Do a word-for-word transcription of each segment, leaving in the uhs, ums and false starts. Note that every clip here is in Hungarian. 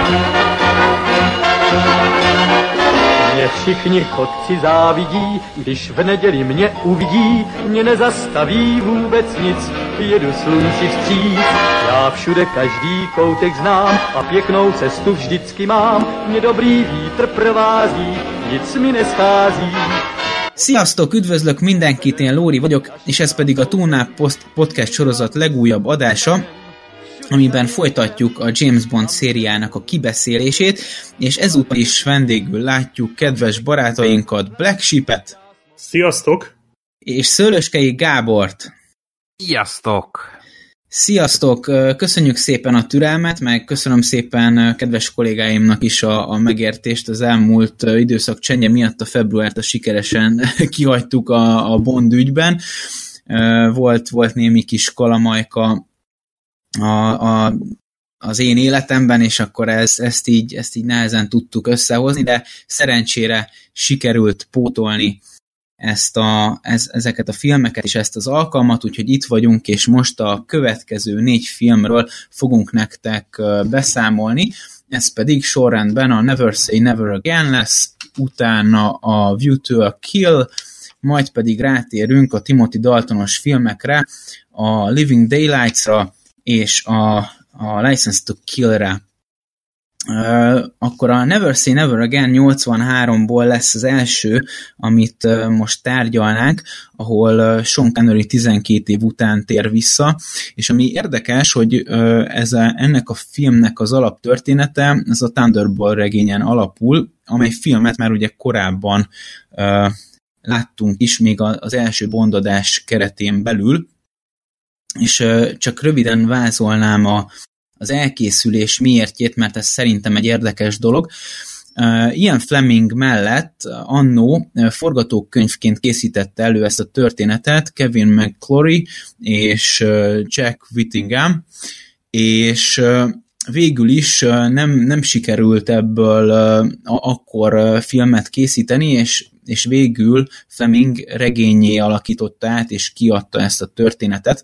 Mě všichni chodci závidí, když v neděli mě uvidí, mě nezastaví vůbec nic, jedu slunci vstříc. Já všude každý koutek znám a pěknou cestu vždycky mám, mě dobrý vítr provází, nic mi neschází. Sziasztok, üdvözlök mindenkit, én Lóri vagyok, és ez pedig a Tune Up podcast sorozat legújabb adása, amiben folytatjuk a James Bond szériának a kibeszélését, és ezúttal is vendégül látjuk kedves barátainkat, Black Sheep-et. Sziasztok! És Szőlőskei Gábort. Sziasztok! Sziasztok! Köszönjük szépen a türelmet, meg köszönöm szépen kedves kollégáimnak is a, a megértést. Az elmúlt időszak csendje miatt a februárt a sikeresen kihagytuk a, a Bond ügyben. Volt, volt némi kis kalamajka A, a, az én életemben, és akkor ez, ezt, így, ezt így nehezen tudtuk összehozni, de szerencsére sikerült pótolni ezt a, ez, ezeket a filmeket és ezt az alkalmat, úgyhogy itt vagyunk, és most a következő négy filmről fogunk nektek beszámolni, ez pedig sorrendben a Never Say Never Again lesz, utána a View to a Kill, majd pedig rátérünk a Timothy Daltonos filmekre, a Living Daylights-ra, és a, a License to Kill-re. Uh, akkor a Never Say Never Again nyolcvanháromból lesz az első, amit uh, most tárgyalnánk, ahol uh, Sean Connery tizenkét év után tér vissza, és ami érdekes, hogy uh, ez a, ennek a filmnek az alaptörténete, ez a Thunderball regényen alapul, amely filmet már ugye korábban uh, láttunk is, még az első Bondadás keretén belül, és csak röviden vázolnám a, az elkészülés miértjét, mert ez szerintem egy érdekes dolog. Ian Fleming mellett annó forgatókönyvként készítette elő ezt a történetet Kevin McClory és Jack Whittingham, és végül is nem, nem sikerült ebből akkor filmet készíteni, és, és végül Fleming regényé alakította át, és kiadta ezt a történetet,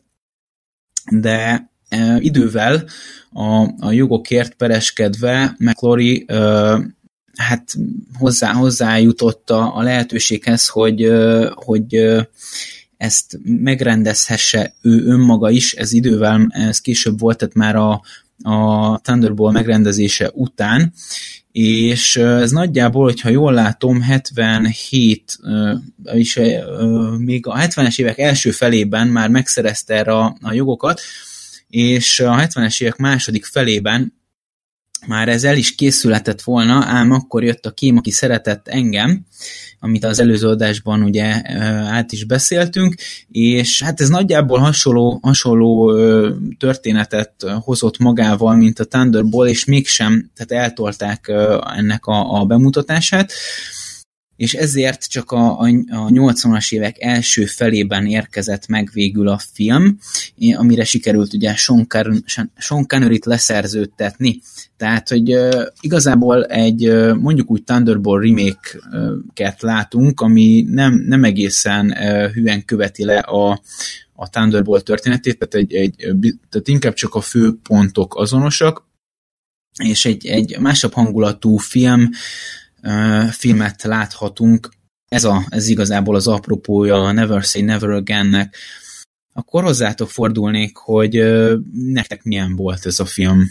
de e, idővel a, a jogokért pereskedve McClory e, hát hozzá, hozzájutott a, a lehetőséghez, hogy, e, hogy e, ezt megrendezhesse ő önmaga is, ez idővel, ez később volt, tehát már a, a Thunderball megrendezése után, és ez nagyjából, hogyha jól látom, hetvenhét, és még a hetvenes évek első felében már megszerezte erre a, a jogokat, és a hetvenes évek második felében már ez el is készülhetett volna, ám akkor jött a Kém, aki szeretett engem, amit az előző adásban ugye át is beszéltünk, és hát ez nagyjából hasonló, hasonló történetet hozott magával, mint a Thunderball, és mégsem, tehát eltolták ennek a, a bemutatását, és ezért csak a, a, a nyolcvanas évek első felében érkezett meg végül a film, amire sikerült ugye Sean, Car- Sean Conneryt leszerződtetni. Tehát, hogy uh, igazából egy uh, mondjuk úgy Thunderball remake-ket látunk, ami nem, nem egészen uh, hűen követi le a, a Thunderball történetét, tehát, egy, egy, tehát inkább csak a fő pontok azonosak, és egy, egy másabb hangulatú film, Uh, filmet láthatunk. Ez, a, ez igazából az apropója a Never Say Never Again-nek. Akkor hozzátok fordulnék, hogy uh, nektek milyen volt ez a film?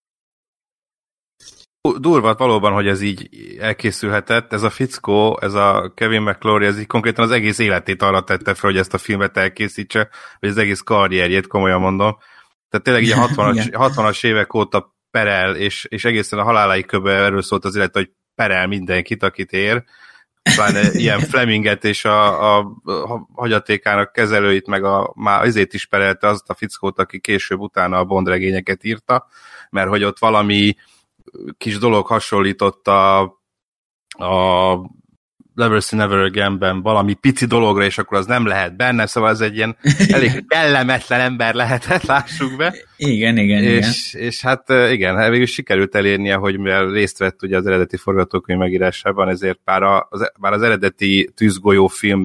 Durva valóban, hogy ez így elkészülhetett. Ez a fickó, ez a Kevin McClory, ez így konkrétan az egész életét arra tette fel, hogy ezt a filmet elkészítse, vagy az egész karrierjét, komolyan mondom. Tehát tényleg így a hatvanas, hatvanas évek óta perel, és, és egészen a haláláig kb. Erről szólt az élet, hogy perel mindenkit, akit ér. Pláne ilyen Fleminget és a, a, a hagyatékának kezelőit, meg a, már azért is perelte azt a fickót, aki később utána a Bond regényeket írta, mert hogy ott valami kis dolog hasonlította a Never Say Never Again-ben valami pici dologra, és akkor az nem lehet benne, szóval ez egy ilyen elég kellemetlen ember lehetett, lássuk be. Igen, igen, és, igen. És hát igen, végül sikerült elérnie, hogy mivel részt vett ugye az eredeti forgatókönyv megírásában, ezért bár az, bár az eredeti Tűzgolyó film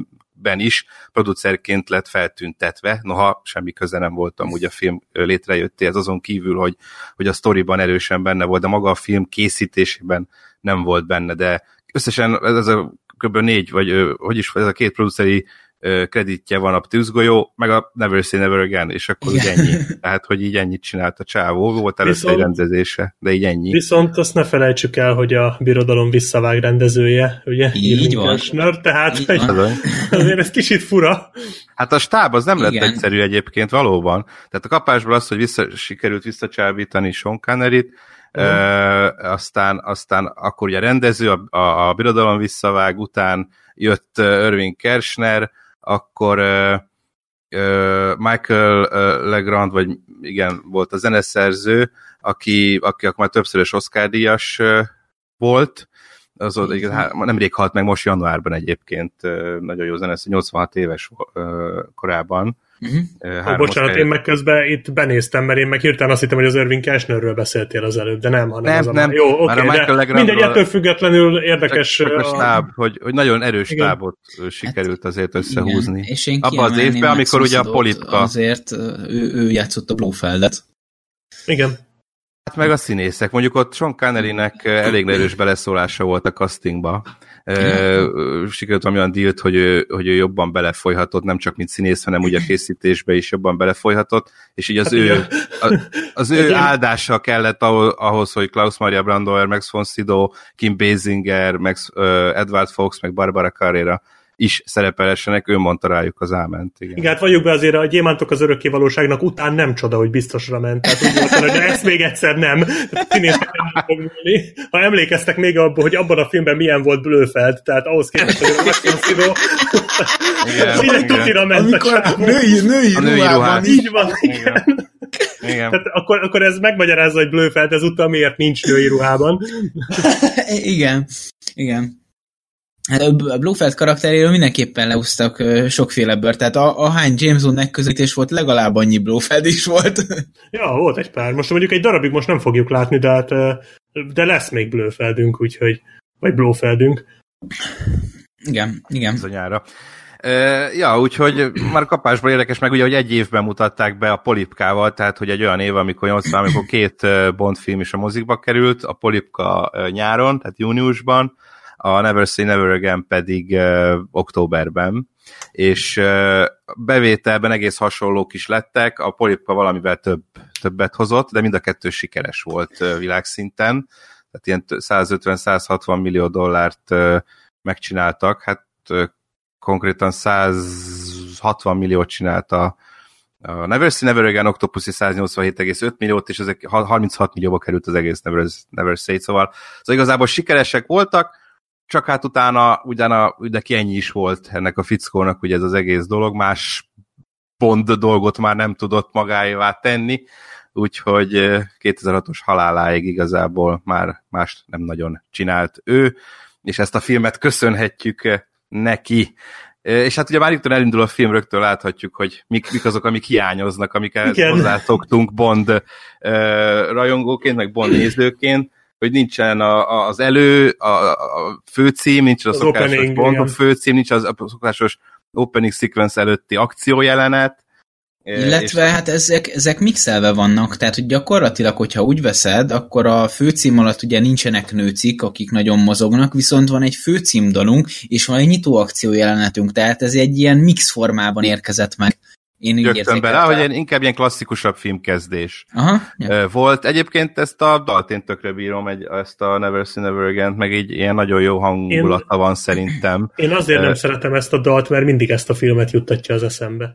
ben is producerként lett feltüntetve, noha semmi köze nem voltam úgy a film létrejöttéhez, azon kívül, hogy, hogy a sztoriban erősen benne volt, de maga a film készítésében nem volt benne, de összesen ez a kb. négy, vagy hogy is, ez a két produceri kreditje van, a Tűzgolyó, meg a Never Say Never Again, és akkor úgy ennyi. Tehát, hogy így ennyit csinált a csávó, volt előtte egy rendezése, de így ennyi. Viszont azt ne felejtsük el, hogy a Birodalom visszavág rendezője, ugye? Így van. Kirchner, tehát így egy, van. azért ez kicsit fura. Hát a stáb az nem Igen. lett egyszerű egyébként, valóban. Tehát a kapásból az, hogy vissza, sikerült visszacsábítani Sean Conneryt, Uh, aztán, aztán akkor ugye a rendező, a, a, a Birodalom visszavág, után jött uh, Irving Kershner, akkor uh, uh, Michael uh, Legrand, vagy igen, volt a zeneszerző, aki, aki akkor már többszörös Oscar-díjas uh, volt, az ott, nemrég halt meg, most januárban egyébként, uh, nagyon jó zeneszerző, nyolcvanhat éves uh, korában. Uh-huh. Ó, bocsánat, én meg közben itt benéztem, mert én meg hirtelen azt hittem, hogy az Irving Kershnerről beszéltél az előbb, de nem, hanem nem, az a... nem. Jó, oké, okay, de mindegy, ettől függetlenül érdekes... Csak, csak a stáb, a... hogy, hogy nagyon erős igen. stábot sikerült azért összehúzni. Igen. És én abban az évben, amikor ugye a Polipka... Azért ő, ő játszott a Blofeldet. Igen. Hát meg a színészek. Mondjuk ott Sean Connerynek elég erős beleszólása volt a castingba. Uh, sikerült olyan dílt, hogy ő, hogy ő jobban belefolyhatott, nem csak mint színész, hanem ugye a készítésbe is jobban belefolyhatott, és így az hát ő, a, az ő áldása kellett ahhoz, hogy Klaus Maria Brandauer, Max von Sydow, Kim Basinger, Max, uh, Edward Fox, meg Barbara Carrera is szerepelessenek, ő mondta rájuk az áment. Igen, igen hát valljuk be azért, a Gyémántok az örökkévalóságnak után nem csoda, hogy biztosra ment. Tehát úgy volt, hogy ezt még egyszer nem. Ha emlékeztek még abban, hogy abban a filmben milyen volt Blofeld, tehát ahhoz képest, hogy a Max von Sydow így tutira ment amikor a női, női, a női ruhában. Így van, igen. Igen. Tehát akkor, akkor ez megmagyarázza, hogy Blofeld ezúttal miért nincs női ruhában. Igen, igen. Hát a Blofeld karakteréről mindenképpen leúztak sokféle bőr, tehát ahány James Bond megközelítés volt, legalább annyi Blofeld is volt. Ja, volt egy pár. Most mondjuk egy darabig most nem fogjuk látni, de, hát, de lesz még Blofeldünk, úgyhogy, vagy Blofeldünk. Igen, igen. Bizonyára. Uh, ja, úgyhogy már kapásból érdekes meg ugye, hogy egy évben mutatták be a Polipkával, tehát hogy egy olyan év, amikor nyolcvan, amikor két Bond film is a mozikba került, a Polipka nyáron, tehát júniusban, a Never Say Never Again pedig uh, októberben, és uh, bevételben egész hasonlók is lettek, a Polipka valamivel több, többet hozott, de mind a kettő sikeres volt uh, világszinten, tehát ilyen százötven-százhatvan millió dollárt uh, megcsináltak, hát uh, konkrétan százhatvan milliót csinált a, a Never Say Never Again, Octopussy száznyolcvanhét egész öt milliót, és ezek harminchat millióba került az egész Never, Never Say, szóval, szóval igazából sikeresek voltak, csak hát utána ugyan neki ennyi is volt ennek a fickónak, ugye ez az egész dolog, más Bond dolgot már nem tudott magáévá tenni, úgyhogy kétezer-hatos haláláig igazából már más nem nagyon csinált ő, és ezt a filmet köszönhetjük neki. És hát ugye már itt elindul a film, rögtön láthatjuk, hogy mik, mik azok, amik hiányoznak, amiket hozzászoktunk Bond uh, rajongóként, meg Bond nézőként, hogy nincsen a, a, az elő, a, a főcím, nincs a az szokásos opening, Bond, igen. A főcím, nincs az, a szokásos opening sequence előtti akciójelenet. Illetve és... hát ezek, ezek mixelve vannak, tehát hogy gyakorlatilag, hogyha úgy veszed, akkor a főcím alatt ugye nincsenek nőcik, akik nagyon mozognak, viszont van egy főcímdalunk, és van egy nyitó akciójelenetünk, tehát ez egy ilyen mix formában érkezett meg. Én így Jöttem bele, hogy inkább ilyen klasszikusabb filmkezdés Aha, ja. volt. Egyébként ezt a dalt én tökre bírom, egy, ezt a Never Say Never Again, meg így ilyen nagyon jó hangulata én, van szerintem. Én azért uh, nem szeretem ezt a dalt, mert mindig ezt a filmet juttatja az eszembe.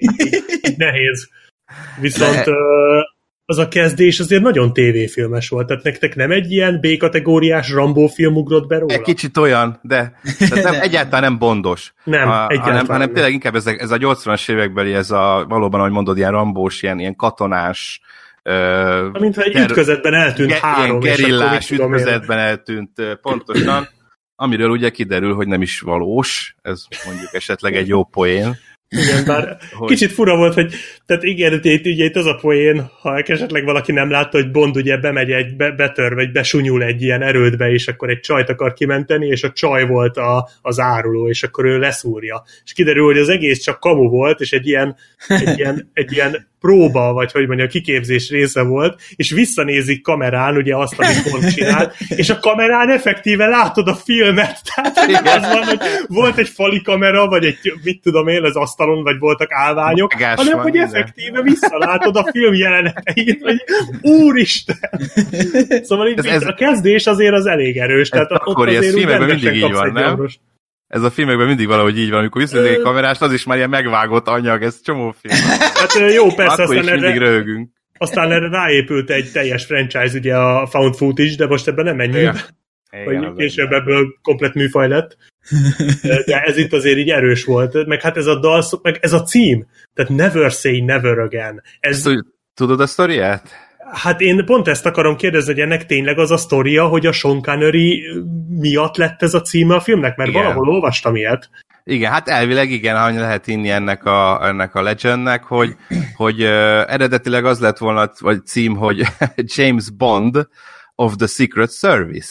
Nehéz. Viszont De... uh, az a kezdés azért nagyon tévéfilmes volt, tehát nektek nem egy ilyen B-kategóriás Rambo film ugrott be róla? Egy kicsit olyan, de, de nem, egyáltalán nem bondos. Nem, a, egyáltalán hanem, hanem tényleg inkább ez a, ez a nyolcvanas évekbeli, ez a valóban, ahogy mondod, ilyen rambós, ilyen, ilyen katonás, uh, mintha egy ger- ütközetben eltűnt ge- három, ilyen gerillás ütközetben eltűnt pontosan, amiről ugye kiderül, hogy nem is valós, ez mondjuk esetleg egy jó poén. Igen, bár kicsit fura volt, hogy tehát igen, ugye, ugye itt az a poén, ha esetleg valaki nem látta, hogy Bond ugye bemegy egy, be, betör, vagy besunyul egy ilyen erődbe, és akkor egy csajt akar kimenteni, és a csaj volt a, az áruló, és akkor ő leszúrja. És kiderül, hogy az egész csak kamu volt, és egy ilyen, egy ilyen, egy ilyen próba, vagy hogy mondja, kiképzés része volt, és visszanézik kamerán, ugye azt, amit Bond csinál, és a kamerán effektíve látod a filmet, tehát az van, hogy volt egy fali kamera, vagy egy, mit tudom én, az asztalon, vagy voltak állványok, Magás hanem, van, hogy minden. Effektíve visszalátod a film jeleneteit, hogy úristen! Szóval így, ez, a kezdés azért az elég erős, tehát ott azért ez filmekben mindig így van, nem? Gyomros. Ez a filmekben mindig valahogy így van, amikor visszanézik egy kamerást, az is már ilyen megvágott anyag, ez csomó film. Hát jó, persze, akkor aztán is mindig erre, röhögünk. Aztán erre ráépült egy teljes franchise, ugye a found footage, de most ebben nem menjünk, hogy később ebből komplet műfaj lett. De ez itt azért így erős volt, meg hát ez a dal, meg ez a cím, tehát Never Say Never Again. Ez... Ezt, tudod a sztoriát? Hát én pont ezt akarom kérdezni, hogy ennek tényleg az a sztoria, hogy a Sean Connery miatt lett ez a címe a filmnek, mert igen. Valahol olvastam ilyet. Igen, hát elvileg igen, ha lehet inni ennek a, ennek a legendnek, hogy, hogy uh, eredetileg az lett volna, vagy cím, hogy James Bond of the Secret Service.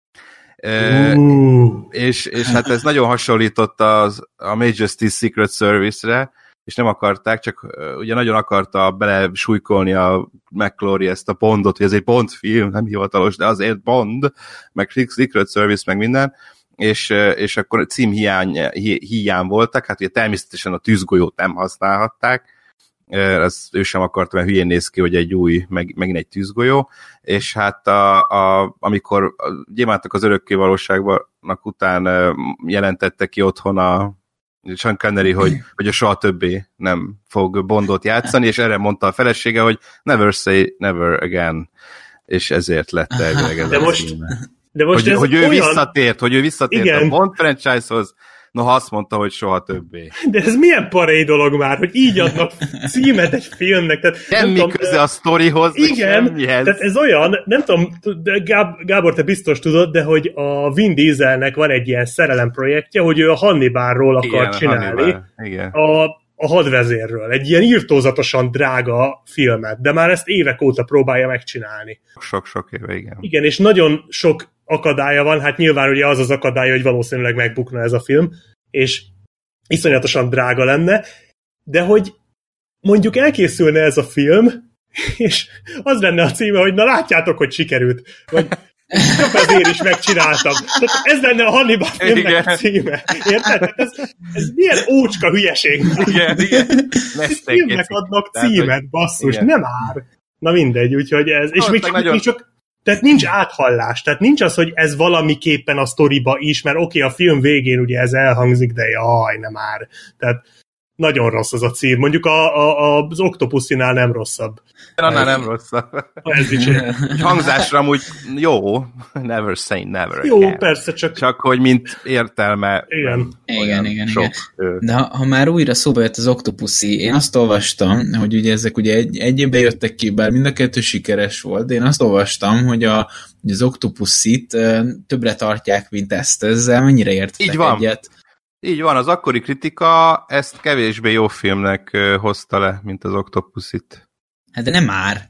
Uh, és, és hát ez nagyon hasonlított az, a Majesty's Secret Service-re, és nem akarták, csak uh, ugye nagyon akarta bele súlykolni a McClory ezt a Bondot, hogy ez egy Bond film, nem hivatalos, de azért Bond, meg Secret Service, meg minden, és, uh, és akkor címhiány hi, hiány voltak, hát ugye természetesen a tűzgolyót nem használhatták, uh, az ő sem akarta, mert hülyén néz ki, hogy egy új, meg, megint egy tűzgolyó, és hát a, a, amikor a Gyémántok az örökké valóságnak után uh, jelentette ki otthon a Sean Connery, hogy, hogy a soha többé nem fog Bondot játszani, és erre mondta a felesége, hogy never say never again, és ezért lett elvileg ez de a most, címe. De most hogy, ez hogy ő olyan... visszatért, hogy ő visszatért igen. a Bond franchise-hoz, noha azt mondta, hogy soha többé. De ez milyen paré dolog már, hogy így adnak címet egy filmnek. Tehát, semmi tudom, köze a sztorihoz, igen, semmihez. Tehát ez olyan, nem tudom, Gáb, Gábor, te biztos tudod, de hogy a Vin Dieselnek van egy ilyen szerelem projektje, hogy ő a Hannibalról akar igen, csinálni. Hannibal. Igen. A, a hadvezérről. Egy ilyen irtózatosan drága filmet, de már ezt évek óta próbálja megcsinálni. Sok-sok éve, igen. Igen, és nagyon sok akadálya van, hát nyilván ugye az az akadálya, hogy valószínűleg megbukna ez a film, és iszonyatosan drága lenne, de hogy mondjuk elkészülne ez a film, és az lenne a címe, hogy na látjátok, hogy sikerült, vagy csak azért is megcsináltam. Tehát ez lenne a Hannibal filmnek a címe. Érted? Ez, ez milyen ócska hülyeség. Igen, igen. Filmnek adnak címet, basszus, igen. Nem ár. Na mindegy, úgyhogy ez, és még csak, nagyon... csak tehát nincs áthallás, tehát nincs az, hogy ez valamiképpen a sztoriba is, mert oké, okay, a film végén ugye ez elhangzik, de jaj, nem már. Tehát nagyon rossz az a cím. Mondjuk a, a, az Octopuszinál nem rosszabb. Annál nem rosszabb. Ez dicsér. Hangzásra amúgy jó, never say never. Jó, again. Persze, csak... Csak hogy mint értelme. Igen, igen, igen. Sok, igen. De ha, ha már újra szóba jött az Octopussy, én azt olvastam, hogy ugye ezek ugye egy, egy évben jöttek ki, bár mind a kettő sikeres volt, de én azt olvastam, hogy, a, hogy az Octopussy-t többre tartják, mint ezt. Ezzel mennyire értetek így van. Egyet? Így van, az akkori kritika ezt kevésbé jó filmnek uh, hozta le, mint az Octopussy-t. Hát de nem már.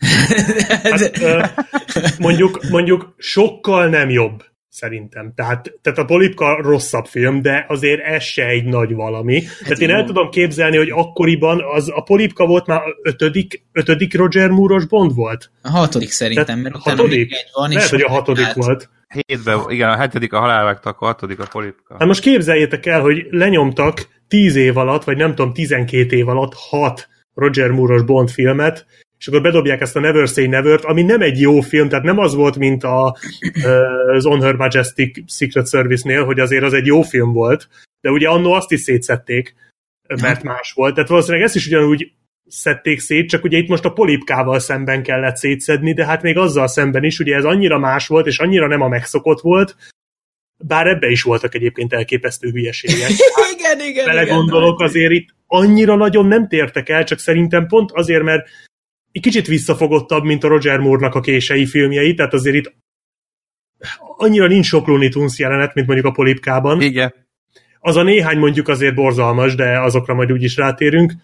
Hát, uh, mondjuk, mondjuk sokkal nem jobb, szerintem. Tehát, tehát a Polipka rosszabb film, de azért ez se egy nagy valami. Hát tehát én el tudom képzelni, hogy akkoriban az, a Polipka volt már ötödik, ötödik Roger Moore-os Bond volt. A hatodik szerintem, mert utána hatodik? még egy van. Lehet, hogy a hatodik hát... volt. Hétben, igen, a hetedik a halálvágta, akkor a hatodik a Polipka. Hát most képzeljétek el, hogy lenyomtak tíz év alatt, vagy nem tudom, tizenkét év alatt hat Roger Moore-os Bond filmet, és akkor bedobják ezt a Never Say Never-t, ami nem egy jó film, tehát nem az volt, mint a, az On Her Majestic Secret Service-nél, hogy azért az egy jó film volt, de ugye annó azt is szétszették, mert más volt. Tehát valószínűleg ezt is ugyanúgy szedték szét, csak ugye itt most a Polipkával szemben kellett szétszedni, de hát még azzal szemben is, ugye ez annyira más volt, és annyira nem a megszokott volt, bár ebbe is voltak egyébként elképesztő hülyeségek. igen, igen, belegondolok, igen, azért itt annyira nagyon nem tértek el, csak szerintem pont azért, mert egy kicsit visszafogottabb, mint a Roger Moore-nak a kései filmjei, tehát azért itt annyira nincs sok Looney Tunes jelenet, mint mondjuk a Polipkában. Igen. Az a néhány mondjuk azért borzalmas, de azokra majd úgyis rátérünk.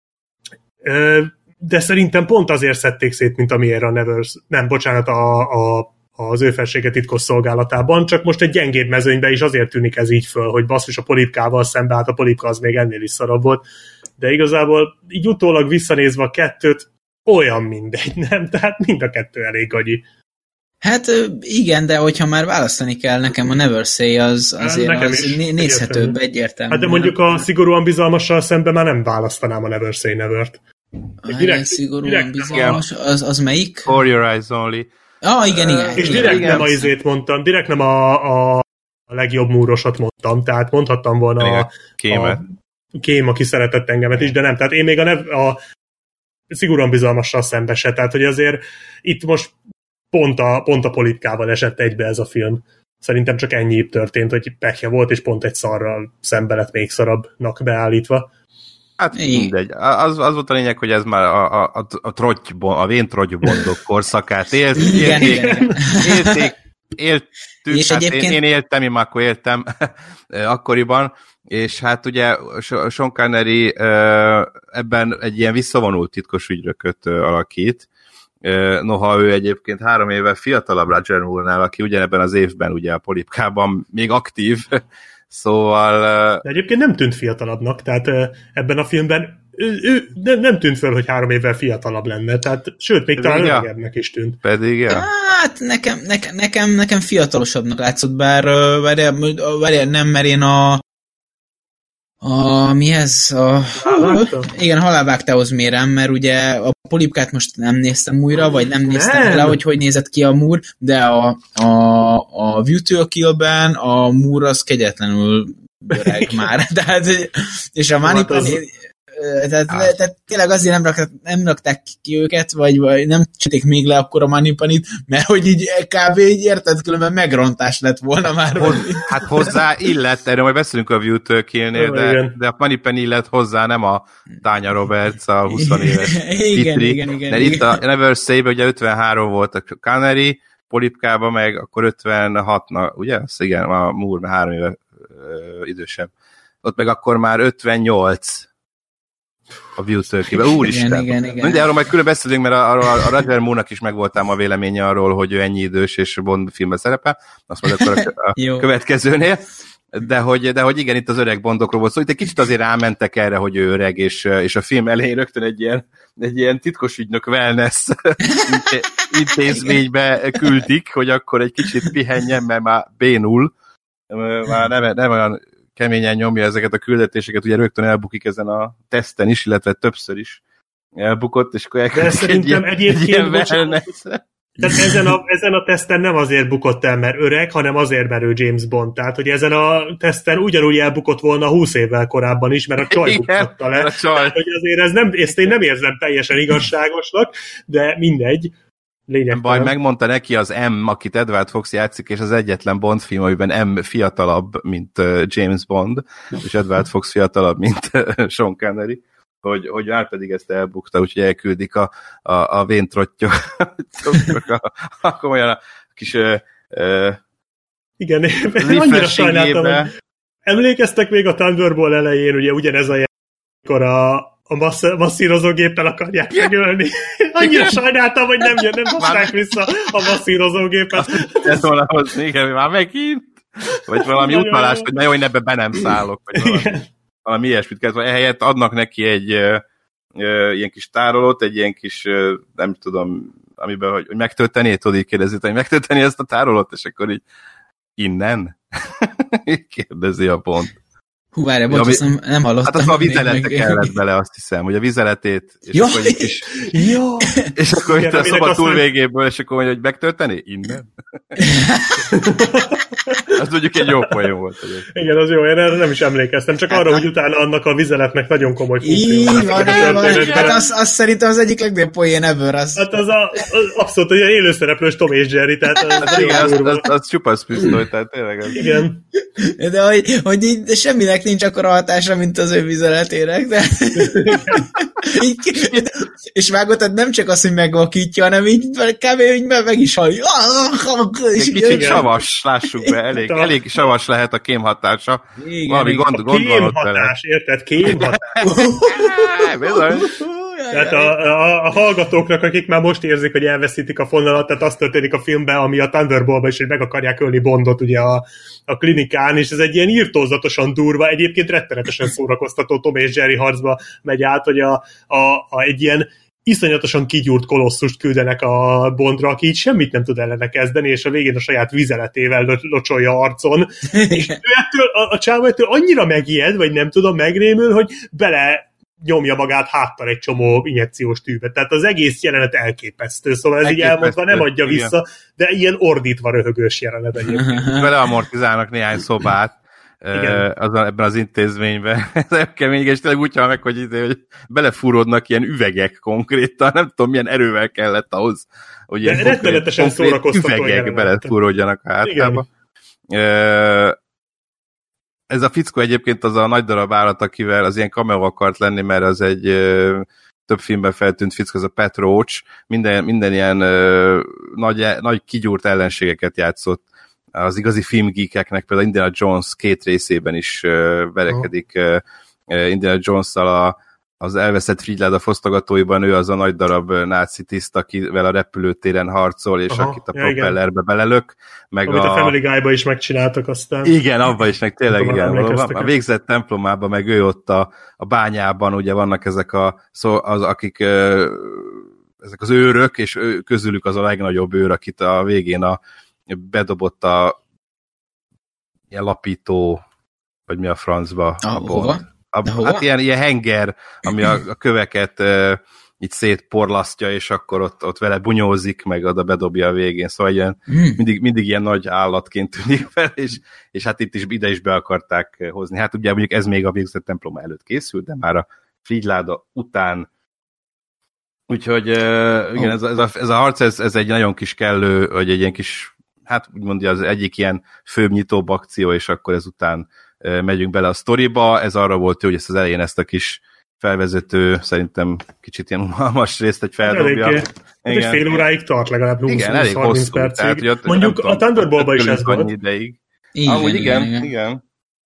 De szerintem pont azért szedték szét, mint amiért a Nevers, nem, bocsánat, a, a, az ő felsége titkos szolgálatában, csak most egy gyengébb mezőnyben is azért tűnik ez így föl, hogy basszus a Polipkával szembe, hát a Polipka az még ennél is szarabb volt. De igazából így utólag visszanézve a kettőt, olyan mindegy, nem? Tehát mind a kettő elég gagyi. Hát igen, de hogyha már választani kell, nekem a Never Say az azért nekem az is, nézhetőbb, egyértelmű. Hát de mondjuk a szigorúan bizalmassal szemben már nem választanám a Never Say Never-t. Direkt, szigorúan direkt bizalmas, az, az melyik? For Your Eyes Only. Ah, igen, igen. És igen, direkt igen, nem a izét mondtam, direkt nem a, a, a legjobb múrosat mondtam, tehát mondhattam volna a, Kémet. a Kém, aki szeretett engemet is, de nem. Tehát én még a, nev, a szigorúan bizalmassal szembe se, tehát hogy azért itt most pont a, pont a Polipkával esett egybe ez a film. Szerintem csak ennyi történt, hogy pekje volt, és pont egy szarral szembe lett még szarabbnak beállítva. Hát mindegy. Az, az volt a lényeg, hogy ez már a, a, a, trotty, a vén trotty-bondok korszakát élt, igen, élték, igen. élték, éltük, és hát egyébként... én, én éltem, én már akkor éltem akkoriban, és hát ugye Sean Connery ebben egy ilyen visszavonult titkos ügynököt alakít, noha ő egyébként három évvel fiatalabb Roger Moore-nál, aki ugyanebben az évben ugye a Polipkában még aktív, szóval... De egyébként nem tűnt fiatalabbnak, tehát ebben a filmben ő, ő nem, nem tűnt föl, hogy három évvel fiatalabb lenne, tehát sőt, még talán öregebbnek is tűnt. Pedig, ja. Hát nekem, nekem, nekem, nekem fiatalosabbnak látszott, bár várjál, várjál, nem, mert én a A, mi ez? A, igen, halálvágtához mérem, mert ugye a Polipkát most nem néztem újra, vagy nem néztem nem. le, hogy hogy nézett ki a Moore, de a, a, a View to a Kill-ben a Moore az kegyetlenül öreg már. Tehát, és a Moneypenny, tehát, tehát tényleg azért nem, rakták, nem rakták ki őket, vagy, vagy nem csinálték még le akkor a Moneypennyt, mert hogy így kb. Így érted, különben megrontás lett volna már. Hoz, hát hozzá illet, erről majd beszélünk a View to a Kill-nél, de, de a Moneypenny illet hozzá, nem a Tanya Roberts, a húsz éves igen, igen, igen, de igen. itt a Never Say-ben ugye ötvenhárom volt a Connery, Polipkában meg akkor ötvenhat, na, ugye? Azt igen, a Moore három éve ö, idősebb. Ott meg akkor már ötvennyolc a View to a Kill-ben. Úristen! Igen, igen, igen. De arról majd külön beszélünk, mert a, a, a Roger Moore-nak is megvoltám a véleménye arról, hogy ő ennyi idős és Bond filmben szerepel. Azt majd akkor a, a következőnél. De hogy, de hogy igen, itt az öreg Bondokról volt szó. Szóval itt egy kicsit azért rámentek erre, hogy ő öreg, és, és a film elején rögtön egy ilyen, egy ilyen titkos ügynök wellness intézménybe küldik, hogy akkor egy kicsit pihenjen, mert már bénul. Már nem, nem olyan keményen nyomja ezeket a küldetéseket, ugye rögtön elbukik ezen a teszten is, illetve többször is elbukott, és akkor elküldik egy ilyen, egy ilyen wellness. Tehát ezen a, ezen a teszten nem azért bukott el, mert öreg, hanem azért, mert ő James Bond. Tehát, hogy ezen a teszten ugyanúgy elbukott volna húsz évvel korábban is, mert a csaj bukotta le. A csaj. Hogy azért ez nem, ezt én nem érzem teljesen igazságosnak, de mindegy. Lényegtelen. Baj, megmondta neki az M, akit Edward Fox játszik, és az egyetlen Bond film, amiben M fiatalabb, mint James Bond, és Edward Fox fiatalabb, mint Sean Connery, hogy, hogy már pedig ezt elbukta, úgyhogy elküldik a, a, a véntrottyok, akkor olyan a kis uh, uh, igen, annyira sajnáltam, hogy emlékeztek még a Thunderball elején, ugye ugyanez a jel, amikor a, a massz, masszírozógéppel akarják megölni. Annyira sajnáltam, hogy nem jön, nem hozták vissza a masszírozógépet. Ez volna hozni, igen, már megint. Vagy valami utalást, hogy na jó, én ebbe be nem szállok, vagy valami. valami ilyesmit kellett, vagy ehelyett adnak neki egy ö, ö, ilyen kis tárolót, egy ilyen kis, ö, nem tudom, amiben, hogy, hogy megtölteni, tudod így kérdezni, hogy megtölteni ezt a tárolót, és akkor így innen? Kérdezi a pont. Hú, várja, bocs, azt nem, nem hallottam. Hát az a vizelete kellett bele, azt hiszem, hogy a vizeletét, és ja, akkor egy kis... Ja. És akkor itt a szoba aztán... túlvégéből, és akkor mondja, hogy megtölteni? Innen? Az mondjuk egy jó poén volt. Egyébként. Igen, az jó, én erre nem is emlékeztem, csak arra, hogy utána annak a vizeletnek nagyon komoly funkció. Így van, hát az, az szerintem az egyik legnagyobb poén ever. Az. Hát az, a, az abszolút, hogy élőszereplős Tom és Jerry, tehát az, hát igen, az, az, az csupasz pisztoly, tehát tényleg az. Igen. De hogy, hogy így semminek ennek nincs akkora hatása, mint az ő vizeletének, de így, és vágod, tehát nem csak az, hogy megvakítja, hanem így kb. Így meg is hallja. Kicsit savas, lássuk be, elég, elég savas lehet a kémhatása. Igen, valami gond, gond van ott vele. Kémhatás, érted? Kémhatás. Tehát a, a, a hallgatóknak, akik már most érzik, hogy elveszítik a fonalat, tehát az történik a filmben, ami a Thunderballban is, hogy meg akarják ölni Bondot ugye a, a klinikán, és ez egy ilyen írtózatosan durva, egyébként rettenetesen szórakoztató Tom és Jerry harcba megy át, hogy a, a, a egy ilyen iszonyatosan kigyúrt kolosszust küldenek a Bondra, aki így semmit nem tud ellene kezdeni, és a végén a saját vizeletével locsolja arcon. És ő ettől, a, a csávó ettől annyira megijed, vagy nem tudom, megrémül, hogy bele nyomja magát háttal egy csomó injekciós tűbet. Tehát az egész jelenet elképesztő. Szóval ez elképesztő, így elmondva nem adja vissza, igen. De ilyen ordítva röhögős jelenet egyébként. Vele amortizálnak néhány szobát az, ebben az intézményben. Ez kemény, és tényleg úgy meg, hogy, ide, hogy belefúródnak ilyen üvegek konkrétan. Nem tudom, milyen erővel kellett ahhoz, hogy ilyen rettenetesen szórakoztató üvegek belefúródjanak a hátába. Igen. Ez a fickó egyébként az a nagy darab állat, akivel az ilyen cameo akart lenni, mert az egy ö, több filmben feltűnt fickó, az a Pat Roach, minden, minden ilyen ö, nagy, nagy kigyúrt ellenségeket játszott. Az igazi filmgeekeknek például Indiana Jones két részében is ö, verekedik. Ö, Indiana Jones-szal a, az elveszett Fridláda fosztogatóiban ő az a nagy darab náci tiszt, akivel a repülőtéren harcol, és aha, akit a ja, propellerbe igen. belelök. Meg amit a, a Family Guy-ba is megcsináltak aztán. Igen, abban is, meg tényleg igen. A végzett templomában, meg ő ott a, a bányában, ugye vannak ezek a, szó, az, akik ezek az őrök, és ő, közülük az a legnagyobb őr, akit a végén a, bedobott a ilyen lapító, vagy mi a francba. Ah, hova? A, hát ilyen, ilyen henger, ami a, a köveket uh, így szétporlasztja, és akkor ott, ott vele bunyózik, meg oda bedobja a végén. Szóval ilyen, mm. mindig, mindig ilyen nagy állatként tűnik fel, és, és hát itt is ide is be akarták hozni. Hát ugye mondjuk ez még a végzett templom előtt készült, de már a Fridláda után. Úgyhogy uh, igen, oh. ez, a, ez, a, ez a harc, ez, ez egy nagyon kis kellő, vagy egy ilyen kis, hát úgymond az egyik ilyen főbb nyitóbb akció, és akkor ezután megyünk bele a sztoriba, ez arra volt jó, hogy ezt az elején ezt a kis felvezető, szerintem kicsit ilyen unalmas részt egy feldobja. Elég, egy fél óráig tart legalább húsz-húsz-harminc percig. Tehát, ott, mondjuk a Thunderballban is ez volt. Ideig. Igen, Ahogy, igen, igen, igen.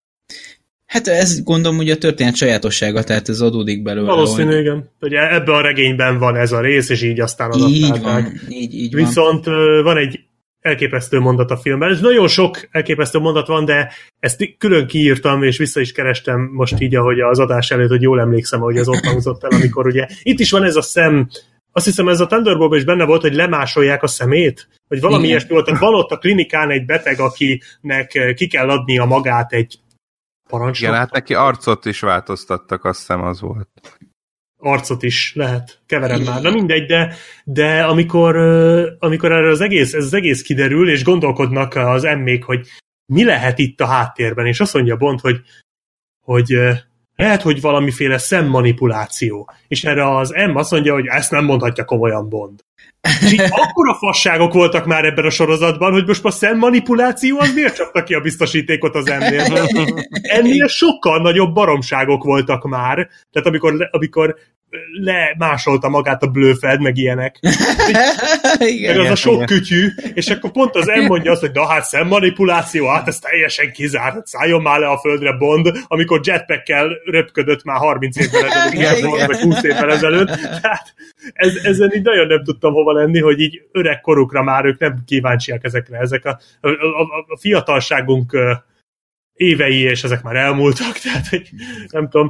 Hát ez gondolom, hogy a történet sajátossága, tehát ez adódik belőle. Valószínű, hogy... igen. Ugye ebben a regényben van ez a rész, és így aztán az így van, így, így van. Viszont van egy elképesztő mondat a filmben. Ez nagyon sok elképesztő mondat van, de ezt külön kiírtam, és vissza is kerestem most így, ahogy az adás előtt, hogy jól emlékszem, ahogy az ott hangzott el, amikor ugye itt is van ez a szem, azt hiszem ez a Thunderballban is benne volt, hogy lemásolják a szemét, vagy valami ilyesmi volt. Tehát van ott a klinikán egy beteg, akinek ki kell adnia magát egy parancsnok. Igen, hát neki arcot is változtattak, azt hiszem az volt. Arcot is lehet, keverem már. Na mindegy, de, de amikor, amikor erre az egész, ez az egész kiderül, és gondolkodnak az emmék, hogy mi lehet itt a háttérben, és azt mondja Bond, hogy, hogy lehet, hogy valamiféle szemmanipuláció. És erre az M azt mondja, hogy ezt nem mondhatja komolyan Bond. És így akkora fasságok voltak már ebben a sorozatban, hogy most a szemmanipuláció az miért csapta ki a biztosítékot az M-nél? Ennél sokkal nagyobb baromságok voltak már. Tehát amikor, amikor lemásolta magát a Blofeld, meg ilyenek. Igen, meg az a sok igen. kütyű, és akkor pont az M mondja azt, hogy na hát szemmanipuláció, hát ez teljesen kizárt, szálljon már le a földre Bond, amikor jetpackkel röpködött már harminc évvel ezelőtt, vagy húsz évvel ezelőtt. Tehát ez, ezen így nagyon nem tudtam hova lenni, hogy így öreg korukra már ők nem kíváncsiak ezekre. Ezek a, a, a, a fiatalságunk évei, és ezek már elmúltak, tehát hogy nem tudom.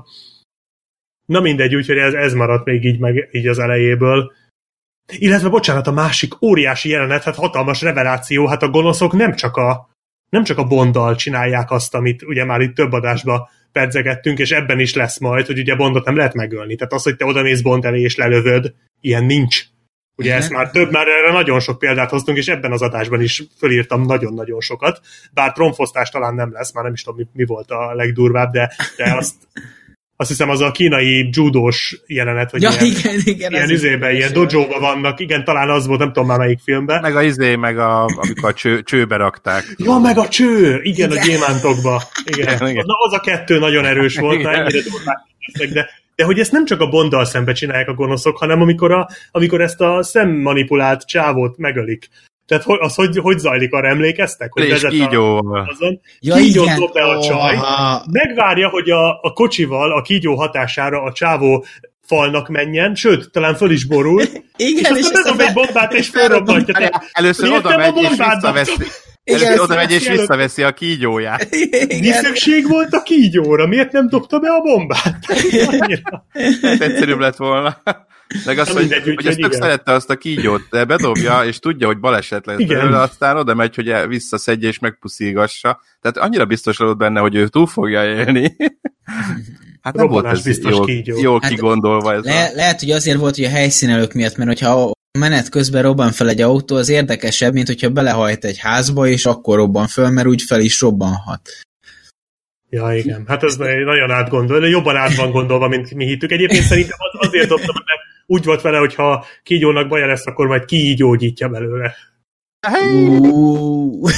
Na mindegy, úgyhogy ez, ez maradt még így, meg, így az elejéből. Illetve, bocsánat, a másik óriási jelenet, hát hatalmas reveláció, hát a gonoszok nem csak a, nem csak a Bonddal csinálják azt, amit ugye már itt több adásba pedzegettünk, és ebben is lesz majd, hogy ugye Bondot nem lehet megölni. Tehát az, hogy te odamész Bond elé és lelövöd, ilyen nincs. Ugye ezt már több, már erre nagyon sok példát hoztunk, és ebben az adásban is fölírtam nagyon-nagyon sokat. Bár tromfosztás talán nem lesz, már nem is tudom, mi, mi volt a legdurvább, de, de azt azt hiszem az a kínai judós jelenet, vagy ja, ilyen, igen, igen, ilyen üzében, ilyen dojóban vannak, igen, talán az volt, nem tudom már melyik filmben. Meg a izé, meg a, amikor a cső, csőbe rakták. Ja, meg a cső! Igen, igen. A gyémántokba. Igen. Igen, igen. Na, az a kettő nagyon erős volt, na, ennyire durvák lesznek, de, de hogy ezt nem csak a Bonddal szembe csinálják a gonoszok, hanem amikor, a, amikor ezt a szemmanipulált csávót megölik. Tehát az, hogy, hogy zajlik, arra emlékeztek? Hogy és kígyóval. Azon. Ja, Kígyót igen. dob be a csaj, Oh. megvárja, hogy a, a kocsival a kígyó hatására a csávó falnak menjen, sőt, talán föl is borul, Igen, és aztán bedob egy bombát, és felrobbantja. Tehát Először miért oda nem a megy, és bombát visszaveszi. dobtam? Először Igen, oda megy, és előtt- visszaveszi a kígyóját. Mi Igen. szükség volt a kígyóra? Miért nem dobta be a bombát? Annyira. Hát egyszerűbb lett volna. Meg azt, Na hogy, mindegy, hogy úgyhogy ezt tök igen. szerette azt a kígyót, de bedobja, és tudja, hogy baleset lesz Igen. belőle, aztán oda megy, hogy visszaszedje és megpuszígassa. Tehát annyira biztos volt benne, hogy ő túl fogja élni. Hát nem volt Robbanás ez biztos jól, kígyó. jól Hát kigondolva ez Le, a... lehet, hogy azért volt, hogy a helyszínelők miatt, mert hogyha a menet közben robban fel egy autó, az érdekesebb, mint hogyha belehajt egy házba, és akkor robban föl, mert úgy fel is robbanhat. Ja, igen. Hát ez nagyon átgondol, jobban át van gondolva, mint mi hittük. Egyébként szerintem az azért dobtam, mert úgy volt vele, hogy ha kígyónak baja lesz, akkor majd kígyógyítja belőle. Uh.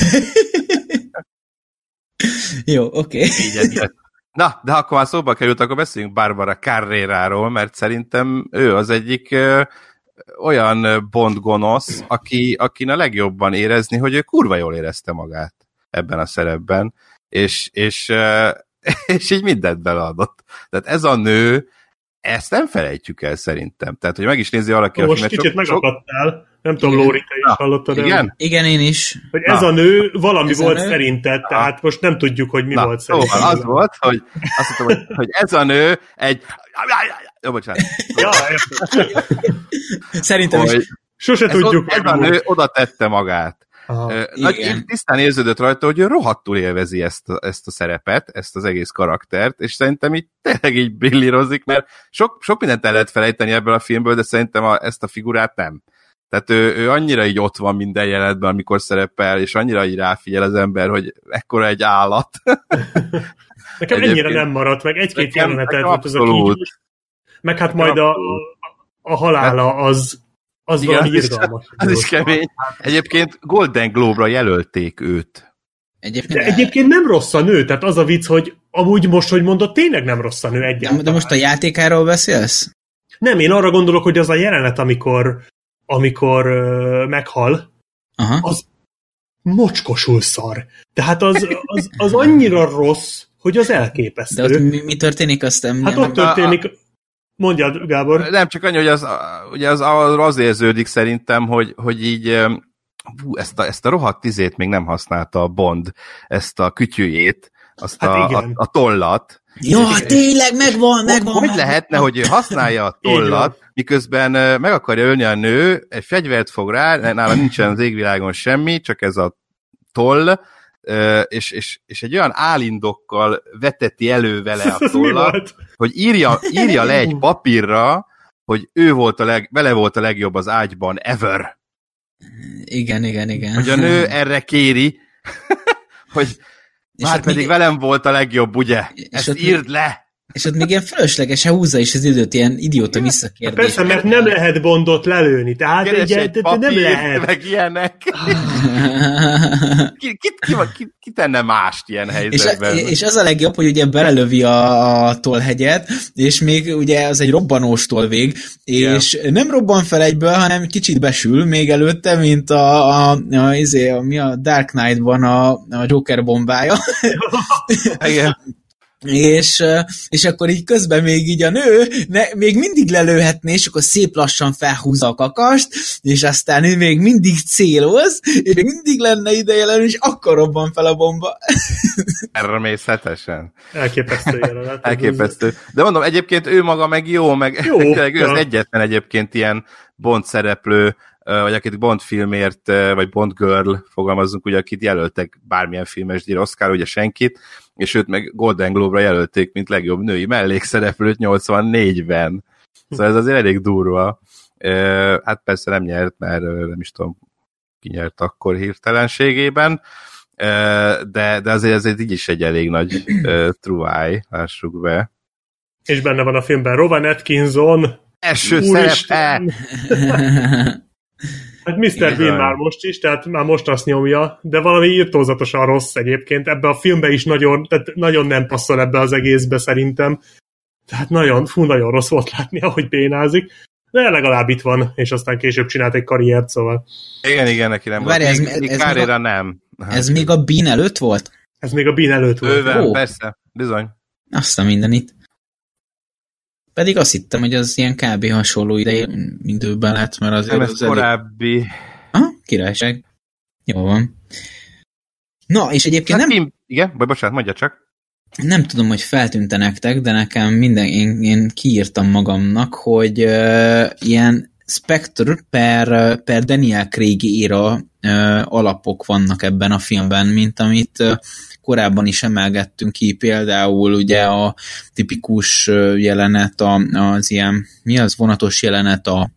Jó, oké. Okay. Így egy- Na, de ha akkor már szóba került, akkor beszéljünk Barbara Carreráról, mert szerintem ő az egyik ö, olyan Bond gonosz, aki, akin a legjobban érezni, hogy ő kurva jól érezte magát ebben a szerepben, és, és, ö, és így mindent beleadott. Tehát ez a nő, ezt nem felejtjük el szerintem. Tehát, hogy meg is nézi valaki Most a filmet. kicsit megakadtál. Nem tudom, Lóri, te is Na, hallottad. igen? Igen, én is. Hogy ez Na. a nő valami Ez a volt nő? szerinted, tehát most nem tudjuk, hogy mi Na, volt szóval szerinted. az volt, hogy azt mondtam, hogy, hogy ez a nő egy... Jó, bocsánat. Ja, értem. Szerintem is. Hogy Sose ez, tudjuk ez meg. a nő oda tette magát. Aha. Ö, Nagy, igen. tisztán érződött rajta, hogy ő rohadtul élvezi ezt a, ezt a szerepet, ezt az egész karaktert, és szerintem így tényleg így brillírozik, mert sok, sok mindent el lehet felejteni ebből a filmből, de szerintem a, ezt a figurát nem. Tehát ő, ő annyira így ott van minden jelenetben, amikor szerepel, és annyira így ráfigyel az ember, hogy ekkora egy állat. Nekem Egyébként- ennyire nem maradt meg. Egy-két Nekem- jelenetet nekem volt ez a abszolút. kígyós. Meg hát majd a, a halála az, az Igen, valami az is- irgalmas. Az is kemény. Egyébként Golden Globe-ra jelölték őt. Egyébként, De egyébként nem rossz a nő, tehát az a vicc, hogy amúgy most, hogy mondod, tényleg nem rossz a nő egyáltalán. de, de most a játékáról beszélsz? Nem, én arra gondolok, hogy az a jelenet, amikor, amikor uh, meghal, Aha. az mocskosul szar. Tehát az, az, az annyira rossz, hogy az De elképesztő. ott mi, mi történik, azt nem... Hát nem, ott történik... Mondjad, Gábor. Nem, csak annyi, hogy az, ugye az, az érződik szerintem, hogy, hogy így em, hú, ezt, a, ezt a rohadt izét még nem használta a Bond, ezt a kütyüjét, azt Hát a, a, igen. a tollat. Ja, tényleg, megvan, megvan. Hogy megvan. lehetne, hogy ő használja a Így tollat, miközben ö, meg akarja ölni a nő, egy fegyvert fog rá, nála nincsen az égvilágon semmi, csak ez a toll, ö, és, és, és egy olyan álindokkal veteti elő vele a Ez mi tollat, volt? hogy írja, írja le egy papírra, hogy ő volt a leg, vele volt a legjobb az ágyban ever. Igen, igen, igen. Hogy a nő erre kéri, hogy És már ott pedig még- velem volt a legjobb, ugye? És Ezt ott még- írd le! És ott még ilyen fölöslegesen húzza is az időt, ilyen idióta visszakérdés. Persze, mert nem lehet Bondot lelőni, tehát Keres egy, egy de papírt, nem lehet. meg ilyenek. Ki, ki, ki, ki, ki tenne mást ilyen És, helyzetben? és az a legjobb, hogy ugye belelövi a, a tollhegyet, és még ugye az egy robbanós tollvég, és yeah. nem robban fel egyből, hanem kicsit besül még előtte, mint a, a, a, a, a, mi a Dark Knight-ban a, a Joker bombája. Igen. És, és akkor így közben még így a nő ne, még mindig lelőhetné, és akkor szép lassan felhúzza a kakast, és aztán ő még mindig céloz, és még mindig lenne ideje lelőni, és akkor robban fel a bomba. Természetesen. Elképesztő jelenet. Elképesztő. De mondom, egyébként ő maga meg jó, meg Jó, tényleg ő ja. az egyetlen egyébként ilyen Bond szereplő, vagy akit Bond filmért, vagy Bond girl, fogalmazzunk, ugye, akit jelöltek bármilyen filmes díjra, Oscar, ugye senkit, és őt meg Golden Globe-ra jelölték, mint legjobb női mellékszereplőt nyolcvannégyben. Szóval ez azért elég durva. Hát persze nem nyert, mert nem is tudom, ki nyert akkor hirtelenségében, de, de azért ez így is egy elég nagy truváj, lássuk be. És benne van a filmben Rowan Atkinson. Első szerepe! Hát miszter Bean már most is, tehát már most azt nyomja, de valami írtózatosan rossz egyébként. Ebbe a filmbe is nagyon, tehát nagyon nem passzol ebbe az egészbe szerintem. Tehát nagyon, fú, nagyon rossz volt látni, ahogy bénázik. De legalább itt van, és aztán később csinált egy karriert, szóval. Igen, igen, neki nem Várj, volt. ez, Még, ez, ez ez a, nem. Ez még a Bean előtt volt? Ez még a Bean előtt volt. Bőven, Ó. persze, bizony. Azt a mindenit. Pedig azt hittem, hogy az ilyen kb. Hasonló idei időben lett, mert azért Nem, ez az elég... korábbi... Ah, királyság. Jó van. Na, és egyébként Hát nem... Film... Igen, vagy bocsánat, mondja csak. Nem tudom, hogy feltűnte nektek, de nekem minden, én, én kiírtam magamnak, hogy uh, ilyen Spectre per, per Daniel Craig éra uh, alapok vannak ebben a filmben, mint amit uh, korábban is emelgettünk ki, például ugye a tipikus jelenet, a, az ilyen, mi az vonatos jelenet a,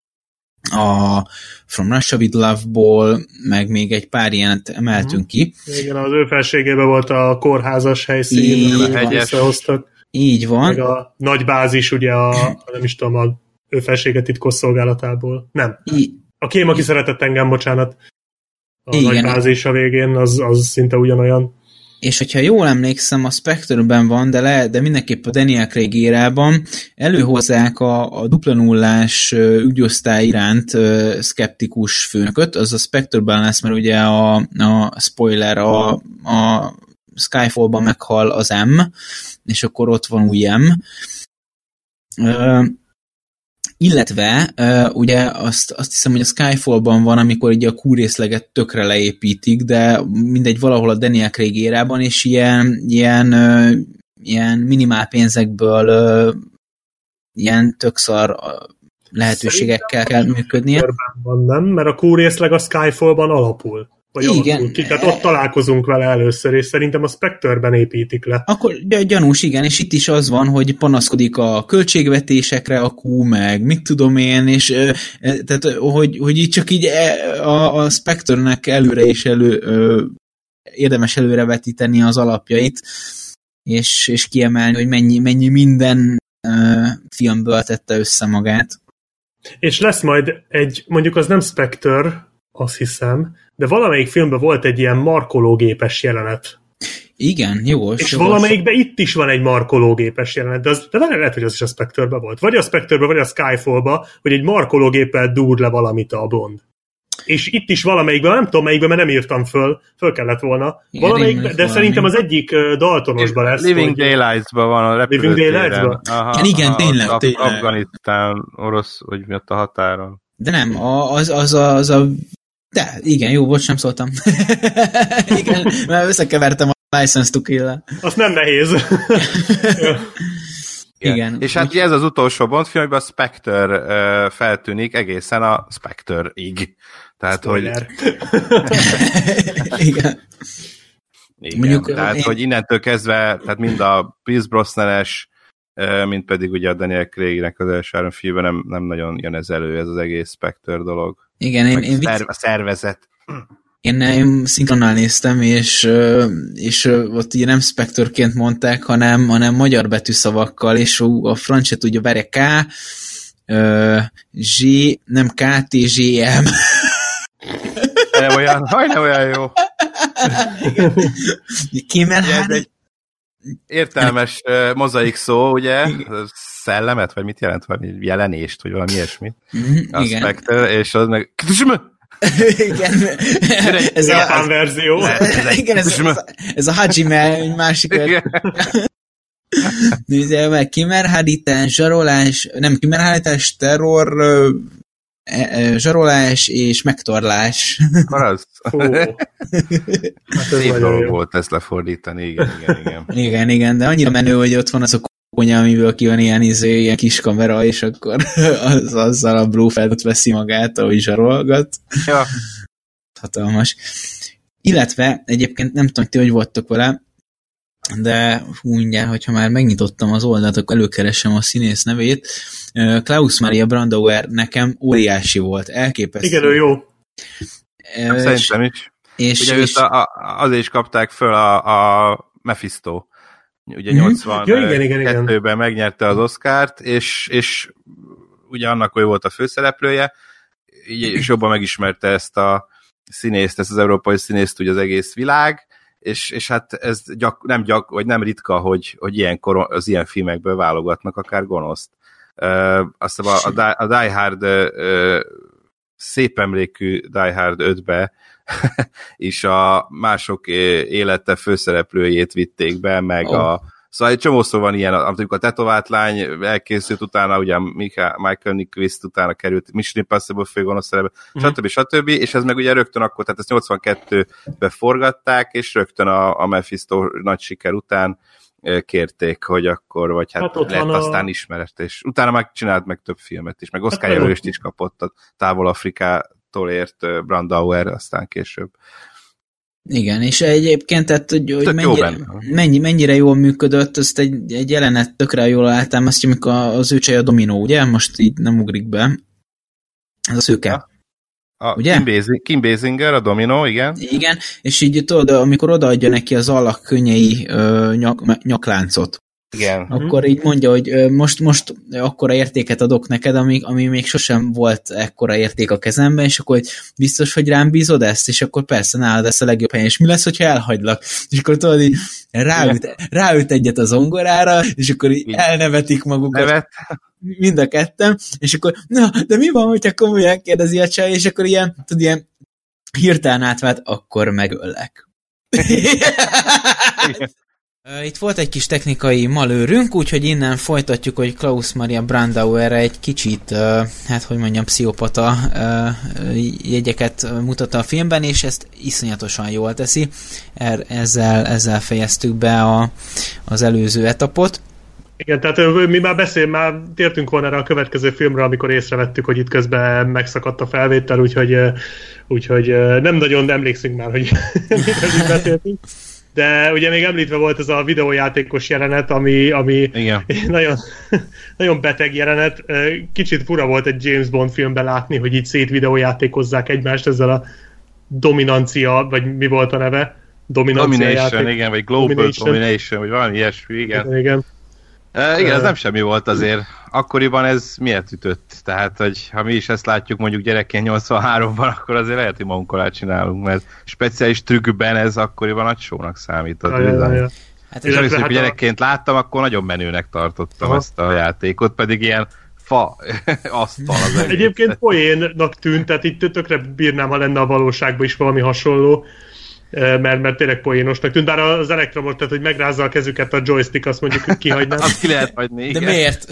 a From Russia with Love-ból, meg még egy pár ilyenet emeltünk ki. Igen, az ő felségében volt a kórházas helyszín, Így visszahoztak. Így van. Meg a nagy bázis, ugye a, nem is tudom, a ő felsége titkos szolgálatából. Nem. I- A kém, aki szeretett engem, bocsánat. A Igen. nagy bázis a végén, az, az szinte ugyanolyan. És hogyha jól emlékszem, a Spectre-ben van, de, le, de mindenképp a Daniel Craig érában előhozzák a, a dupla nullás ügyosztály iránt uh, szkeptikus főnököt, az a Spectre-ben lesz, mert ugye a, a spoiler, a, a Skyfall-ban meghal az M, és akkor ott van új M. Uh, illetve uh, ugye azt, azt hiszem, hogy a Skyfall-ban van, amikor ugye a Q-részleget tökre leépítik, de mindegy, valahol a Daniel Craig érában, és ilyen, ilyen, uh, ilyen minimál pénzekből uh, ilyen tökszar uh, lehetőségekkel kell működnie. Van, nem? Mert a Q-részleg a Skyfall-ban alapul. Vagy igen. Alapul ki. Tehát ott találkozunk vele először, és szerintem a Spectre-ben építik le. Akkor gyanús, igen, és itt is az van, hogy panaszkodik a költségvetésekre a Q, meg mit tudom én, és tehát, hogy, hogy így csak így a, a Spectre-nek előre és elő érdemes előrevetíteni az alapjait, és, és kiemelni, hogy mennyi, mennyi minden filmből tette össze magát. És lesz majd egy, mondjuk az nem Spectre, azt hiszem, de valamelyik filmben volt egy ilyen markológépes jelenet. Igen, jogos. És jogos. valamelyikben itt is van egy markológépes jelenet, de, az, de lehet, hogy az is a Spectre-ben volt. Vagy a Spectre-ben, vagy a Skyfall-ban, hogy egy markológéppel dúr le valamit a Bond. És itt is valamelyikben, nem tudom melyikben, mert nem írtam föl, föl kellett volna. Igen, valamelyikben, de valami. Szerintem az egyik Daltonosban lesz. Living hogy... Daylights-ban van a Living Daylights-ban? Igen, igen, tényleg, Af- tényleg. Afganisztán, orosz, hogy mi ott a határon. De nem, az, az, a, az a... De, igen, jó, bocs, nem szóltam. Igen, mert összekevertem a License to Kill-el. Azt nem nehéz. Igen. Igen. És hát ugye ez az utolsó Bond film, amiben a Spectre uh, feltűnik egészen a Spectre-ig. Tehát, Spoiler. hogy... Igen. Igen, Mondjuk, tehát, én... hogy innentől kezdve, tehát mind a Pierce Brosnan-es, mint pedig ugye a Daniel Craig-nek az első három filmben nem, nem nagyon jön ez elő, ez az egész Spectre dolog. Igen, én, én a szervezet. Én, én szinkronnal néztem, és, és ott ugye nem Spectre-ként mondták, hanem, hanem magyar betűszavakkal, és a franc se tudja, várja K, Z, nem K, T, Z, M. Nem olyan, haj, nem olyan jó. Kimenhád? Egy értelmes uh, mozaik szó, ugye? Szellemet, vagy mit jelent? Valami jelenést, vagy valami ilyesmi. Mm, a igen. Spectre, és az meg... Igen. Ez a japán verzió. Igen, ez, ez, ez a Hajime, egy másik. Nézd meg, kimerhárítás, zsarolás, nem kimerhárítás, terror, zsarolás és megtorlás. Az. Hát szép dolog volt ezt lefordítani, igen, igen, igen. Igen, igen, de annyira menő, hogy ott van az a konya, amiből ki van ilyen, izé, ilyen kis kamera, és akkor az, azzal a Blófeldot veszi magát, ahogy zsarolgat. Ja. Hatalmas. Illetve egyébként nem tudom, ti hogy voltak vele, de hú, mindjárt, hogyha már megnyitottam az oldalt, akkor előkeresem a színész nevét. Klaus Maria Brandauer nekem óriási volt, elképesztő. Igen, ő jó. Nem, szerintem is. És, ugye és... őt a, a, azért is kapták föl a, a Mephisto ugye nyolcvankettőben ja, igen, igen. megnyerte az Oscart, és, és ugye annak ő volt a főszereplője, és jobban megismerte ezt a színészt, ezt az európai színészt ugye az egész világ, és, és hát ez gyak, nem, gyak, vagy nem ritka, hogy, hogy ilyenkor az ilyen filmekből válogatnak akár gonoszt. Uh, azt a, a, a Die Hard uh, szép emlékű Die Hard ötbe és a mások élete főszereplőjét vitték be, meg oh. a szóval egy csomószor van ilyen, amikor a tetovált lány elkészült utána, ugye Michael Nyqvist utána került Mission Impossible főgonosz szerepe, mm-hmm. stb. stb. És ez meg ugye rögtön akkor, tehát ezt nyolcvankettőben forgatták, és rögtön a, a Mephisto nagy siker után kérték, hogy akkor, vagy hát, hát lett aztán a... ismeret, és utána meg csinált meg több filmet is, meg Oscar hát jelölést is kapott a Távol-Afrikától ért Brandauer, aztán később. Igen, és egyébként, tehát, hogy, hogy mennyire, mennyi, mennyire jól működött, azt egy, egy jelenet tökre jól alátámasztja, amikor az ő csaj a Dominó, ugye? Most így nem ugrik be. Ez a szőke. A ugye? Kim, Basing, Kim Basinger, a Dominó, igen. Igen, és így tudod, amikor odaadja neki az alak könnyei ö, nyak, nyakláncot, igen. Akkor így mondja, hogy most, most akkora értéket adok neked, ami, ami még sosem volt ekkora érték a kezemben, és akkor hogy biztos, hogy rám bízod ezt, és akkor persze nálad lesz a legjobb helyen, és mi lesz, hogyha elhagylak? És akkor tudod, így ráüt, ráüt egyet a zongorára, és akkor így elnevetik magukat. Nevet. Mind a ketten, és akkor, na, de mi van, hogyha komolyan kérdezi a csaj, és akkor ilyen, tudod, ilyen hirtelen átvált, akkor megöllek. Itt volt egy kis technikai malőrünk, úgyhogy innen folytatjuk, hogy Klaus Maria Brandauer egy kicsit, hát hogy mondjam, pszichopata jegyeket mutat a filmben, és ezt iszonyatosan jól teszi. Ezzel, ezzel fejeztük be a, az előző etapot. Igen, tehát mi már beszél, már tértünk volna erre a következő filmre, amikor észrevettük, hogy itt közben megszakadt a felvétel, úgyhogy, úgyhogy nem nagyon emlékszünk már, hogy miről beszéltünk. De ugye még említve volt ez a videójátékos jelenet, ami, ami nagyon, nagyon beteg jelenet. Kicsit fura volt egy James Bond filmben látni, hogy így szétvideójátékozzák egymást ezzel a dominancia, vagy mi volt a neve? Domination, játék. Igen, vagy Global Domination, Domination vagy valami ilyesmi, igen. Igen, igen. Uh, igen, ez nem semmi volt azért. Akkoriban ez miért ütött? Tehát, hogy ha mi is ezt látjuk mondjuk gyerekként nyolcvanháromban, akkor azért lehet, hogy magunk alá csinálunk, mert speciális trükkben ez akkoriban nagy shownak számított. Ja, ja, ja. Hát és amikor hát gyerekként a... láttam, akkor nagyon menőnek tartottam Aha. ezt a játékot, pedig ilyen fa asztal az egész. Egyébként poénnak tűnt, tehát itt tökre bírnám, ha lenne a valóságban is valami hasonló, mert, mert tényleg poénosnak tűnt, bár az elektromos, tehát hogy megrázza a kezüket a joystick, azt mondjuk, hogy kihagynám. Azt ki lehet hagyni, igen. De miért?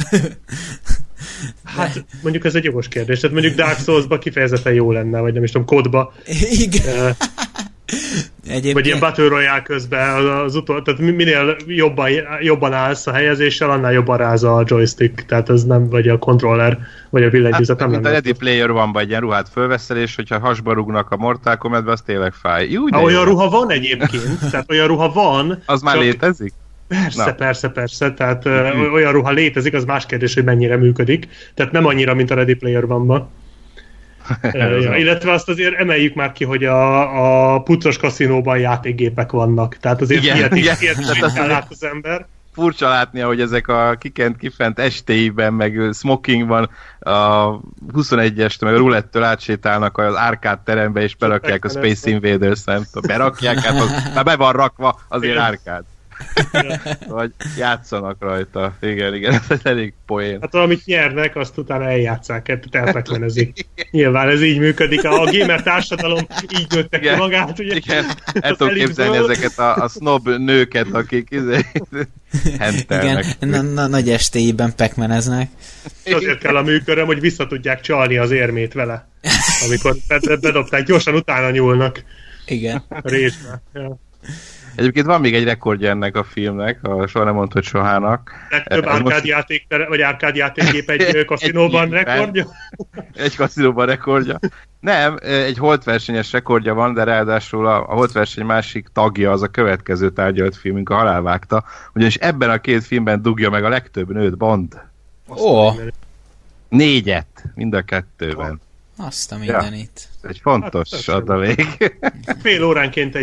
Hát mondjuk ez egy jogos kérdés, tehát mondjuk Dark Souls-ba kifejezetten jó lenne, vagy nem is tudom, kódba. Igen. Egyébként... Vagy ilyen Battle Royale közben az, az utol, tehát minél jobban, jobban állsz a helyezéssel, annál jobban ráz a joystick, tehát ez nem, vagy a controller, vagy a billentyűzet, hát, nem lenne. A Ready Player One-ban egy ilyen ruhát fölveszel, és hogyha hasba rúgnak a Mortal Kombatbe, az tényleg fáj. Jó, ha, olyan ruha van egyébként, tehát olyan ruha van. Az már létezik? Persze, Na. persze, persze, tehát mm-hmm. olyan ruha létezik, az más kérdés, hogy mennyire működik, tehát nem annyira, mint a Ready Player One-ban. ja, illetve azt azért emeljük már ki, hogy a, a puccos kaszinóban játékgépek vannak. Tehát azért igen, ilyet, igen. ilyet is ritkán lát az ember. Furcsa látni, hogy ezek a kikent kifent estéiben, meg smokingban a huszonegyes, meg a rulettől átsétálnak az árkád terembe, és berakják a Space Invaders, nem tudom, berakják, hát az, már be van rakva, azért árkád. Vagy játszanak rajta. Igen, igen, ez elég poén. Hát amit nyernek, azt utána eljátszák, tehát elpekmenezik. Nyilván ez így működik. A gamer társadalom így nőtte ki magát, ugye? Igen, el tudom képzelni ezeket a, a snob nőket, akik izé, hentelnek. Igen, na, na, nagy estéiben pekmeneznek. És azért kell a műköröm, hogy vissza tudják csalni az érmét vele. Amikor bedobták, gyorsan utána nyúlnak. Igen. A résbe. Ja. Egyébként van még egy rekordja ennek a filmnek, a soha nem mondta, hogy sohának. Legtöbb árkádjáték, most... vagy árkádjátékgép egy kaszinóban rekordja? Egy kaszinóban rekordja. Nem, egy holtversenyes rekordja van, de ráadásul a, a holtverseny másik tagja az a következő tárgyalt filmünk, a Halálvágta, ugyanis ebben a két filmben dugja meg a legtöbb nőt Bond. Ó! Oh. Négyet, mind a kettőben. Azt a mindenit. Ja, egy fontos hát, adalék. Fél óránként egy nő.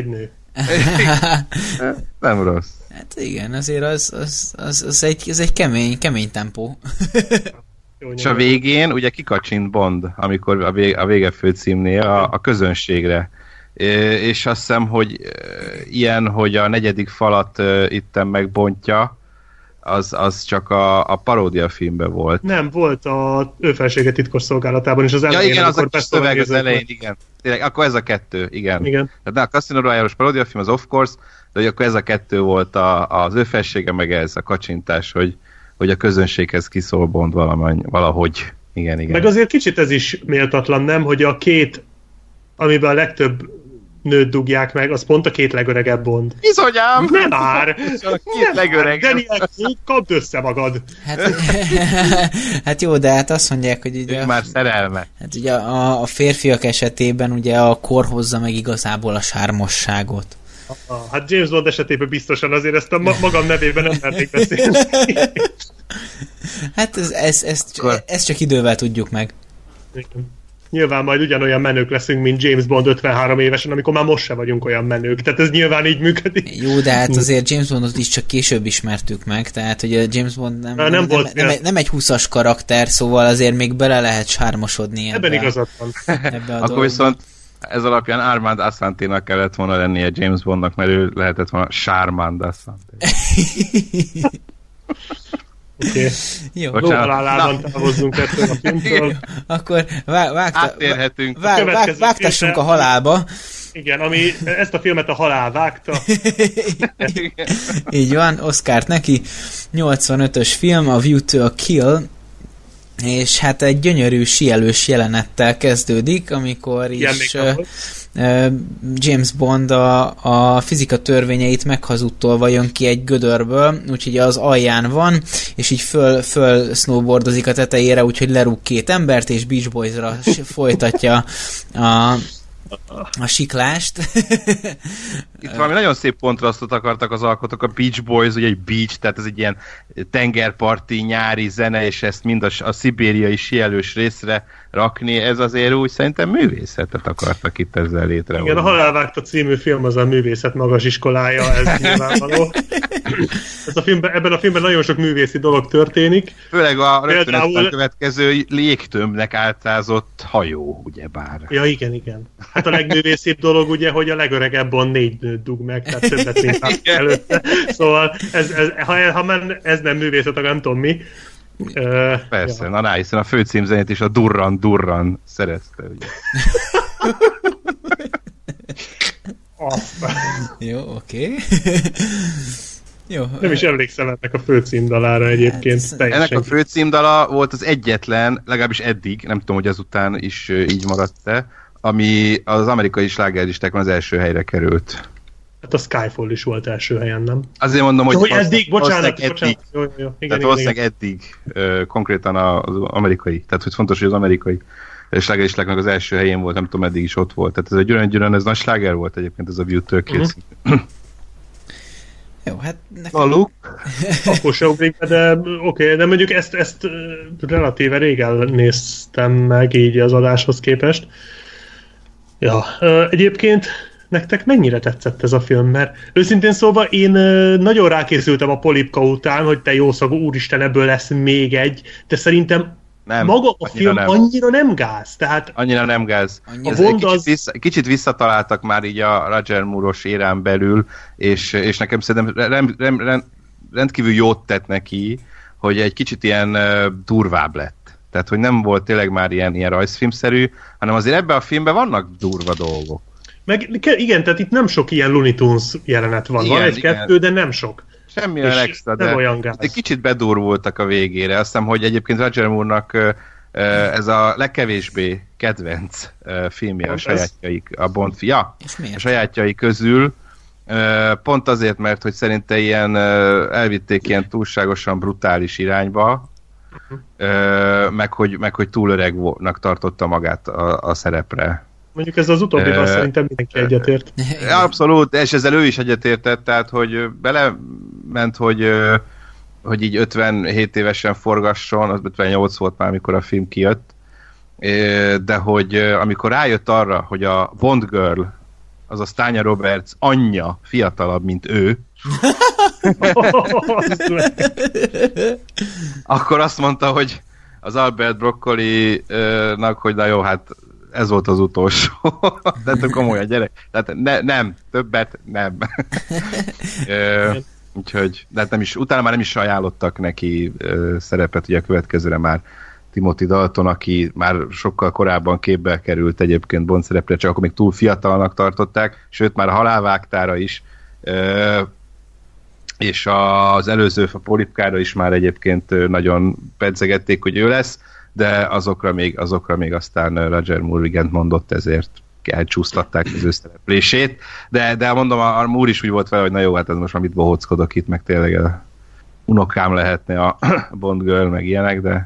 Nem rossz. Hát igen, azért az, az, az, az, egy, az egy kemény, kemény tempó. És a végén ugye kikacsint Bond, amikor a vége, a vége főcímnél a, a közönségre. És azt hiszem, hogy ilyen, hogy a negyedik falat itten megbontja, az, az csak a, a paródia filmben volt. Nem, volt a ő felsége titkos szolgálatában is az elején. Ja igen, az a kis szöveg az elején, igen. Tényleg, akkor ez a kettő, igen. igen. Tehát a Casino Royale-os paródia film, az of course, de akkor ez a kettő volt a, az ő felsége, meg ez a kacsintás, hogy, hogy a közönséghez kiszól Bond valamany, valahogy. Igen, igen. Meg azért kicsit ez is méltatlan, nem? Hogy a két, amiben a legtöbb nőt dugják meg, az pont a két legöregebb Bond. Bizonyám! Nem már! A két legöregebb. Daniel Craig, kapd össze magad! Hát, hát jó, de hát azt mondják, hogy ugye... már szerelme. Hát ugye a, a férfiak esetében ugye a kor hozza meg igazából a sármosságot. Hát James Bond esetében biztosan azért ezt a ma- magam nevében nem mernék beszélni. Hát ez, ez, ez, Akkor... ezt csak idővel tudjuk meg. Igen. Nyilván majd ugyanolyan menők leszünk, mint James Bond ötvenhárom évesen, amikor már most se vagyunk olyan menők. Tehát ez nyilván így működik. Jó, de hát azért James Bondot is csak később ismertük meg, tehát hogy a James Bond nem, nem, nem, volt nem, nem, nem egy húszas karakter, szóval azért még bele lehet sármosodni ebbe. Ebben igazad van. Ebbe Akkor dolgban. Viszont ez alapján Armand Assanténak kellett volna lennie James Bondnak, mert ő lehetett volna Charmand Assanté. Oké. Okay. Jó. Lóhalálában távozzunk ettől a filmtől. Akkor vág, vágta, Átérhetünk. Vág, vág, vágtassunk a halálba. Igen, ami ezt a filmet a halál vágta. Így van, Oscart neki. nyolcvanötös film, a View to a Kill, és hát egy gyönyörű síelős jelenettel kezdődik, amikor is uh, uh, James Bond a, a fizika törvényeit meghazudtolva jön ki egy gödörből, úgyhogy az alján van, és így föl, föl snowboardozik a tetejére, úgyhogy lerúg két embert, és Beach Boys-ra folytatja a a siklást. Itt valami nagyon szép kontrasztot akartak az alkotók, a Beach Boys, ugye egy beach, tehát ez egy ilyen tengerparti, nyári zene, és ezt mind a, a szibériai síelős részre rakni, ez azért úgy szerintem művészetet akartak itt ezzel létrehozni. Igen, a Halálvágta című film az a művészet magas iskolája, ez nyilvánvaló. Ez a filmben, ebben a filmben nagyon sok művészi dolog történik. Főleg a rögtön Például... következő légtömbnek áltázott hajó, ugyebár. Ja, igen, igen. Hát a legművészibb dolog ugye, hogy a legöregebb Bond négy nőt dug meg, tehát többet, mint előtte. Szóval ez, ez, ha, ha men, ez nem művészet, akkor nem tudom mi. Uh, Persze, ja. Na, na, hiszen a főcímzenét is a Durran Durran szerezte, ugye. Jó, oké. Okay. Jó. Nem is emlékszem ennek a főcímdalára egyébként. Hát, ennek a főcímdala volt az egyetlen, legalábbis eddig, nem tudom, hogy azután is így maradt-e, ami az amerikai slágerlistákon az első helyre került. Hát a Skyfall is volt első helyen, nem? Azért mondom, hogy... hogy eddig, bocsánat, eddig, bocsánat. Jó, jó, igen, tehát igen, valószínűleg igen. eddig uh, konkrétan az amerikai. Tehát, hogy fontos, hogy az amerikai slágerlistáknak az első helyén volt, nem tudom, eddig is ott volt. Tehát ez egy gyűrön-gyűrön, ez nagy sláger volt egyébként, ez a View to a Kill. Uh-huh. Jó, hát... Nekem... A Luke? Akkor se ugrik be, de oké, okay, de mondjuk ezt, ezt relatíve régen néztem meg így az adáshoz képest. Ja, egyébként nektek mennyire tetszett ez a film? Mert őszintén szóval én nagyon rákészültem a Polipka után, hogy te jószagú úristen, ebből lesz még egy, de szerintem nem, maga a film nem. annyira nem gáz. Tehát annyira nem gáz. Annyira. Kicsit, az... vissza, kicsit visszataláltak már így a Roger Moore-os érán belül, és, és nekem szerintem rem, rem, rem, rendkívül jót tett neki, hogy egy kicsit ilyen uh, durvább lett. Tehát, hogy nem volt tényleg már ilyen, ilyen rajzfilmszerű, hanem azért ebben a filmben vannak durva dolgok. Meg igen, tehát itt nem sok ilyen Looney Tunes jelenet van. Igen, van egy-kettő, de nem sok. Semmilyen extra, de egy kicsit bedurvultak a végére. Azt hiszem, hogy egyébként Roger Moore-nak ez a legkevésbé kedvenc filmje pont a sajátjai, a Bond ja, a sajátjai közül. Pont azért, mert hogy szerinte ilyen elvitték ilyen túlságosan brutális irányba, uh-huh. meg, hogy, meg hogy túl öregnek tartotta magát a, a szerepre. Mondjuk ez az utóbbival uh, szerintem mindenki egyetért. Abszolút, és ezzel ő is egyetértett, tehát hogy belement, hogy, hogy így ötvenhét évesen forgasson, az ötvennyolc volt már, amikor a film kijött, de hogy amikor rájött arra, hogy a Bond Girl azaz Tanya Roberts anyja fiatalabb, mint ő, akkor azt mondta, hogy az Albert Broccoli-nak, hogy na jó, hát ez volt az utolsó. Tehát komolyan, gyerek. Tehát ne, nem, többet nem. Ö, úgyhogy, de hát nem is, utána már nem is ajánlottak neki ö, szerepet, ugye a következőre már Timothy Dalton, aki már sokkal korábban képbe került egyébként Bond szerepre, csak akkor még túl fiatalnak tartották, sőt már a halálvágtára is, ö, és az előző a Polipkára is már egyébként nagyon pedzegették, hogy ő lesz, de azokra még, azokra még aztán Roger Moore igent mondott, ezért elcsúsztatták az ő szereplését, de, de mondom, a Moore is úgy volt vele, hogy na jó, hát ez most már mit bohóckodok itt, meg tényleg a unokám lehetne a Bond girl, meg ilyenek, de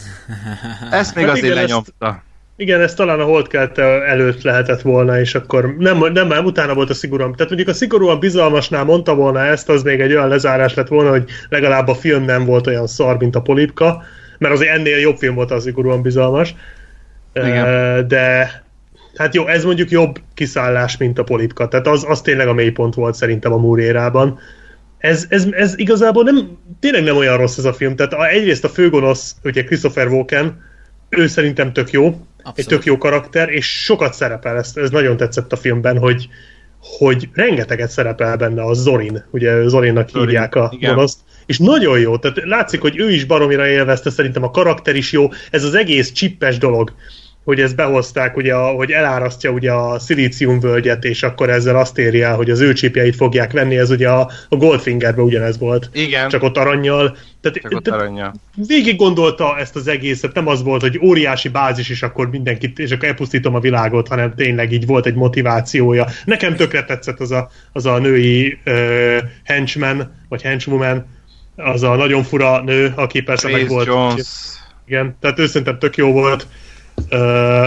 ezt még hát azért igen, lenyomta. Ezt, igen, ez talán a Holdkelte előtt lehetett volna, és akkor nem, nem már utána volt a szigorúan. Tehát mondjuk a szigorúan bizalmasnál mondta volna ezt, az még egy olyan lezárás lett volna, hogy legalább a film nem volt olyan szar, mint a Polipka, mert azért ennél jobb film volt az szigorúan bizalmas. Igen. De hát jó, ez mondjuk jobb kiszállás, mint a Polipka. Tehát az, az tényleg a mélypont volt szerintem a Moore érában. Ez, ez, ez igazából nem, tényleg nem olyan rossz ez a film. Tehát egyrészt a főgonosz, ugye Christopher Walken, ő szerintem tök jó, abszolút. Egy tök jó karakter, és sokat szerepel, ez, ez nagyon tetszett a filmben, hogy, hogy rengeteget szerepel benne a Zorin, ugye Zorinnak Zorin, hívják a igen. gonoszt, és nagyon jó, tehát látszik, hogy ő is baromira élvezte, szerintem a karakter is jó, ez az egész csippes dolog, hogy ezt behozták, ugye, hogy elárasztja ugye a szilíciumvölgyet, és akkor ezzel azt éri el, hogy az ő csípjeit fogják venni, ez ugye a, a Goldfingerben ugyanez volt. Igen. Csak ott arannyal. Tehát, Csak ott arannyal. Végig gondolta ezt az egészet, nem az volt, hogy óriási bázis, és akkor mindenkit, és akkor elpusztítom a világot, hanem tényleg így volt egy motivációja. Nekem tökre tetszett az a, az a női uh, henchman, vagy henchwoman, az a nagyon fura nő, aki persze Grace meg volt. Jones. Igen, tehát ő szerintem tök jó volt. Uh,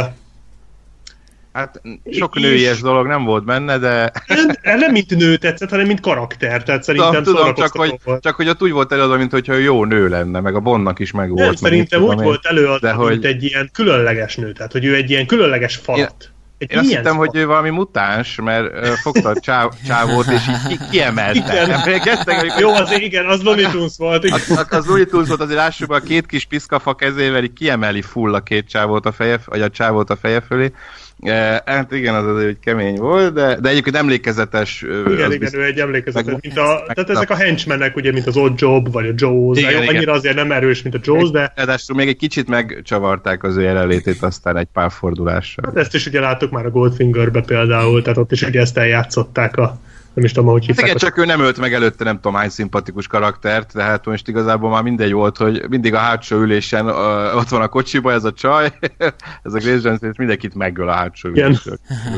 hát sok nőies dolog nem volt benne, de... Nem, nem mint nő tetszett, hanem mint karakter, tehát szerintem tudom, csak hogy, csak hogy ott úgy volt előadva, mint hogyha jó nő lenne, meg a Bondnak is meg volt. Nem, szerintem úgy volt előadva, mint hogy... egy ilyen különleges nő, tehát hogy ő egy ilyen különleges falat. Én, én azt hittem, hogy ő valami mutáns, mert uh, fogta a csáv, csávót, és így ki, kiemelte. Jó, az igen, az Looney Tunes volt. Az, az, az Looney Tunes volt, azért lássuk, a két kis piszkafa kezével így kiemeli full a két csávót a feje, vagy a csávót a feje fölé. Uh, hát igen, az azért, hogy kemény volt, de, de egyébként emlékezetes. Uh, igen, igen, ő egy emlékezetes. Mint a, tehát ezek a henchmenek, ugye, mint az Odd Job, vagy a Jaws, igen, annyira igen. Azért nem erős, mint a Jaws, de... Ráadásul még egy kicsit megcsavarták az ő jelenlétét aztán egy pár fordulással. Hát ezt is ugye láttuk már a Goldfingerbe például, tehát ott is ugye ezt eljátszották a... Nem is tudom, hogy hívták. Igen, csak ő nem ölt meg előtte nem tudom hány szimpatikus karaktert, de hát most igazából már mindegy volt, hogy mindig a hátsó ülésen uh, ott van a kocsiba ez a csaj, ez a Grace Jones, és mindenkit megöl a hátsó ülésen.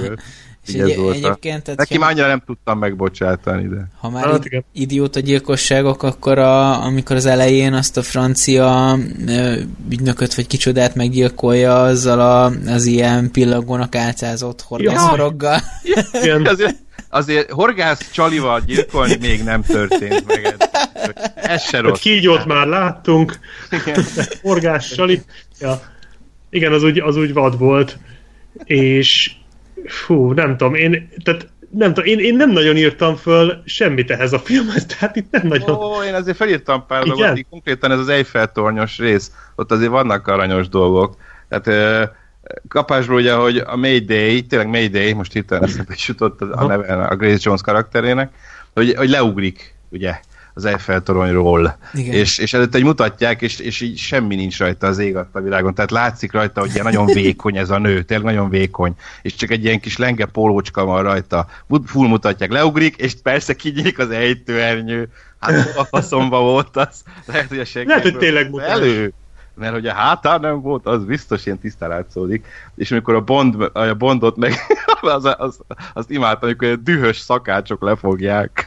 És egy, egyébként... Neki már annyira nem tudtam megbocsátani, de... Ha már hát, id- idióta gyilkosságok, akkor a, amikor az elején azt a francia ö, ügynököt vagy kicsodát meggyilkolja azzal a, az ilyen pillagónak álcázott horgászfaroggal. Ja. azért, azért horgász csalival gyilkolni még nem történt meg. Ez, ez se rossz. Kígyót már láttunk. Horgász csali. Ja. Igen, az úgy, az úgy vad volt. És fú, nem tudom, én, tehát nem tudom, én, én nem nagyon írtam föl semmit ehhez a filmhez, tehát itt nem nagyon... Ó, én azért felírtam pár dolgot, így konkrétan ez az Eiffel-tornyos rész, ott azért vannak aranyos dolgok. Tehát uh, kapásból ugye, hogy a Mayday, tényleg Mayday, most hirtelen eszembe is jutott a neve a Grace Jones karakterének, hogy, hogy leugrik, ugye, az Eiffel-toronyról, és, és előtte egy mutatják, és, és így semmi nincs rajta az ég a világon, tehát látszik rajta, hogy ilyen nagyon vékony ez a nő, tényleg nagyon vékony, és csak egy ilyen kis lenge pólócska van rajta, full mutatják, leugrik, és persze kinyílik az ejtőernyő, hát a faszomba volt az, lehet, hogy a seggekből lehet, hogy tényleg mutatás. Elő, mert hogy a hátán nem volt, az biztos ilyen tisztán látszódik, és amikor a, Bond, a Bondot meg, az, az, az, azt imádtam, amikor a dühös szakácsok lefogják.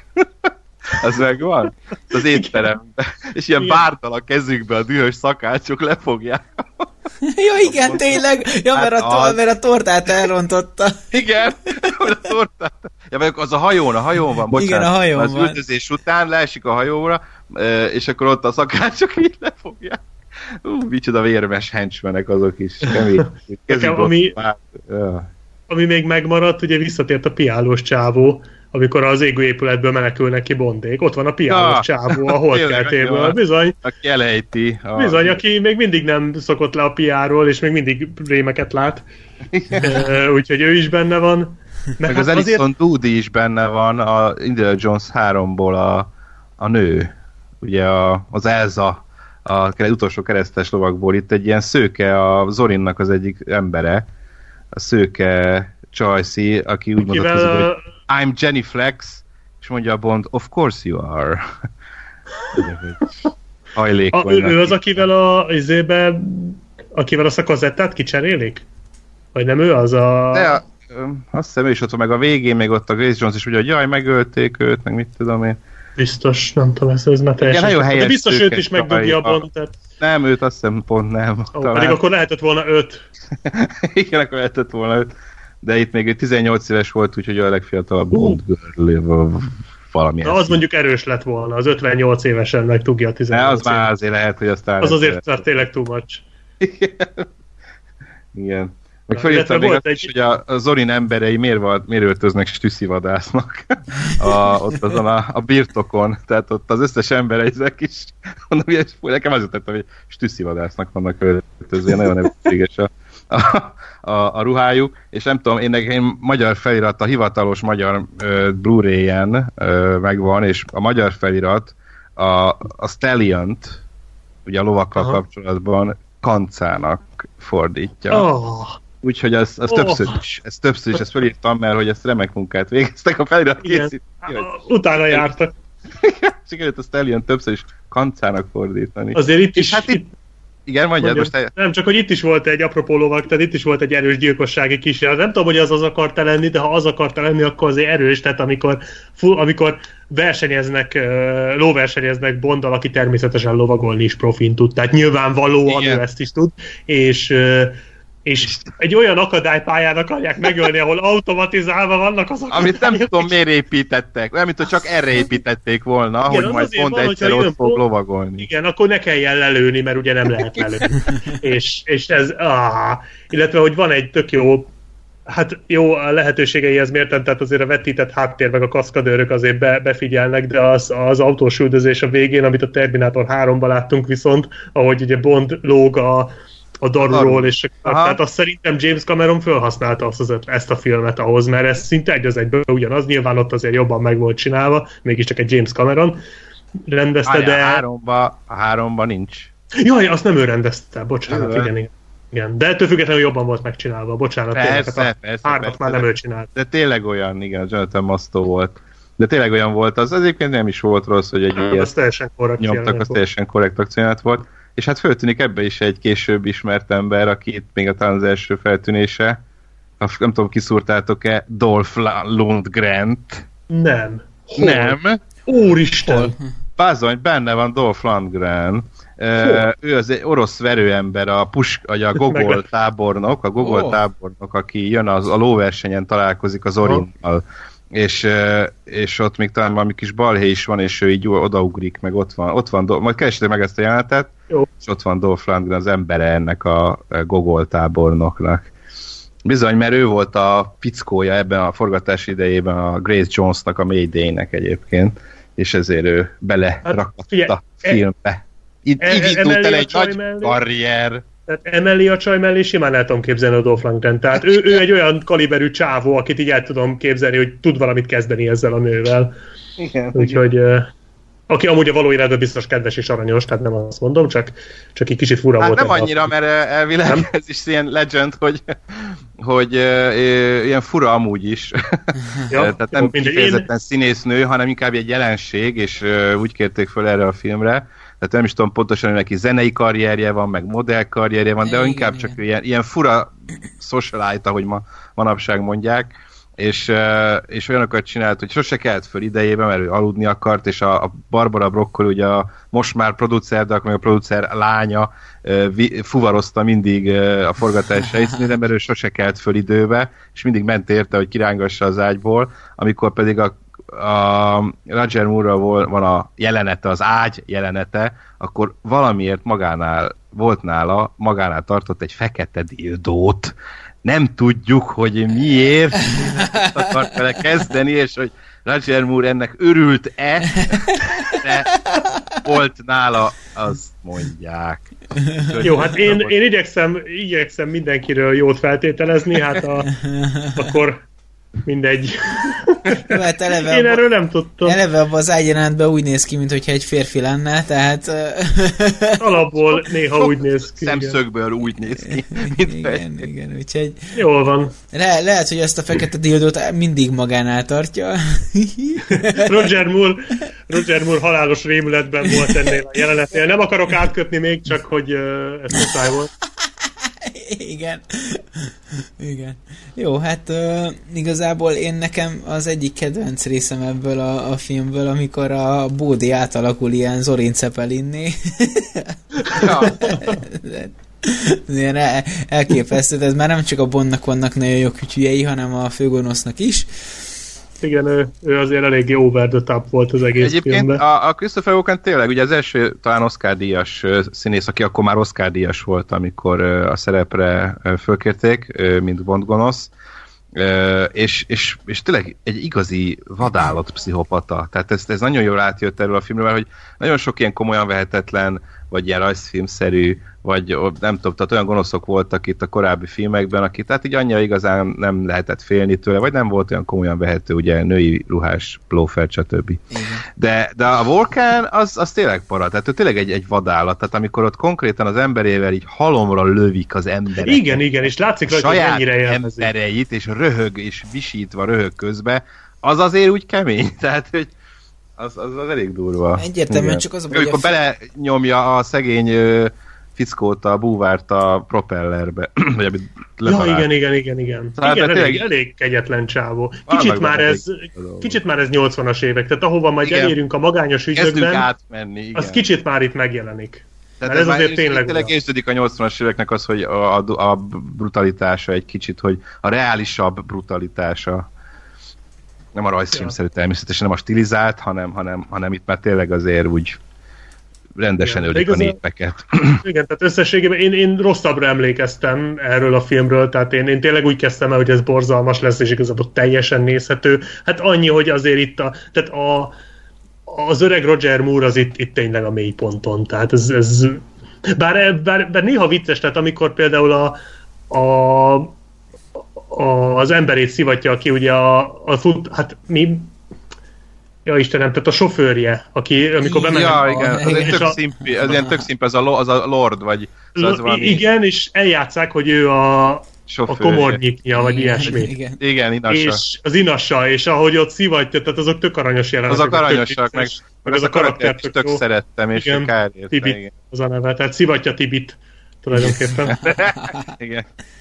Ez megvan? Az étteremben. És ilyen bártal a kezükbe a dühös szakácsok lefogják. Ja, igen, a tényleg. Ja, mert, hát a, az... mert a tortát elrontotta. Igen, mert a tortát. Ja, mert az a hajón, a hajón van, bocsánat. Igen, a hajón az van. Az üldözés után leesik a hajóra, és akkor ott a szakácsok így lefogják. Ú, micsoda vérmes henchmenek azok is. Kemény. Nekem, ami... ami még megmaradt, ugye visszatért a piálós csávó, amikor az égőépületből menekülnek ki Bondék. Ott van a piálós ja. csávó a holdkeltéből. Bizony. Aki elejti. A... Bizony, aki még mindig nem szokott le a piáról, és még mindig rémeket lát. Úgyhogy ő is benne van. Meg hát az Alison azért... Doody is benne van a Indiana Jones háromból a, a nő. Ugye a, az Elsa, a utolsó keresztes lovakból. Itt egy ilyen szőke, a Zorinnak az egyik embere. A szőke Csajci, aki úgy mondott, Kivel... hogy I'm Jenny Flex, és mondja a Bond, of course you are. Hajlékony. Ő, ő az, akivel a izébe, akivel azt a kazettát kicserélik? Vagy nem ő az a... De a, azt hiszem, ő is ott van, meg a végén még ott a Grace Jones is, ugye, hogy jaj, megölték őt, meg mit tudom én. Biztos, nem tudom, ez, ez már teljesen... Igen, helyes, de biztos őt is megdugja a Bond. Tehát... Nem, őt azt hiszem pont nem. Ó, pedig akkor lehetett volna öt. Igen, akkor lehetett volna öt. De itt még tizennyolc éves volt, úgyhogy a legfiatalabb Bond girl valami. Na, az mondjuk erős lett volna, az ötvennyolc évesen meg tudja a tizennyolc. Ne, az már azért lehet, hogy aztán... Az azért már tényleg too much. Igen. Igen. Meg felírtam még azt egy... is, hogy a, a Zorin emberei miért, van, miért öltöznek stüsszivadásznak a, ott azon a, a birtokon. Tehát ott az összes ember ezek is, mondom, hogy nekem az jutott, hogy stüsszivadásznak vannak öltözve, nagyon nevetséges a, a, a, a ruhájuk, és nem tudom, én nekem magyar felirat, a hivatalos magyar uh, Blu-ray-en uh, megvan, és a magyar felirat a, a Stalliont, ugye a lovakkal Aha. kapcsolatban kancának fordítja. Oh. Úgyhogy az, az oh. többször is, ezt többször is ezt felírtam, mert hogy ezt remek munkát végeztek a felirat készíteni. Utána jártak. Sikerült a Stallion többször is kancának fordítani. Azért itt is... Hát itt... Igen, mondjad most... Te... Nem, csak hogy itt is volt egy apropó lovak, tehát itt is volt egy erős gyilkossági kísérlet. Nem tudom, hogy az az akarta lenni, de ha az akarta lenni, akkor azért erős, tehát amikor, amikor versenyeznek, lóversenyeznek Bonddal, aki természetesen lovagolni is profin tud, tehát nyilvánvalóan ő ezt is tud, és... és egy olyan akadálypályán akarják megölni, ahol automatizálva vannak az akadályok. Amit nem tudom, miért építettek. Olyan, mint hogy csak erre építették volna, igen, hogy majd Bond van, egyszer ott fog pont, lovagolni. Igen, akkor ne kelljen lelőni, mert ugye nem lehet lelőni. és, és ez... Ah, illetve, hogy van egy tök jó... Hát jó, a lehetőségeihez mérten, tehát azért a vetített háttér meg a kaszkadőrök azért be, befigyelnek, de az, az autós üldözés a végén, amit a Terminátor háromban láttunk viszont, ahogy ugye Bond lóg a a daruról, és tehát azt szerintem James Cameron felhasználta azt az, ezt a filmet ahhoz, mert ez szinte egy az egyben ugyanaz, nyilván ott azért jobban meg volt csinálva, mégiscsak egy James Cameron rendezte, Álja, de... A háromba, a háromba nincs. Jaj, azt nem ő rendezte, bocsánat, igen, igen, igen. De ettől függetlenül jobban volt megcsinálva, bocsánat. Persze, tényleg, persze, hármat persze, már nem ő csinált. De tényleg olyan, igen, Jonathan Mostow volt. De tényleg olyan volt, az egyébként nem is volt rossz, hogy egy ilyet nyomtak, az teljesen korrekt akcióját volt. És hát föltűnik ebbe is egy később ismert ember, aki itt még a talán az első feltűnése. Nem tudom, kiszúrtátok-e, Dolph Lundgren. Nem. Hol? Nem. Úristen! Bázony, benne van Dolph Lundgren. Uh, ő az egy orosz verőember, a, Pusk, a Gogol tábornok, a Gogol oh. tábornok, aki jön az, a lóversenyen találkozik az Orinnal. Oh. És, és ott még talán valami kis balhé is van, és ő így odaugrik, meg ott van, ott van, majd keressétek meg ezt a jelenetet, jó. És ott van Dolph Lundgren, az embere ennek a Gogol tábornoknak. Bizony, mert ő volt a fickója ebben a forgatás idejében a Grace Jonesnak, a Mayday-nek egyébként, és ezért ő belerakott hát, a filmbe. Így e, indult el egy nagy mellé. Karrier. Tehát emellé a csaj mellé simán el tudom képzelni a Dolph Lundgren. Tehát ő, ő egy olyan kaliberű csávó, akit így el tudom képzelni, hogy tud valamit kezdeni ezzel a nővel. Igen. Úgyhogy, uh, aki amúgy a való életben biztos kedves és aranyos, tehát nem azt mondom, csak, csak egy kicsit fura hát volt. Nem annyira, a... mert elvileg nem? Ez is ilyen legend, hogy, hogy uh, ilyen fura amúgy is. Ja, tehát nem kifejezetten én... színésznő, hanem inkább egy jelenség, és uh, úgy kérték föl erre a filmre. Tehát nem is tudom pontosan, hogy neki zenei karrierje van, meg modell karrierje van, de igen, inkább igen. csak ilyen, ilyen fura socialite, ahogy ma, manapság mondják, és, és olyanokat csinált, hogy sose kelt föl idejében, mert ő aludni akart, és a, a Barbara Broccoli, ugye a most már producer, de akkor még a producer lánya fuvarozta mindig a forgatás helyszínére, mert ő sose kelt föl időbe, és mindig ment érte, hogy kirángassa az ágyból, amikor pedig a a Roger Moore-ral van a jelenete, az ágy jelenete, akkor valamiért magánál volt nála, magánál tartott egy fekete dildót. nem tudjuk, hogy miért akart vele kezdeni, és hogy Roger Moore ennek örült-e, de volt nála, azt mondják. Jó, hát én, én igyekszem, igyekszem mindenkiről jót feltételezni, hát a, akkor mindegy. Jó, hát eleve én abba, erről nem tudtam. Eleve abban az ágyjelenetben úgy néz ki, mintha egy férfi lenne, tehát... Alapból néha úgy néz ki. Szemszögből úgy néz ki. Igen, igen, úgyhogy... Jól van. Le, lehet, hogy ezt a fekete dildót mindig magánál tartja. Roger Moore, Roger Moore halálos rémületben volt ennél a jelenetnél. Nem akarok átkötni még, csak hogy uh, ez muszáj volt. Igen. Igen. Jó, hát uh, igazából én nekem az egyik kedvenc részem ebből a, a filmből, amikor a Bódi átalakul ilyen Zorin Cepelinné. Ja. Ilyen el, elképesztő, ez már nem csak a Bondnak vannak nagyon jó kütyüjei, hanem a főgonosznak is. Igen, ő, ő azért eléggé over the top volt az egész Egyébként filmben. a, a Christopher Walken tényleg ugye az első talán Oscar-díjas színész, aki akkor már Oscar-díjas volt, amikor a szerepre fölkérték, mint Bond gonosz, és, és, és tényleg egy igazi vadállat pszichopata. Tehát ez, ez nagyon jól átjött erről a filmről, hogy nagyon sok ilyen komolyan vehetetlen, vagy ilyen rajzfilmszerű, vagy nem tudom, tehát olyan gonoszok voltak itt a korábbi filmekben, akik tehát így annyira igazán nem lehetett félni tőle, vagy nem volt olyan komolyan vehető, ugye női ruhás, Blofeld, stb. De, de a Walken az, az tényleg para, tehát ő tényleg egy, egy vadállat, tehát amikor ott konkrétan az emberével így halomra lövik az embereket. Igen, igen, és látszik rajta, hogy ennyire élvezik. Embereit, és röhög, és visítva röhög közbe, az azért úgy kemény, tehát hogy az, az, az elég durva. Egyértelműen csak az a baj, amikor a... belenyomja a szegény ö, fickót, a búvárt a propellerbe. Ja, igen, igen, igen, igen. Tehát igen, elég, tényleg... elég kegyetlen csávó. Kicsit már, ez, kicsit már ez nyolcvanas évek, tehát ahova majd igen. elérünk a magányos ügyökben, átmenni, igen. az kicsit már itt megjelenik. Tehát ez, ez azért tényleg tényleg érződik a nyolcvanas éveknek az, hogy a, a, a brutalitása egy kicsit, hogy a reálisabb brutalitása, nem a rajzfilmszerű természetesen, nem a stilizált, hanem, hanem, hanem itt már tényleg azért úgy rendesen igen, ölik a népeket. Igen, tehát összességében én, én rosszabbra emlékeztem erről a filmről, tehát én, én tényleg úgy kezdtem el, hogy ez borzalmas lesz, és igazából teljesen nézhető. Hát annyi, hogy azért itt a, tehát a, az öreg Roger Moore az itt, itt tényleg a mély ponton, tehát ez, ez bár, bár, bár néha vicces, tehát amikor például a, a az emberét szivatja, aki ugye a, a fut, hát mi ja Istenem, tehát a sofőrje, aki amikor bemegy... Ja, igen, az egy tök szimpi, az ilyen tök szimpi, az a, az a Lord, vagy... Az valami... Igen, és eljátszák, hogy ő a, a komornyikja, vagy ilyesmi. Igen, igen, inassa. És az inassa, és ahogy ott szivatja, tehát azok tök aranyos jelenetek. Azok aranyosak, meg, meg az a karaktert is tök szerettem, és igen, kár érte. Tibit, az a neve, tehát szivatja Tibit tulajdonképpen. Igen.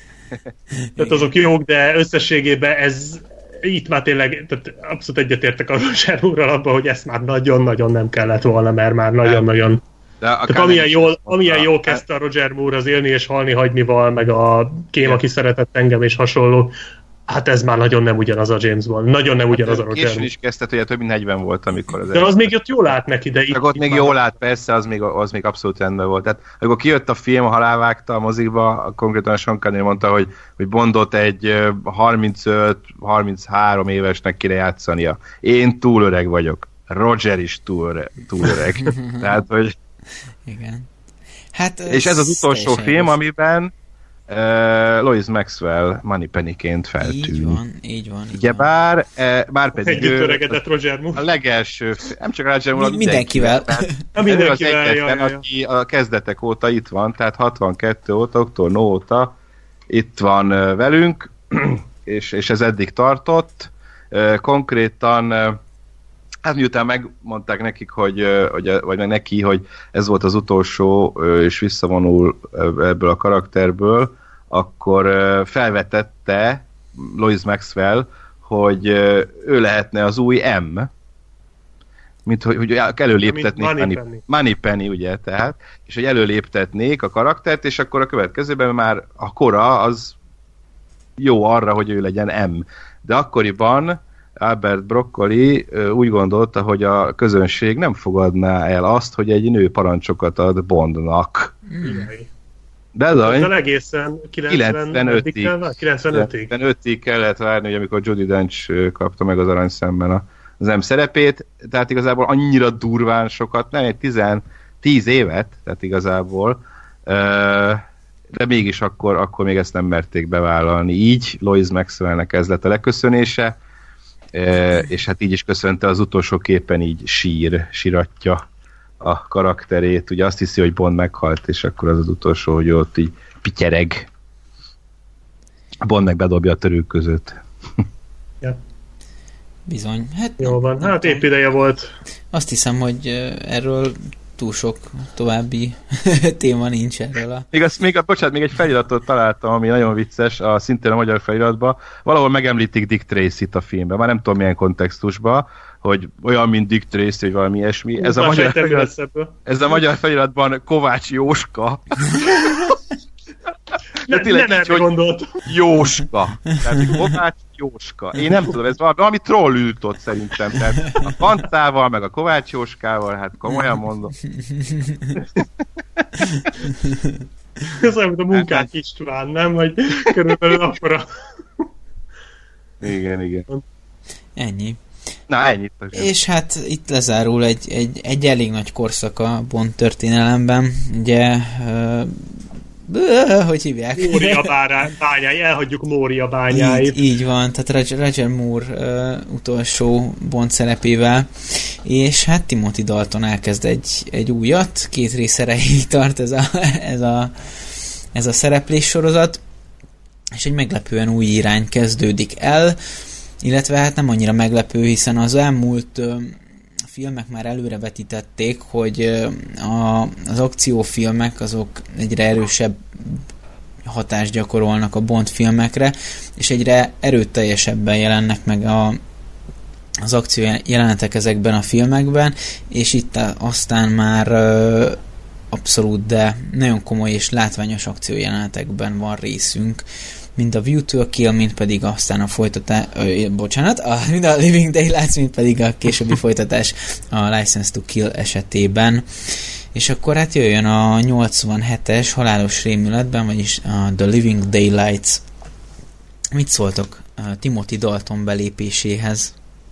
Tehát azok jók, de összességében ez itt már tényleg, tehát abszolút egyetértek a Roger Moore-ral abban, hogy ezt már nagyon-nagyon nem kellett volna, mert már nagyon-nagyon... Tehát amilyen jól, amilyen jól kezdte a Roger Moore az élni és halni hagynival, meg a Kém, aki szeretett engem és hasonló, hát ez már nagyon nem ugyanaz a James Bond. Nagyon nem ugyanaz hát, a Roger Moore. Későn is kezdett, hogy több mint negyven volt, amikor az... De az még ott jól állt neki, de itt... Ott még jól állt, persze, az még, az még abszolút rendben volt. Tehát amikor kijött a film, a halálvágta a mozikba, konkrétan a Sean Connery mondta, hogy, hogy Bondot egy harmincöt harminchárom évesnek kéne játszania. Én túl öreg vagyok. Roger is túl öreg. Túl öreg. Tehát, hogy... Igen. Hát, és ez az utolsó film, amiben Uh, Lois Maxwell Moneypennyként feltűnt. Így van, így van. Ugye van. Bár, uh, bár pedig együtt öregedett Roger Moore. A legelső, nem csak Roger Moore, Mi, mindenkivel. mindenkivel. mindenkivel az egyetlen, ja, ja. aki a kezdetek óta itt van, tehát hatvankettő óta, október óta itt van uh, velünk, és, és ez eddig tartott. Uh, konkrétan uh, hát miután megmondták nekik, hogy, hogy, vagy meg neki, hogy ez volt az utolsó, és visszavonul ebből a karakterből, akkor felvetette Lois Maxwell, hogy ő lehetne az új M, mint hogy, hogy előléptetnék Moneypenny. Moneypenny, ugye, tehát, és hogy előléptetnék a karaktert, és akkor a következőben már a kora az jó arra, hogy ő legyen M. De akkoriban Albert Broccoli úgy gondolta, hogy a közönség nem fogadná el azt, hogy egy nő parancsokat ad Bondnak. Mm. Bezony. De egészen kilencvenötig kilencvenötig kellett várni, hogy amikor Judi Dench kapta meg az aranyszemben a az em szerepét, tehát igazából annyira durván sokat, nem egy tíz évet, tehát igazából, de mégis akkor, akkor még ezt nem merték bevállalni. Így Lois Maxwellnek ez lett a leköszönése, és hát így is köszönte az utolsó képen, így sír, síratja a karakterét. Ugye azt hiszi, hogy Bond meghalt, és akkor az az utolsó, hogy ott így pityereg. Bond meg bedobja a törők között. Ja. Bizony. Hát jó van, hát épp ideje volt. Azt hiszem, hogy erről túl sok további téma nincs erről a... Még, azt, még, bocsánat, még egy feliratot találtam, ami nagyon vicces, a, szintén a magyar feliratban. Valahol megemlítik Dick Tracy-t a filmben, már nem tudom milyen kontextusban, hogy olyan, mint Dick Tracy, vagy valami ilyesmi. Ez a, magyar felirat, ez a magyar feliratban Kovács Jóska. Ne, nem erre gondoltam. Jóska. Tehát Kovács Jóska. Én nem tudom, ez valami, valami troll ült ott szerintem. Tehát a Kancával, meg a Kovács Jóskával, hát komolyan mondom. Ez olyan, mint a Munkák István, nem? Vagy körülbelül akkora. Igen, igen. Ennyi. Na, ennyit. És hát itt lezárul egy, egy, egy elég nagy korszak a Bond történelemben. Ugye... hogy hívják? Mória bányái, elhagyjuk Mória bányáit. Így, így van, tehát Roger Moore uh, utolsó Bond szerepével, és hát Timothy Dalton elkezd egy, egy újat, két rész erejéig tart ez a, ez a, ez a szereplés sorozat, és egy meglepően új irány kezdődik el, illetve hát nem annyira meglepő, hiszen az elmúlt uh, filmek már előrevetítették, hogy a, az akciófilmek azok egyre erősebb hatást gyakorolnak a Bond filmekre, és egyre erőteljesebben jelennek meg a, az akció jelenetek ezekben a filmekben, és itt aztán már abszolút, de nagyon komoly és látványos akció jelenetekben van részünk, mind a View to a Kill, mint pedig aztán a folytatás, ö, bocsánat, a, mind a Living Daylights, mint pedig a későbbi folytatás a License to Kill esetében. És akkor hát jöjjön a nyolcvanhetes Halálos rémületben, vagyis a The Living Daylights. Mit szóltok a Timothy Dalton belépéséhez?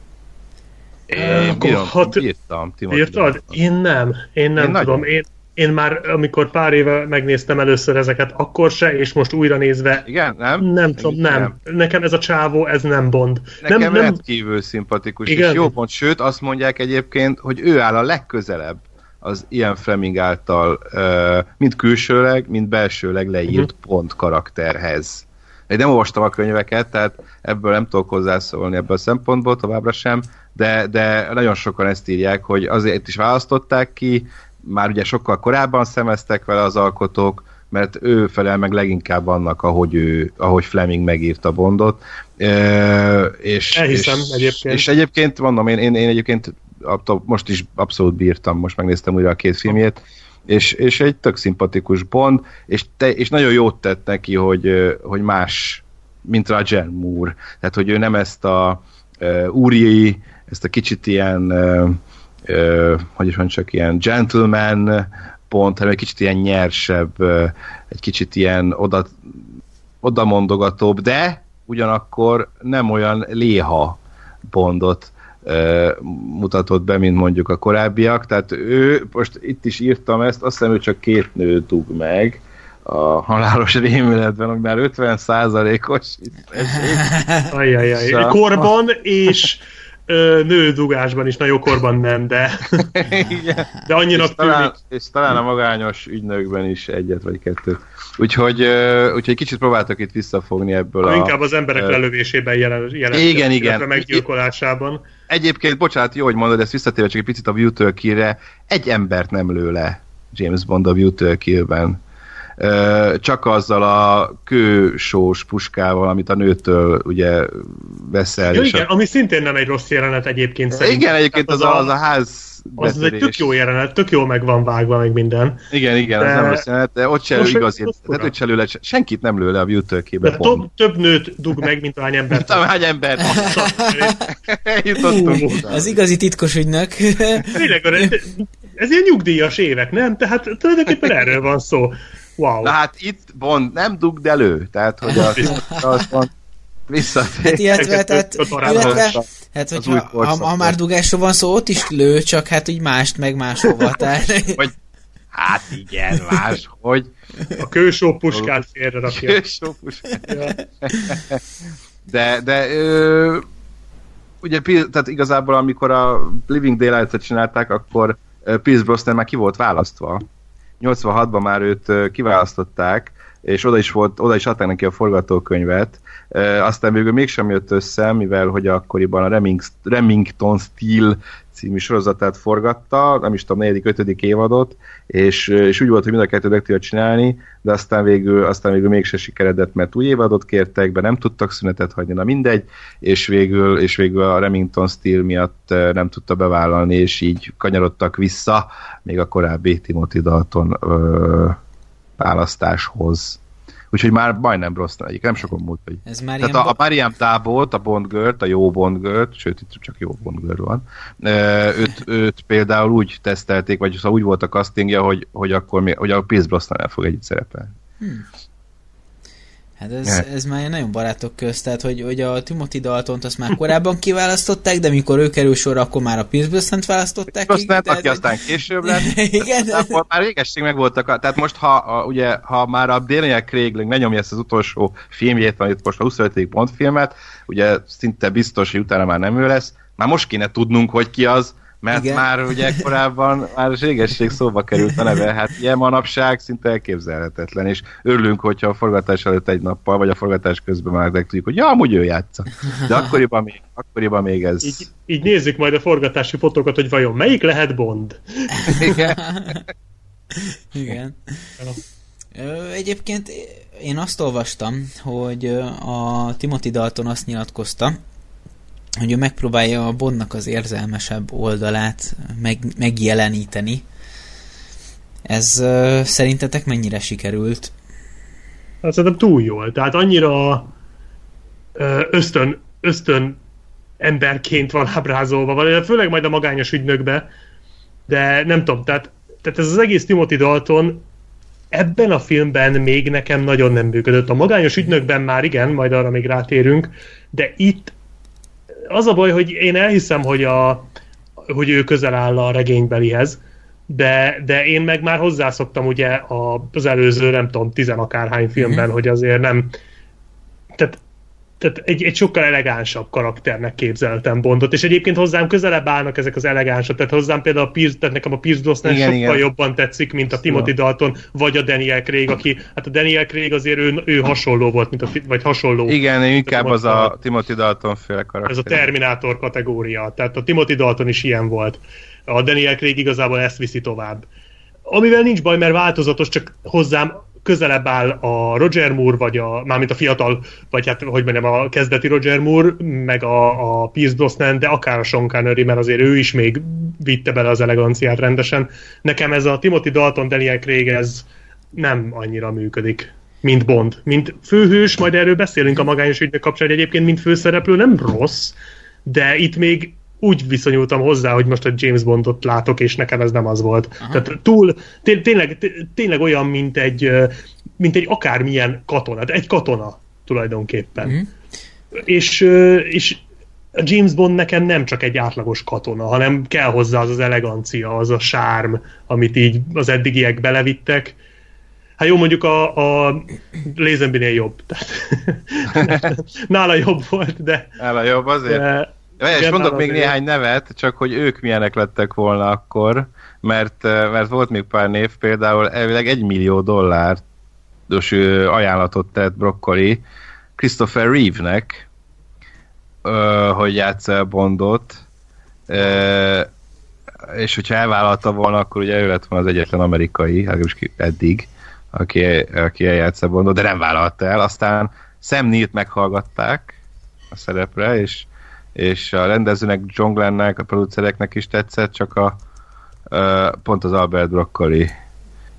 Én bírom, hát, bírtam. Bírtad? Én nem. Én nem én tudom. Én, én már, amikor pár éve megnéztem először ezeket, akkor se, és most újra nézve... Igen, nem? Nem tudom, nem. nem. Nekem ez a csávó, ez nem Bond. Nekem nem, rendkívül szimpatikus, igen? És jó pont, sőt, azt mondják egyébként, hogy ő áll a legközelebb az Ian Fleming által uh, mind külsőleg, mind belsőleg leírt uh-huh. Bond karakterhez. Én nem olvastam a könyveket, tehát ebből nem tudok hozzászólni ebből a szempontból, továbbra sem, de, de nagyon sokan ezt írják, hogy azért is választották ki, már ugye sokkal korábban szemeztek vele az alkotók, mert ő felel meg leginkább annak, ahogy, ő, ahogy Fleming megírta Bondot. E, és, Elhiszem és, egyébként. És egyébként, mondom, én, én, én egyébként most is abszolút bírtam, most megnéztem újra a két filmjét, és, és egy tök szimpatikus Bond, és, te, és nagyon jót tett neki, hogy, hogy más, mint Roger Moore. Tehát, hogy ő nem ezt a uh, úri, ezt a kicsit ilyen uh, uh, hogy is van, csak ilyen gentleman Bond, hanem egy kicsit ilyen nyersebb, uh, egy kicsit ilyen oda, odamondogatóbb, de ugyanakkor nem olyan léha Bondot mutatott be, mint mondjuk a korábbiak, tehát ő, most itt is írtam ezt, azt hiszem, ő csak két nő dug meg a Halálos rémületben, ami már ötven százalékos Ajjajjaj, szóval... korban és ö, nődugásban is, na jó, korban nem, de de annyira és talán, és talán a magányos ügynökben is egyet vagy kettőt. Úgyhogy, úgyhogy kicsit próbáltak itt visszafogni ebből a... Inkább az emberek uh, lelövésében jelen, jelen igen, igen. A meggyilkolásában. Egyébként, bocsánat, jó, hogy mondod, ezt visszatérve csak egy picit a View to a Kill-re, egy embert nem lő le James Bond a View to a Kill-ben. Csak azzal a kősós puskával, amit a nőtől ugye veszel. Ja, igen, a... ami szintén nem egy rossz jelenet egyébként szerintem. Igen, egyébként az, az, a, az a ház az egy tök jó jelenet, tök jó meg van vágva, meg minden. Igen, igen, de... az nem rossz jelenet, de ott se lő igazi, tehát ott se lő le, senkit nem lő le a View to a Kill-be. Több, több nőt dug meg, mint ahány embert. Mint ahány embert. Eljutottunk. Az igazi titkos ügynök. Tényleg, ez ilyen nyugdíjas évek, nem? Tehát tulajdonképpen erről van szó. Wow. Na hát itt Bond nem dugd elő, tehát hogy a Timothy visszatér. Hát illetve, tehát, illetve hát, hogyha, ha, ha már dugásról van szó, ott is lő, csak hát úgy mást, meg máshova. Tehát... Vagy, hát igen, más, hogy... A kősó puskát félre rakja. Kősó puskát. De, de ö, ugye, tehát igazából amikor a Living Daylight-et csinálták, akkor Pierce Brosnan már ki volt választva. nyolcvanhatban már őt kiválasztották, és oda is, volt, oda is adták neki a forgatókönyvet. E, aztán végül mégsem jött össze, mivel hogy akkoriban a Reming, Remington Steel című sorozatát forgatta, nem is tudom, negyedik, ötödik évadot, és, és úgy volt, hogy mind a kettőt meg tudja csinálni, de aztán végül, aztán végül mégse sikeredett, mert új évadot kértek be, nem tudtak szünetet hagyni, na mindegy, és végül, és végül a Remington Steel miatt nem tudta bevállalni, és így kanyarodtak vissza, még a korábbi Timothy Dalton ö, választáshoz. Úgyhogy már majdnem Brosnan egyik, nem sokon múlt. Hogy... Ez már Tehát a, a Mariam Dabot, a Bond girl-t, a jó Bond girl-t, sőt, itt csak jó Bond girl van, őt, őt például úgy tesztelték, vagy szóval úgy volt a castingja, hogy, hogy akkor mi, hogy a Pierce Brosnan el fog együtt szerepelni. Hmm. Hát ez, ez már nagyon barátok közt, tehát hogy, hogy a Timothy Daltont azt már korábban kiválasztották, de mikor ő kerül sorra, akkor már a Pierce Brosnant választották. Brosnant, aki aztán később lett. Igen. Akkor már régesség megvoltak. Tehát most, ha, a, ugye, ha már a Daniel Craig lenyomja ezt az utolsó filmjét, van itt most a huszonötödik Bond filmet, ugye szinte biztos, hogy utána már nem ő lesz. Már most kéne tudnunk, hogy ki az, mert igen. Már ugye korábban már régesség szóba került a neve, hát ilyen manapság szinte elképzelhetetlen, és örülünk, hogyha a forgatás előtt egy nappal, vagy a forgatás közben már tudjuk, hogy ja, amúgy ő játsza. De akkoriban még, akkoriban még ez... Így, így nézzük majd a forgatási fotókat, hogy vajon melyik lehet Bond? Igen. Igen. Egyébként én azt olvastam, hogy a Timothy Dalton azt nyilatkozta, hogy ő megpróbálja a Bondnak az érzelmesebb oldalát meg, megjeleníteni. Ez uh, szerintetek mennyire sikerült? Hát szerintem túl jól. Tehát annyira uh, ösztön, ösztön emberként van ábrázolva, vagy főleg majd a magányos ügynökbe, de nem tudom, tehát, tehát ez az egész Timothy Dalton ebben a filmben még nekem nagyon nem működött. A magányos ügynökben már igen, majd arra még rátérünk, de itt az a baj, hogy én elhiszem, hogy, a, hogy ő közel áll a regénybelihez, de, de én meg már hozzászoktam ugye az előző, nem tudom, tizenakárhány filmben, mm-hmm. hogy azért nem... Tehát, tehát egy, egy sokkal elegánsabb karakternek képzeltem Bondot, és egyébként hozzám közelebb állnak ezek az elegánsak, tehát hozzám például a Pierce, tehát nekem a Pierce Brosnan igen, sokkal igen. jobban tetszik, mint a Timothy Dalton, vagy a Daniel Craig, aki, hát a Daniel Craig azért ő, ő hasonló volt, mint a, vagy hasonló. Igen, inkább az a Timothy Dalton féle karakter. Ez a Terminátor kategória, tehát a Timothy Dalton is ilyen volt. A Daniel Craig igazából ezt viszi tovább. Amivel nincs baj, mert változatos, csak hozzám közelebb áll a Roger Moore, vagy a, mármint a fiatal, vagy hát, hogy mondjam, a kezdeti Roger Moore, meg a, a Pierce Brosnan, de akár a Sean Connery, mert azért ő is még vitte bele az eleganciát rendesen. Nekem ez a Timothy Dalton, Daniel Craig, ez nem annyira működik, mint Bond. Mint főhős, majd erről beszélünk a magányos ügynök kapcsán, hogy egyébként mint főszereplő nem rossz, de itt még úgy viszonyultam hozzá, hogy most egy James Bondot látok, és nekem ez nem az volt. Aha. Tehát túl, té- tényleg, té- tényleg olyan, mint egy, mint egy akármilyen katona, egy katona tulajdonképpen. Uh-huh. És, és a James Bond nekem nem csak egy átlagos katona, hanem kell hozzá az az elegancia, az a sárm, amit így az eddigiek belevittek. Hát jó, mondjuk a, a Lazenby-nél jobb. Tehát, nála jobb volt, de... Nála jobb azért? De, ja, és mondok még néhány nevet, csak hogy ők milyenek lettek volna akkor, mert, mert volt még pár név, például elvileg egy millió dolláros ajánlatot tett Broccoli Christopher Reeve-nek, hogy játsza Bondot, és hogyha elvállalta volna, akkor ugye ő lett volna az egyetlen amerikai, legalábbis eddig, aki, aki eljátsza Bondot, de nem vállalta el. Aztán Sam Neill-t meghallgatták a szerepre, és és a rendezőnek, John Glennnek, a producereknek is tetszett, csak a, a pont az Albert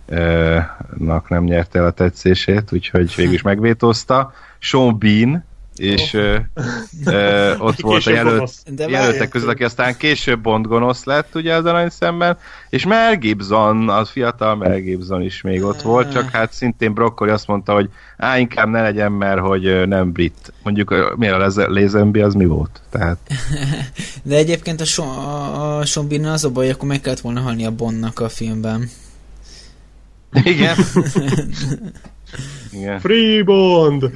Broccoli-nak nem nyerte el a tetszését, úgyhogy végül is megvétózta. Sean Bean és ö, ö, ott volt a jelölt, jelöltek között, aki aztán később Bond gonosz lett ugye az aranyszemben, és Mel Gibson, az fiatal Mel Gibson is még ott volt, csak hát szintén Broccoli azt mondta, hogy á, inkább ne legyen, mert hogy nem brit. Mondjuk miért a Lazenby az mi volt? Tehát... De egyébként a, so- a Sean Bean az a baj, akkor meg kellett volna halni a Bondnak a filmben. Igen. Igen. Free Bond!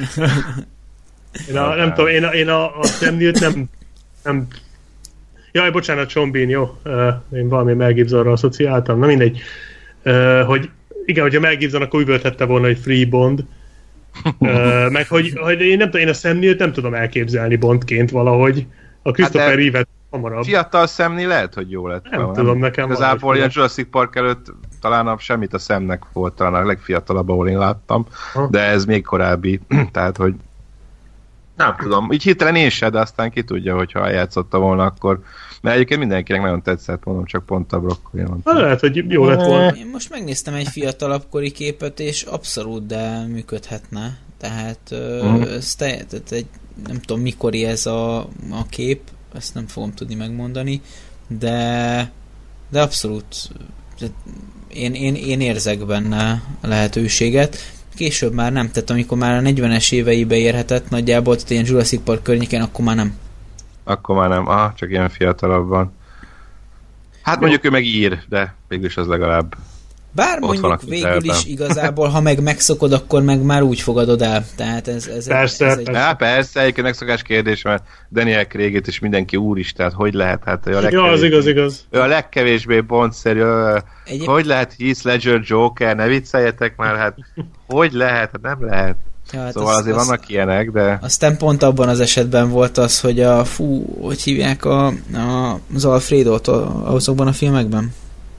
Én a, nem tudom, én a, én a, a Sam Neill-t nem, nem... Jaj, bocsánat, Sean Bean, jó. Uh, én valami Mel Gibsonra asszociáltam. Na mindegy. Uh, hogy igen, hogyha Mel Gibson, akkor üvölthette volna, hogy Free Bond. Uh, meg hogy, hogy én nem tudom, én a Sam Neill-t nem tudom elképzelni Bondként valahogy. A Christopher hát Reeve-et hamarabb. Fiatal Sam Neill lehet, hogy jó lett. Nem van, tudom, nekem igazából ilyen Jurassic Park előtt talán a semmit a Samnek volt, talán a legfiatalabb, ahol én láttam, ha. De ez még korábbi, tehát, hogy nem tudom, így hirtelen én se, de aztán ki tudja, hogyha eljátszotta volna, akkor mert egyébként mindenkinek nagyon tetszett, mondom, csak pont a Broccoli. Lehet, hogy jó lett volna. Én most megnéztem egy fiatalabb kori képet, és abszolút, de működhetne. Tehát mm. ez te, tehát egy, nem tudom, mikori ez a, a kép, ezt nem fogom tudni megmondani, de de abszolút én, én, én érzek benne a lehetőséget. Később már nem, tehát amikor már a negyvenes éveibe érhetett nagyjából, tehát ilyen Jurassic Park környékén, akkor már nem. Akkor már nem, ah, csak ilyen fiatalabban. Hát mondjuk ő meg ír, de végülis az legalább bár mondjuk végül is igazából, ha meg megszokod, akkor meg már úgy fogadod el. Tehát ez, ez persze, egy, ez persze. Egy... Há, persze, egyébként megszokás kérdés, mert Daniel Craig-et is mindenki úristen, hogy lehet? Hát ő a ja, az igaz, igaz. Ő a legkevésbé Bond-szerű, Egyéb... hogy lehet Heath Ledger Joker, ne vicceljetek már, hát hogy lehet? Hát nem lehet. Ja, hát szóval az, azért az, vannak ilyenek, de... Aztán pont abban az esetben volt az, hogy a fú, hogy hívják a, a, az Alfredot azokban a filmekben?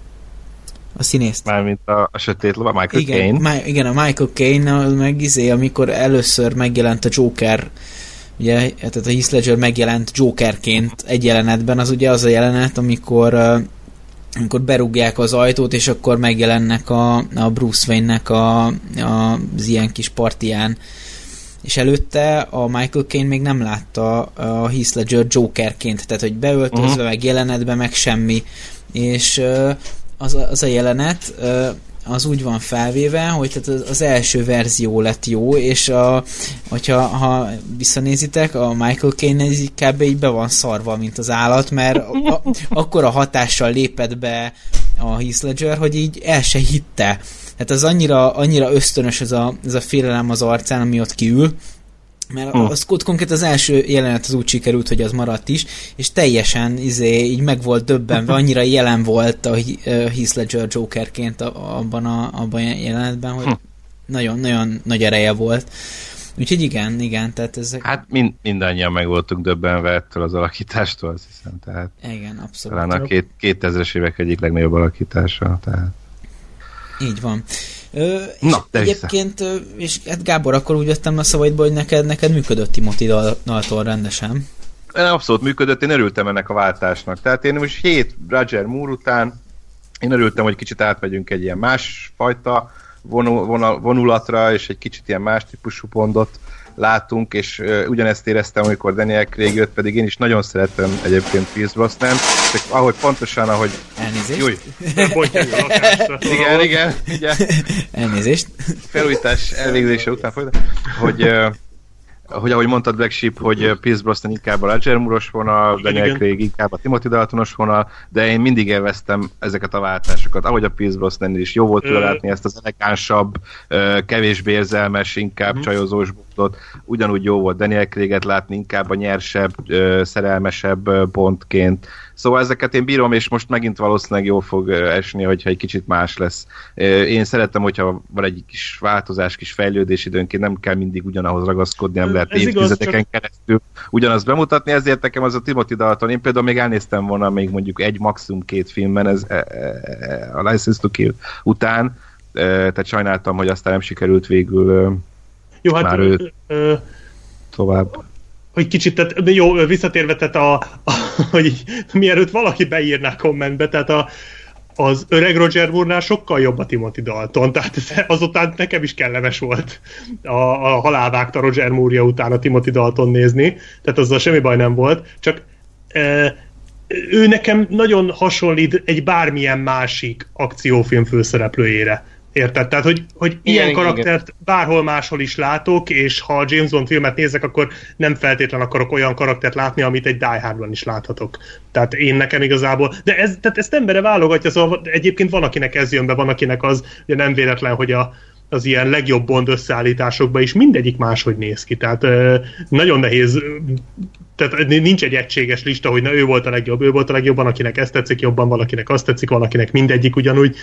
A színészt. Mármint a, a sötét lova, Michael igen, Caine. Ma, igen, a Michael Caine, meg izé, amikor először megjelent a Joker, ugye, tehát a Heath Ledger megjelent Jokerként egy jelenetben, az ugye az a jelenet, amikor amikor berúgják az ajtót, és akkor megjelennek a, a Bruce Wayne-nek a, a, az ilyen kis partiján. És előtte a Michael Caine még nem látta a Heath Ledger Jokerként, tehát hogy beöltözve, uh-huh. meg jelenetbe, meg semmi. És az, az a jelenet az úgy van felvéve, hogy tehát az első verzió lett jó, és a, hogyha ha visszanézitek, a Michael Caine kb. Így be van szarva, mint az állat, mert a, akkora hatással lépett be a Heath Ledger, hogy így el se hitte. Tehát az annyira, annyira ösztönös ez a, ez a félelem az arcán, ami ott kiül, mert hmm. az konkrét az első jelenet az úgy sikerült, hogy az maradt is, és teljesen izé, így meg volt döbbenve, annyira jelen volt a Heath Ledger Jokerként abban a, abban a jelenetben, hogy hmm. nagyon, nagyon nagy ereje volt. Úgyhogy igen, igen, tehát ezek... Hát mind, mindannyian meg voltunk döbbenve ettől az alakítástól, azt hiszem, tehát... Igen, abszolút. Talán a két, kétezres évek egyik legnagyobb alakítása, tehát... Így van. Ö, Na, és egyébként, ö, és hát Gábor, akkor úgy vettem a szavaidból, hogy neked, neked működött Timothy Dalton rendesen. Abszolút működött, én örültem ennek a váltásnak. Tehát én most hét Roger Moore után én örültem, hogy kicsit átmegyünk egy ilyen másfajta vonul, vonul, vonulatra, és egy kicsit ilyen más típusú Bondot látunk, és uh, ugyanezt éreztem, amikor Daniel Craig jött, pedig én is nagyon szeretem egyébként Pierce Brosnan, csak ahogy pontosan, ahogy... Elnézést. Júj. igen, igen, igen. Elnézést. Felújítás elvégzése után folytat, hogy... Uh, hogy ahogy mondtad, Black Sheep, hogy Pierce Brosnan inkább a Roger Moore-os vonal, Daniel Craig inkább a Timothy Daltonos vonal, de én mindig élveztem ezeket a váltásokat. Ahogy a Pierce Brosnan is jó volt tőle látni ezt az elegánsabb, kevésbé érzelmes, inkább uh-huh. csajozós Bondot. Ugyanúgy jó volt Daniel Craig-et látni, inkább a nyersebb, szerelmesebb Bondként. Szóval ezeket én bírom, és most megint valószínűleg jól fog esni, hogyha egy kicsit más lesz. Én szeretem, hogyha van egy kis változás, kis fejlődés időnként, nem kell mindig ugyanahoz ragaszkodni, nem lehet évtizedeken csak... keresztül ugyanazt bemutatni, ezért nekem az a Timothy Dalton, én például még elnéztem volna még mondjuk egy, maximum két filmben ez, a License to Kill után, tehát sajnáltam, hogy aztán nem sikerült végül jó, hát, már ö, ő ö, tovább. Hogy kicsit, tehát jó, visszatérve, tehát a, a hogy így, mielőtt valaki beírná kommentbe, tehát a, az öreg Roger Moore-nál sokkal jobb a Timothy Dalton, tehát azután nekem is kellemes volt a, a halálvágta Roger Moore-ja után a Timothy Dalton nézni, tehát azzal semmi baj nem volt, csak e, ő nekem nagyon hasonlít egy bármilyen másik akciófilm főszereplőjére. Érted? Tehát, hogy, hogy ilyen igen, karaktert igen. bárhol máshol is látok, és ha James Bond filmet nézek, akkor nem feltétlen akarok olyan karaktert látni, amit egy Die Hardban is láthatok. Tehát én nekem igazából... De ez, tehát ezt embere válogatja, szóval egyébként van, akinek ez jön be, van, akinek az, ugye nem véletlen, hogy a, az ilyen legjobb Bond összeállításokban is mindegyik máshogy néz ki. Tehát nagyon nehéz... Tehát nincs egy egységes lista, hogy na ő volt a legjobb, ő volt a legjobb, van, akinek ezt tetszik jobban, valakinek azt tetszik, van, akinek mindegyik ugyanúgy.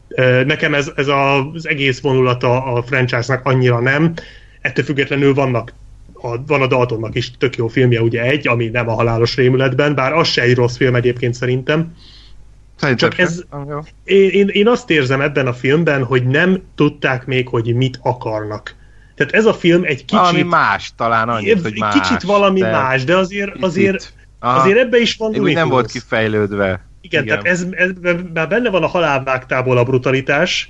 Nekem ez, ez az egész vonulata a franchise-nak annyira nem. Ettől függetlenül vannak a, van a Daltonnak is tök jó filmje, ugye egy, ami nem a Halálos rémületben, bár az se egy rossz film egyébként szerintem. Szerintem Csak ez, én, én, én azt érzem ebben a filmben, hogy nem tudták még, hogy mit akarnak. Tehát ez a film egy kicsit... Valami más talán annyit, hogy más. Kicsit valami de más, de azért, azért, azért ebbe is van... Még nem volt kifejlődve. Igen, igen, tehát ez, ez, már benne van a halálvágtából a brutalitás,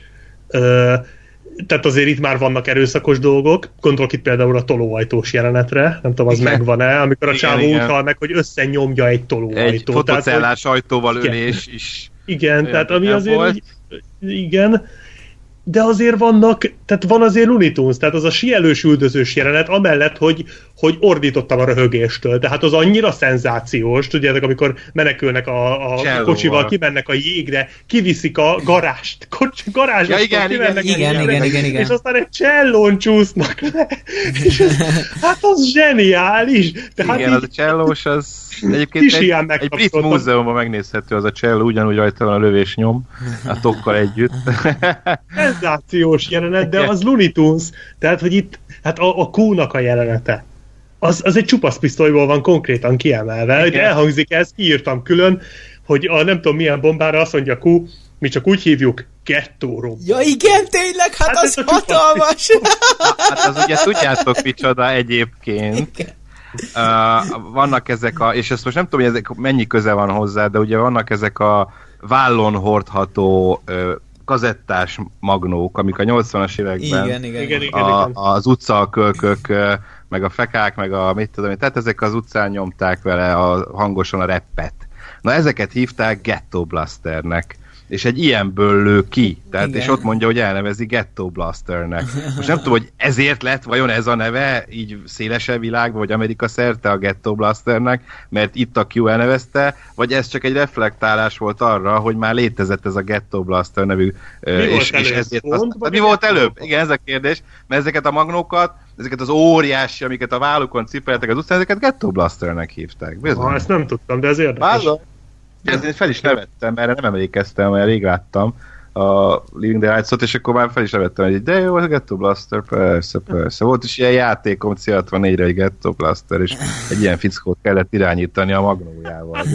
ö, tehát azért itt már vannak erőszakos dolgok, gondolok itt például a tolóajtós jelenetre, nem tudom, az igen. megvan-e, amikor a csávó úgy hal meg, hogy összenyomja egy tolóajtót. Egy fotocellás ajtóval ülés is. Igen, tehát ami azért úgy, igen, de azért vannak, tehát van azért Looney Tunes, tehát az a síelős üldözős jelenet, amellett, hogy, hogy ordítottam a röhögéstől, tehát az annyira szenzációs, tudjátok, amikor menekülnek a, a kocsival, kimennek a jégre, kiviszik a garást, kocs, garázsot, ja, igen, kimennek igen, a igen, igen, igen, igen. és aztán egy csellón csúsznak le, és ez, hát az zseniális. Tehát igen, így, az a csellós, az egyébként egy, egy brit múzeumban megnézhető az a cselló, ugyanúgy rajta van a lövésnyom, a tokkal együtt. Szenzációs jelenet, de az Looney Tunes, tehát, hogy itt, hát a, a Q-nak a jelenete, az, az egy csupaszpisztolyból van konkrétan kiemelve, hogy elhangzik ez, kiírtam külön, hogy a nem tudom milyen bombára azt mondja Q, mi csak úgy hívjuk, gettóról. Ja igen, tényleg, hát, hát az hatalmas! Hát az ugye tudjátok micsoda egyébként. Uh, vannak ezek a, és ezt most nem tudom, hogy ezek mennyi köze van hozzá, de ugye vannak ezek a vállon hordható uh, kazettás magnók, amik a nyolcvanas években igen, igen, igen, igen, a, az utcakölkök, meg a fekák, meg a mit tudom én, tehát ezek az utcán nyomták vele a, hangosan a rappet. Na ezeket hívták Ghetto Blasternek, és egy ilyenből lő ki, tehát, és ott mondja, hogy elnevezi Ghetto Blasternek. Most nem tudom, hogy ezért lett vajon ez a neve, így szélesebb világban, vagy Amerika szerte a Ghetto Blasternek, mert itt a Q elnevezte, vagy ez csak egy reflektálás volt arra, hogy már létezett ez a Ghetto Blaster nevű, mi és, és ezért azt, mi volt előbb? Igen, ez a kérdés, mert ezeket a magnókat, ezeket az óriási, amiket a vállukon cipeltek az utcán, ezeket Ghetto Blasternek hívták. Ha, ezt nem tudtam, de ez érdekes. Ezért fel is nevettem, mert nem emlékeztem, mert rég láttam a Living Daylights-ot, és akkor már fel is nevettem, hogy de jó, a Ghetto Blaster, persze, persze. Volt is ilyen játékom cé hatvannégyre egy Ghetto Blaster, és egy ilyen fickót kellett irányítani a magnójával.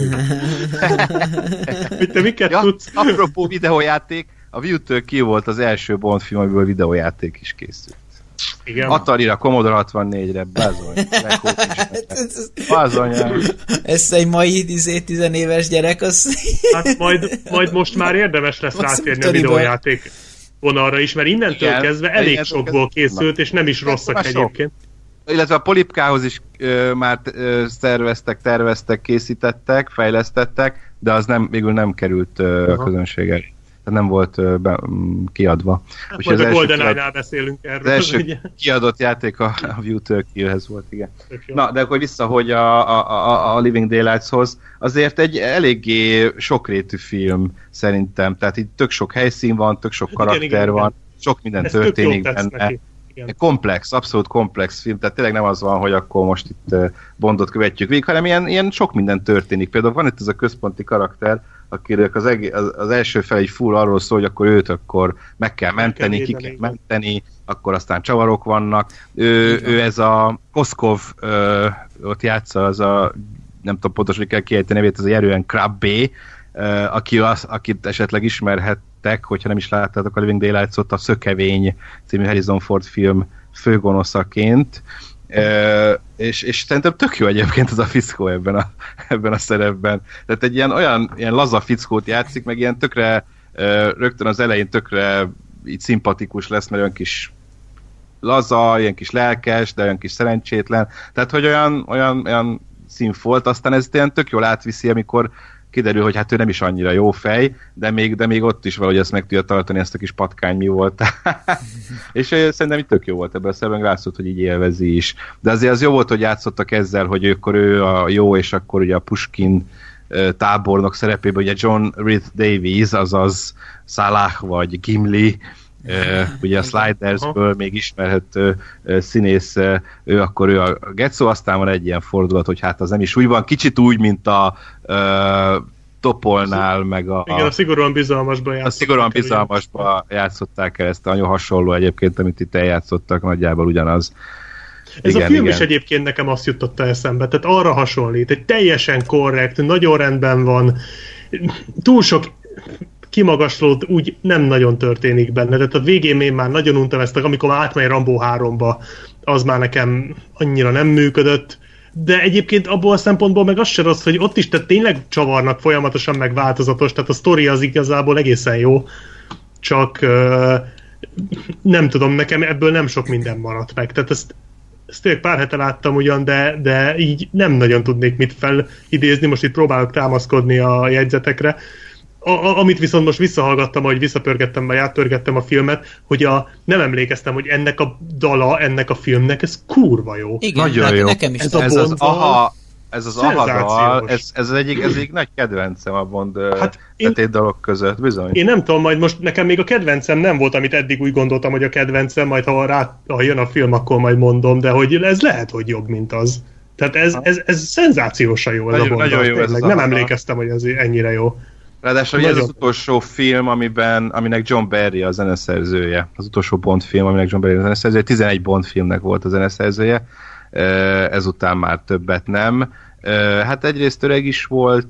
Mit te miket ja, tudsz? Apropó videójáték, a View-től ki volt az első Bond film, amiből videójáték is készült. Igen. Atari-ra, Commodore hatvannégyre, bazony. Bazony. Ez egy mai tizenéves gyerek, az... Hát majd, majd most már érdemes lesz rátérni a videójáték vonalra is, mert innentől igen, kezdve elég igen, sokból készült, és nem is rosszak egyébként. Illetve a Polipkához is ö, már ö, szerveztek, terveztek, készítettek, fejlesztettek, de az nem, végül nem került ö, a közönség elé. Nem volt be, kiadva. Hát majd a GoldenEye-nál beszélünk erről. Az első ugye? Kiadott játék a, a View-től Kill-hez volt, igen. Na, de akkor vissza, hogy a, a, a Living Daylights-hoz, azért egy eléggé sokrétű film szerintem, tehát itt tök sok helyszín van, tök sok karakter igen, igen, van, igen. Sok minden ez történik benne. Komplex, abszolút komplex film, tehát tényleg nem az van, hogy akkor most itt Bondot követjük végig, hanem ilyen, ilyen sok minden történik. Például van itt ez a központi karakter, akinek az, egész, az, az első fel egy full arról szól, hogy akkor őt akkor meg kell menteni, meg kell ki kell menteni, akkor aztán csavarok vannak. Ő, ő ez a Koszkov ö, ott játsza, az a nem tudom pontosan, hogy kell kiejteni nevét, ez a Jeroen Krabbe, aki az, akit esetleg ismerhettek, hogyha nem is láttátok a Living Daylights-ot, a Szökevény című Harrison Ford film főgonoszaként. Uh, és, és szerintem tök jó egyébként az a fickó ebben a, ebben a szerepben. Tehát egy ilyen olyan ilyen laza fickót játszik, meg ilyen tökre rögtön az elején tökre így szimpatikus lesz, mert olyan kis laza, ilyen kis lelkes, de olyan kis szerencsétlen. Tehát, hogy olyan, olyan, olyan színfolt, aztán ez ilyen tök jól átviszi, amikor kiderül, hogy hát ő nem is annyira jó fej, de még, de még ott is valahogy ezt meg tudja tartani, ezt a kis patkány mi volt. És szerintem itt tök jó volt ebben a szerben, látszott, hogy így élvezi is. De azért az jó volt, hogy játszottak ezzel, hogy akkor ő a jó, és akkor ugye a Pushkin tábornok szerepében, ugye John Rhys Davies, azaz Salah vagy Gimli, Uh, ugye a Slidersből még ismerhető uh, színész, uh, ő akkor ő a Getszó, aztán van egy ilyen fordulat, hogy hát az nem is úgy van, kicsit úgy, mint a uh, Topolnál, meg a... Igen, a Szigorúan Bizalmasban játszották. A Szigorúan Bizalmasban játszották el ezt, a nagyon hasonló egyébként, amit itt eljátszottak, nagyjából ugyanaz. Ez igen, a film igen. is egyébként nekem azt jutotta eszembe, tehát arra hasonlít, egy teljesen korrekt, nagyon rendben van, túl sok kimagaslót úgy nem nagyon történik benne, tehát a végén én már nagyon untam ezt, amikor már átmegy Rambo háromba, az már nekem annyira nem működött, de egyébként abból a szempontból meg az se rossz, hogy ott is tehát tényleg csavarnak folyamatosan, meg változatos, tehát a sztori az igazából egészen jó, csak uh, nem tudom, nekem ebből nem sok minden maradt meg, tehát ezt, ezt tényleg pár hete láttam ugyan, de, de így nem nagyon tudnék mit felidézni, most itt próbálok támaszkodni a jegyzetekre. A, a, amit viszont most visszahallgattam, ahogy visszapörgettem, vagy átpörgettem a filmet, hogy a, nem emlékeztem, hogy ennek a dala, ennek a filmnek, ez kurva jó. Igen, nagyon ne, jó. Nekem is. Ez, ez az aha, ez az aha dal, ez, ez, egyik, ez egyik nagy kedvencem a Bond hát én, dolog között, bizony. Én nem tudom, majd most nekem még a kedvencem nem volt, amit eddig úgy gondoltam, hogy a kedvencem, majd ha, rá, ha jön a film, akkor majd mondom, de hogy ez lehet, hogy jobb, mint az. Tehát ez, ez, ez szenzációsan jó, ez nagyon, a Bond. Nagyon jó ez az nem aha. Emlékeztem, hogy ez ennyire jó. Ráadásul ez az utolsó film, amiben, aminek John Barry a zeneszerzője. Az utolsó Bond film, aminek John Barry a zeneszerzője. tizenegy Bond filmnek volt a zeneszerzője. Ezután már többet nem. Hát egyrészt öreg is volt,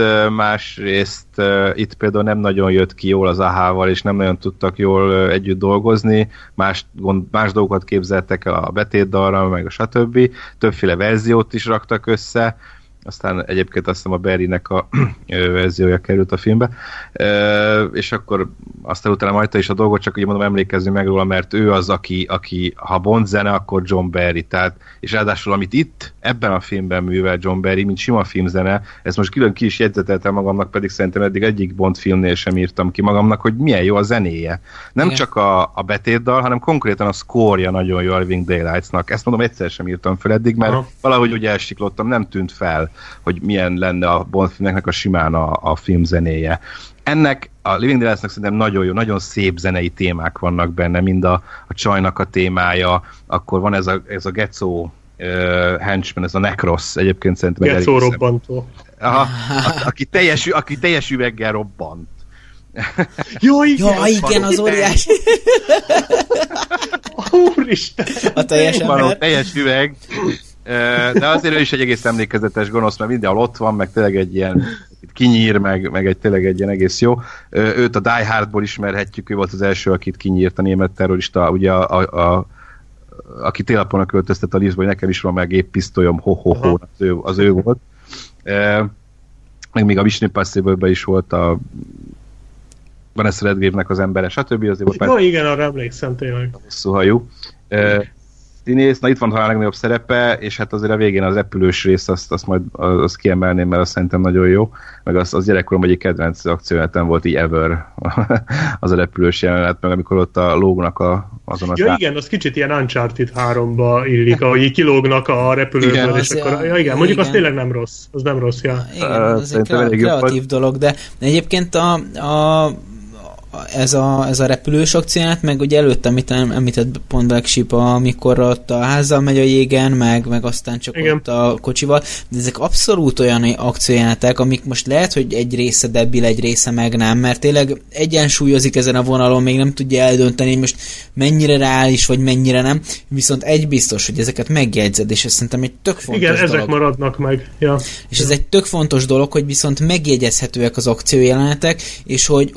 másrészt itt például nem nagyon jött ki jól az á há-val, és nem nagyon tudtak jól együtt dolgozni. Más, más dolgokat képzeltek el a betétdalra, meg a stb. Többféle verziót is raktak össze. Aztán egyébként azt hiszem a Barrynek a verziója került a filmbe, e, és akkor aztán utána majd is a dolgot, csak ugye mondom, emlékezni meg róla, mert ő az, aki, aki ha Bond zene, akkor John Barry, tehát, és ráadásul amit itt, ebben a filmben művel John Barry, mint sima filmzene, ezt most külön ki is jegyzeteltem magamnak, pedig szerintem eddig egyik Bond filmnél sem írtam ki magamnak, hogy milyen jó a zenéje. Nem igen. csak a, a betétdal, hanem konkrétan a score-ja nagyon jó a Living Daylights-nak. Ezt mondom, egyszer sem írtam fel eddig, mert aha. valahogy úgy elsiklottam, nem tűnt fel, hogy milyen lenne a Bond filmnek a simán a, a filmzenéje. Ennek a Living Daylights-nak szerintem nagyon jó, nagyon szép zenei témák vannak benne, mind a, a csajnak a témája, akkor van ez a, ez a Getszó uh, henchman, ez a Necros, egyébként szerintem... Getszó robbantó. Aha, a, aki, teljes, aki teljes üveggel robbant. Jó, igen, ja, igen az óriás. Úristen! A teljes ember. Teljes üveg. De azért ő is egy egész emlékezetes gonosz, mert mindenhol ott van, meg tényleg egy ilyen kinyír, meg, meg egy tényleg egy ilyen egész jó. Őt a Die Hardból ismerhetjük, ő volt az első, akit kinyírt, a német terrorista, ugye a, a, a aki télapónak költöztet a Lisbon, hogy nekem is van meg géppisztolyom, ho-ho-ho, az ő, az ő volt. Meg még a Mission Impossible-ben is volt a Vanessa Redgrave-nek az embere, stb. Azért volt már... igen, arra emlékszem tényleg. Hosszú hajú. Színész, na itt van talán a legnagyobb szerepe, és hát azért a végén az repülős rész, azt, azt majd azt kiemelném, mert azt szerintem nagyon jó, meg az, az gyerekkorom egyik kedvenc akciójelenetem volt így ever, az a repülős jelenet, meg amikor ott a lógnak a, azon a... Ja tá... igen, az kicsit ilyen Uncharted háromba illik, ahogy így kilógnak a repülőből, igen, és akkor... A... Ja, igen, mondjuk igen. Az tényleg nem rossz, az nem rossz, ja. Igen, az egy kreatív dolog, de egyébként a, a Ez a, ez a repülős akcióját, meg ugye előtt, amit említett pont Black Sheep, amikor ott a házzal megy a jégen, meg, meg aztán csak igen. ott a kocsival, de ezek abszolút olyan akciójátek, amik most lehet, hogy egy része debil, egy része meg nem, mert tényleg egyensúlyozik ezen a vonalon, még nem tudja eldönteni, hogy most mennyire reális, vagy mennyire nem, viszont egy biztos, hogy ezeket megjegyzed, és ez szerintem egy tök fontos igen, dolog. Igen, ezek maradnak meg. Ja. És ja. ez egy tök fontos dolog, hogy viszont megjegyezhetőek az akciójelenetek, és hogy, hogy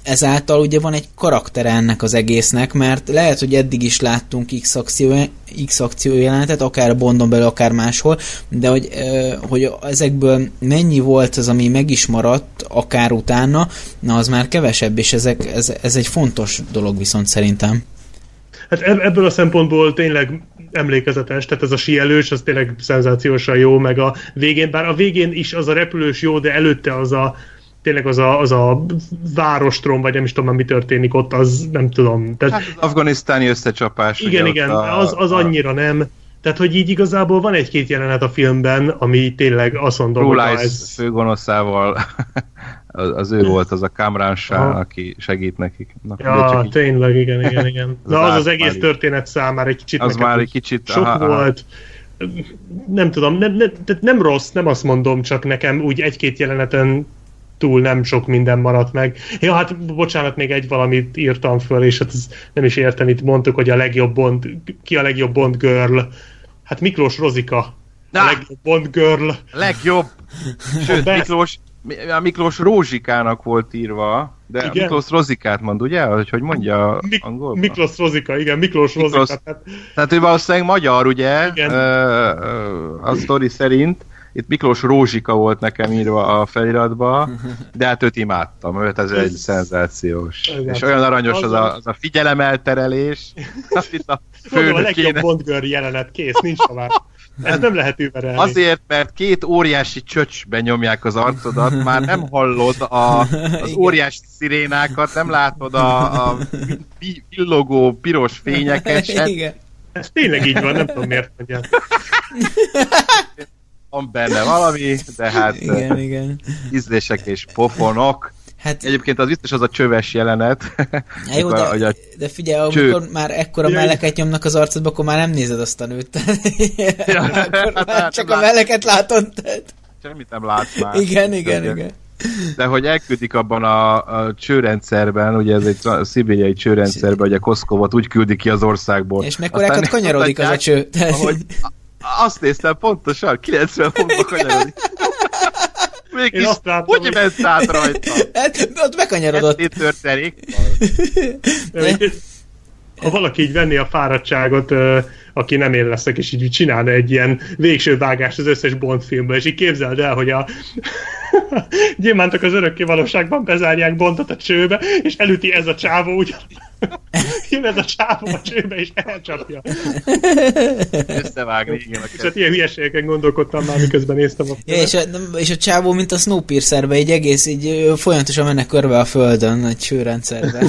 ezáltal ugye van egy karaktere ennek az egésznek, mert lehet, hogy eddig is láttunk X akció, X akció jelenetet, akár Bondon belül, akár máshol, de hogy, hogy ezekből mennyi volt az, ami meg is maradt, akár utána, na az már kevesebb, és ezek, ez, ez egy fontos dolog viszont szerintem. Hát ebből a szempontból tényleg emlékezetes, tehát ez a síelős, az tényleg szenzációsan jó, meg a végén, bár a végén is az a repülős jó, de előtte az a tényleg az a, az a várostrom, vagy nem is tudom, mi történik ott, az nem tudom. Tehát, hát az afganisztáni összecsapás. Igen, igen, a, az, az annyira nem. Tehát, hogy így igazából van egy-két jelenet a filmben, ami tényleg azt mondom, hogy ez... ez... főgonoszával az, az ő volt, az a Kamran Shah, aki segít nekik. Na, ja, tényleg, igen, igen, igen. Na, az az, az egész történet számára egy kicsit az már egy kicsit sok aha, volt. Aha. Nem tudom, nem, nem, tehát nem rossz, nem azt mondom, csak nekem úgy egy-két jeleneten túl nem sok minden maradt meg. Ja, hát bocsánat, még egy valamit írtam föl, és hát nem is értem, itt mondtuk, hogy a legjobb Bond, ki a legjobb Bond girl? Hát Miklós Rozika. Na, a legjobb Bond girl. Legjobb! Sőt, a Miklós, a Miklós Rózsikának volt írva, de igen? Miklós Rozikát mond, ugye? Hogy, hogy mondja Mik- angolban? Miklós Rozika, igen, Miklós Rozika. Tehát... tehát ő valószínűleg magyar, ugye? Igen. A sztori szerint. Itt Miklós Rózsika volt nekem írva a feliratba, de hát őt imádtam, őt ez egy szenzációs. Ez és olyan aranyos az, az, a, az a figyelemelterelés, amit a főnök a legjobb Bond-girl jelenet, kész, nincs tovább. Ez nem lehet überelni. Azért, mert két óriási csöcsbe nyomják az arcodat, már nem hallod a, az óriási szirénákat, nem látod a, a villogó piros fényeket sem. Ez tényleg így van, nem tudom miért mondjam. Van benne valami, de hát igen, uh, igen. ízlések és pofonok. Hát, egyébként az biztos az a csöves jelenet. Ja, jó, de, a, de figyelj, amikor már ekkora ja, melleket nyomnak az arcodba, akkor már nem nézed azt a nőt. Ja, akkor már csak a melleket látod. Semmit nem látsz már. Igen, igen, igen. igen. De hogy elküldik abban a, a csőrendszerben, ugye ez egy a szibériai csőrendszerben, hogy a Koszkovot úgy küldik ki az országból. És mekkorákat kanyarodik az a cső. Ahogy, azt néztem pontosan, kilencven fontba kanyarodik. Mégis, hogy ment át rajta? Hát, ott bekanyarodott. Ezt történik. Ha valaki így venné a fáradtságot, aki nem én leszek, és így csinálna egy ilyen végső vágást az összes Bond filmből, és így képzeld el, hogy a gyémántok az örökké valóságban bezárják Bondot a csőbe, és elüti ez a csávó, úgy jön ez a csávó a csőbe, és elcsapja. Összevágni, igen. És hát ilyen hülyeségeken gondolkodtam már, miközben néztem a ja, és, a, és a csávó, mint a Snowpiercerben, így egész, így folyamatosan mennek körbe a földön, egy csőrendszerben.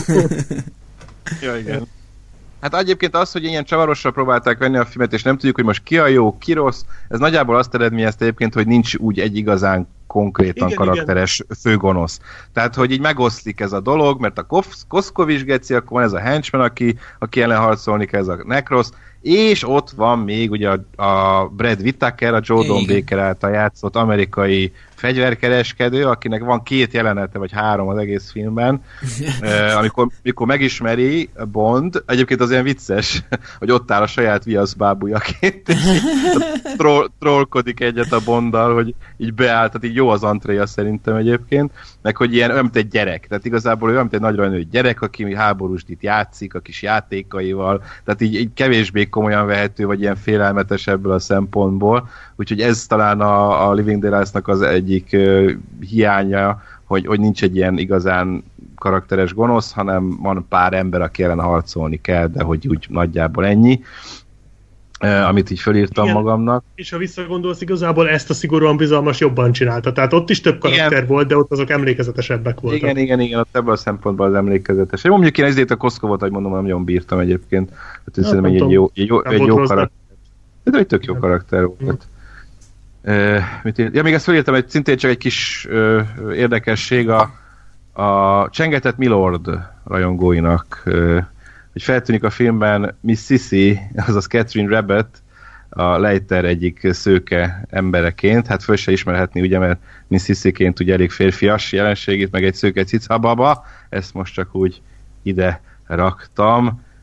Ja, igen. Hát egyébként az, hogy ilyen csavarosra próbálták venni a filmet, és nem tudjuk, hogy most ki a jó, ki rossz, ez nagyjából azt eredményezte egyébként, hogy nincs úgy egy igazán konkrétan igen, karakteres igen. főgonosz. Tehát, hogy így megoszlik ez a dolog, mert a Koszkovics geci, akkor van ez a henchman, aki, aki ellen harcolni kell, ez a Nekrosz, és ott van még ugye a, a Brad Whittaker, a Joe Don Baker által játszott amerikai fegyverkereskedő, akinek van két jelenete, vagy három az egész filmben, uh, amikor, amikor megismeri Bond, egyébként az ilyen vicces, hogy ott áll a saját viaszbábújaként, troll, trollkodik egyet a Bonddal, hogy így beáll, tehát így jó az antréja szerintem egyébként, meg hogy ilyen olyan, mint egy gyerek, tehát igazából olyan, mint egy nagyra nő gyerek, aki háborúst itt játszik, a kis játékaival, tehát így, így kevésbé komolyan vehető, vagy ilyen félelmetes ebből a szempontból, úgyhogy ez talán a, a Living Daylights-nak az egyik uh, hiánya, hogy, hogy nincs egy ilyen igazán karakteres gonosz, hanem van pár ember, aki ellen harcolni kell, de hogy úgy nagyjából ennyi, uh, amit így fölírtam igen, magamnak. És ha visszagondolsz, igazából ezt a szigorúan bizalmas jobban csinálta. Tehát ott is több karakter igen. volt, de ott azok emlékezetesebbek voltak. Igen, igen, igen, ott ebből a szempontból az emlékezetes. Mondjuk én ezért a Koszkovot, hogy mondom, nagyon bírtam egyébként. Hát ez szerintem egy jó, egy jó, egy jó karakter. Ez egy tök jó karakter volt. Uh, mit én, ja, még ezt felírtam, hogy szintén csak egy kis uh, érdekesség a, a Csengetett Milord rajongóinak, uh, hogy feltűnik a filmben Miss Sissy, azaz Catherine Rabbit, a Leiter egyik szőke embereként, hát föl se ismerhetni, ugye, mert Miss Sissy-ként ugye elég férfias jelenségét, meg egy szőke cicababa, ezt most csak úgy ide raktam.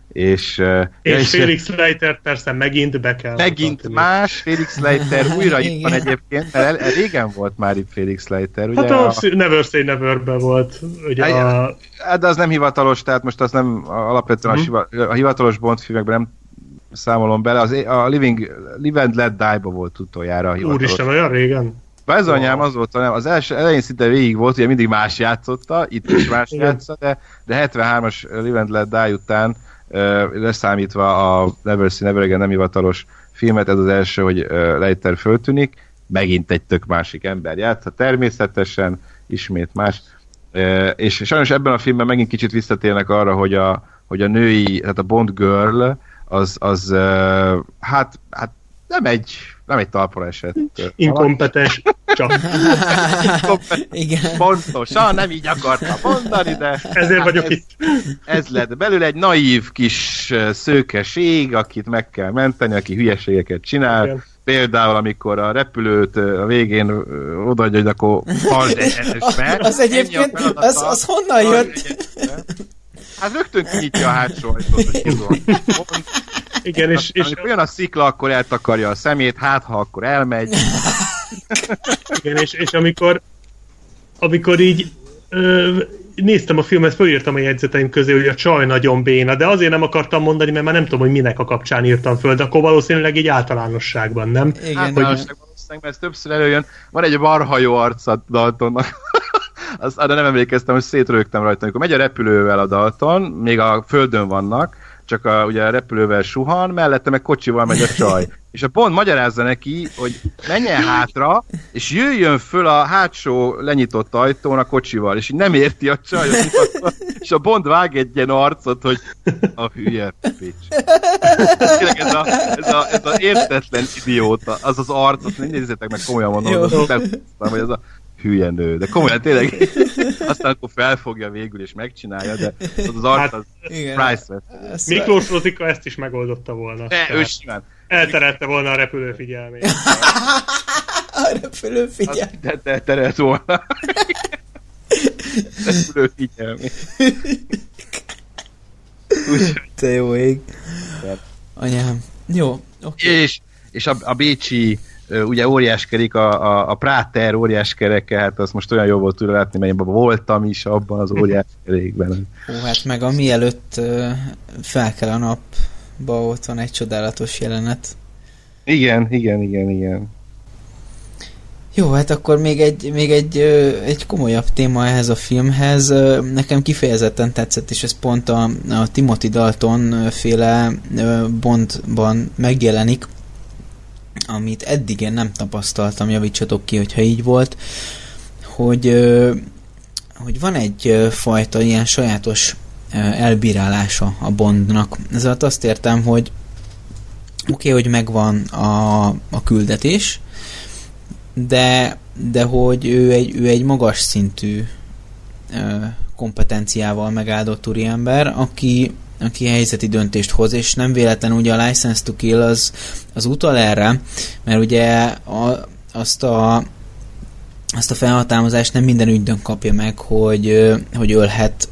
És, és, és Felix Leiter persze megint be kell. Megint mutatni. Más, Felix Leiter újra itt van egyébként, mert el, régen volt már itt Felix Leiter. Ugye hát a, a Never Say Never-ben volt. Ugye a... De az nem hivatalos, tehát most az nem alapvetően mm. a hivatalos Bond filmekben nem számolom bele. Az, a Living, Live and Let Die-ba volt utoljára a hivatalos. Úristen, olyan régen? Ez anyám az volt, az első elején szinte végig volt, ugye mindig más játszotta, itt is más játsza, de, de hetvenhármas Live and Let Die után leszámítva a Never Say Never Again nem hivatalos filmet, ez az első, hogy Leiter föltűnik, megint egy tök másik ember játsza, természetesen, ismét más, és sajnos ebben a filmben megint kicsit visszatérnek arra, hogy a, hogy a női, tehát a Bond girl, az, az hát, hát nem egy, nem egy talpra esett. Inkompetens, csak. Igen. Pontosan, nem így akartam mondani, de... Ezért vagyok ez, itt. Ez lett belőle egy naív kis szőkeség, akit meg kell menteni, aki hülyeségeket csinál. Igen. Például, amikor a repülőt a végén odaadja, hogy akkor halld egyenesbe. Az egyébként, az, az honnan jött? Hát rögtön kinyitja a hátsó ajtót, hogy kizol. Igen, és, és amikor jön a szikla, akkor eltakarja a szemét, hát ha akkor elmegy. Igen, és, és amikor amikor így ö, néztem a filmet, fölírtam a jegyzeteim közé, hogy a csaj nagyon béna, de azért nem akartam mondani, mert már nem tudom, hogy minek a kapcsán írtam föl, de akkor valószínűleg így általánosságban, nem? Igen, általánosságban valószínűleg, mert ez többször előjön. Van egy barhajó arca Daltonnak. Azt, de nem emlékeztem, hogy szétrögtem rajta. Amikor megy a repülővel a Dalton, még a földön vannak, csak a, ugye a repülővel suhan, mellette meg kocsival megy a csaj. És a Bond magyarázza neki, hogy menjen hátra, és jöjjön föl a hátsó lenyitott ajtón a kocsival, és így nem érti a csaj, és a Bond vág egy ilyen arcot, hogy a hülye pics. Tényleg ez a, ez, a, ez a értetlen idióta, az az arc, azt nem nézzétek meg, komolyan mondom, az nem, hogy ez a hülye nő, de komolyan tényleg aztán akkor felfogja végül és megcsinálja, de az az arc az hát, priceless. Miklós Rozika ezt is megoldotta volna. Ne, ő simán. Elterelte volna a repülő figyelmét. A repülő figyelmét. De te terelt volna. Repülő figyelmét. Te jó ég. Anyám. Jó, oké. Okay. És, és a, a bécsi ugye óriáskerik, a, a, a Práter óriáskereke, hát az most olyan jó volt tőle látni, mert én voltam is abban az óriáskerékben. Ó, hát meg a mielőtt uh, fel kell a napba, ott van egy csodálatos jelenet. Igen, igen, igen, igen. Jó, hát akkor még egy, még egy, egy komolyabb téma ehhez a filmhez. Nekem kifejezetten tetszett, és ez pont a, a Timothy Dalton féle Bondban megjelenik, amit eddig én nem tapasztaltam, javítsatok ki, hogyha így volt, hogy, hogy van egy fajta ilyen sajátos elbírálása a Bondnak. Ez alatt azt értem, hogy oké, okay, hogy megvan a, a küldetés, de, de hogy ő egy, ő egy magas szintű kompetenciával megáldott úriember, aki aki helyzeti döntést hoz, és nem véletlen ugye a License to Kill az, az utal erre, mert ugye a, azt, a, azt a felhatalmazást nem minden ügynök kapja meg, hogy, hogy ölhet,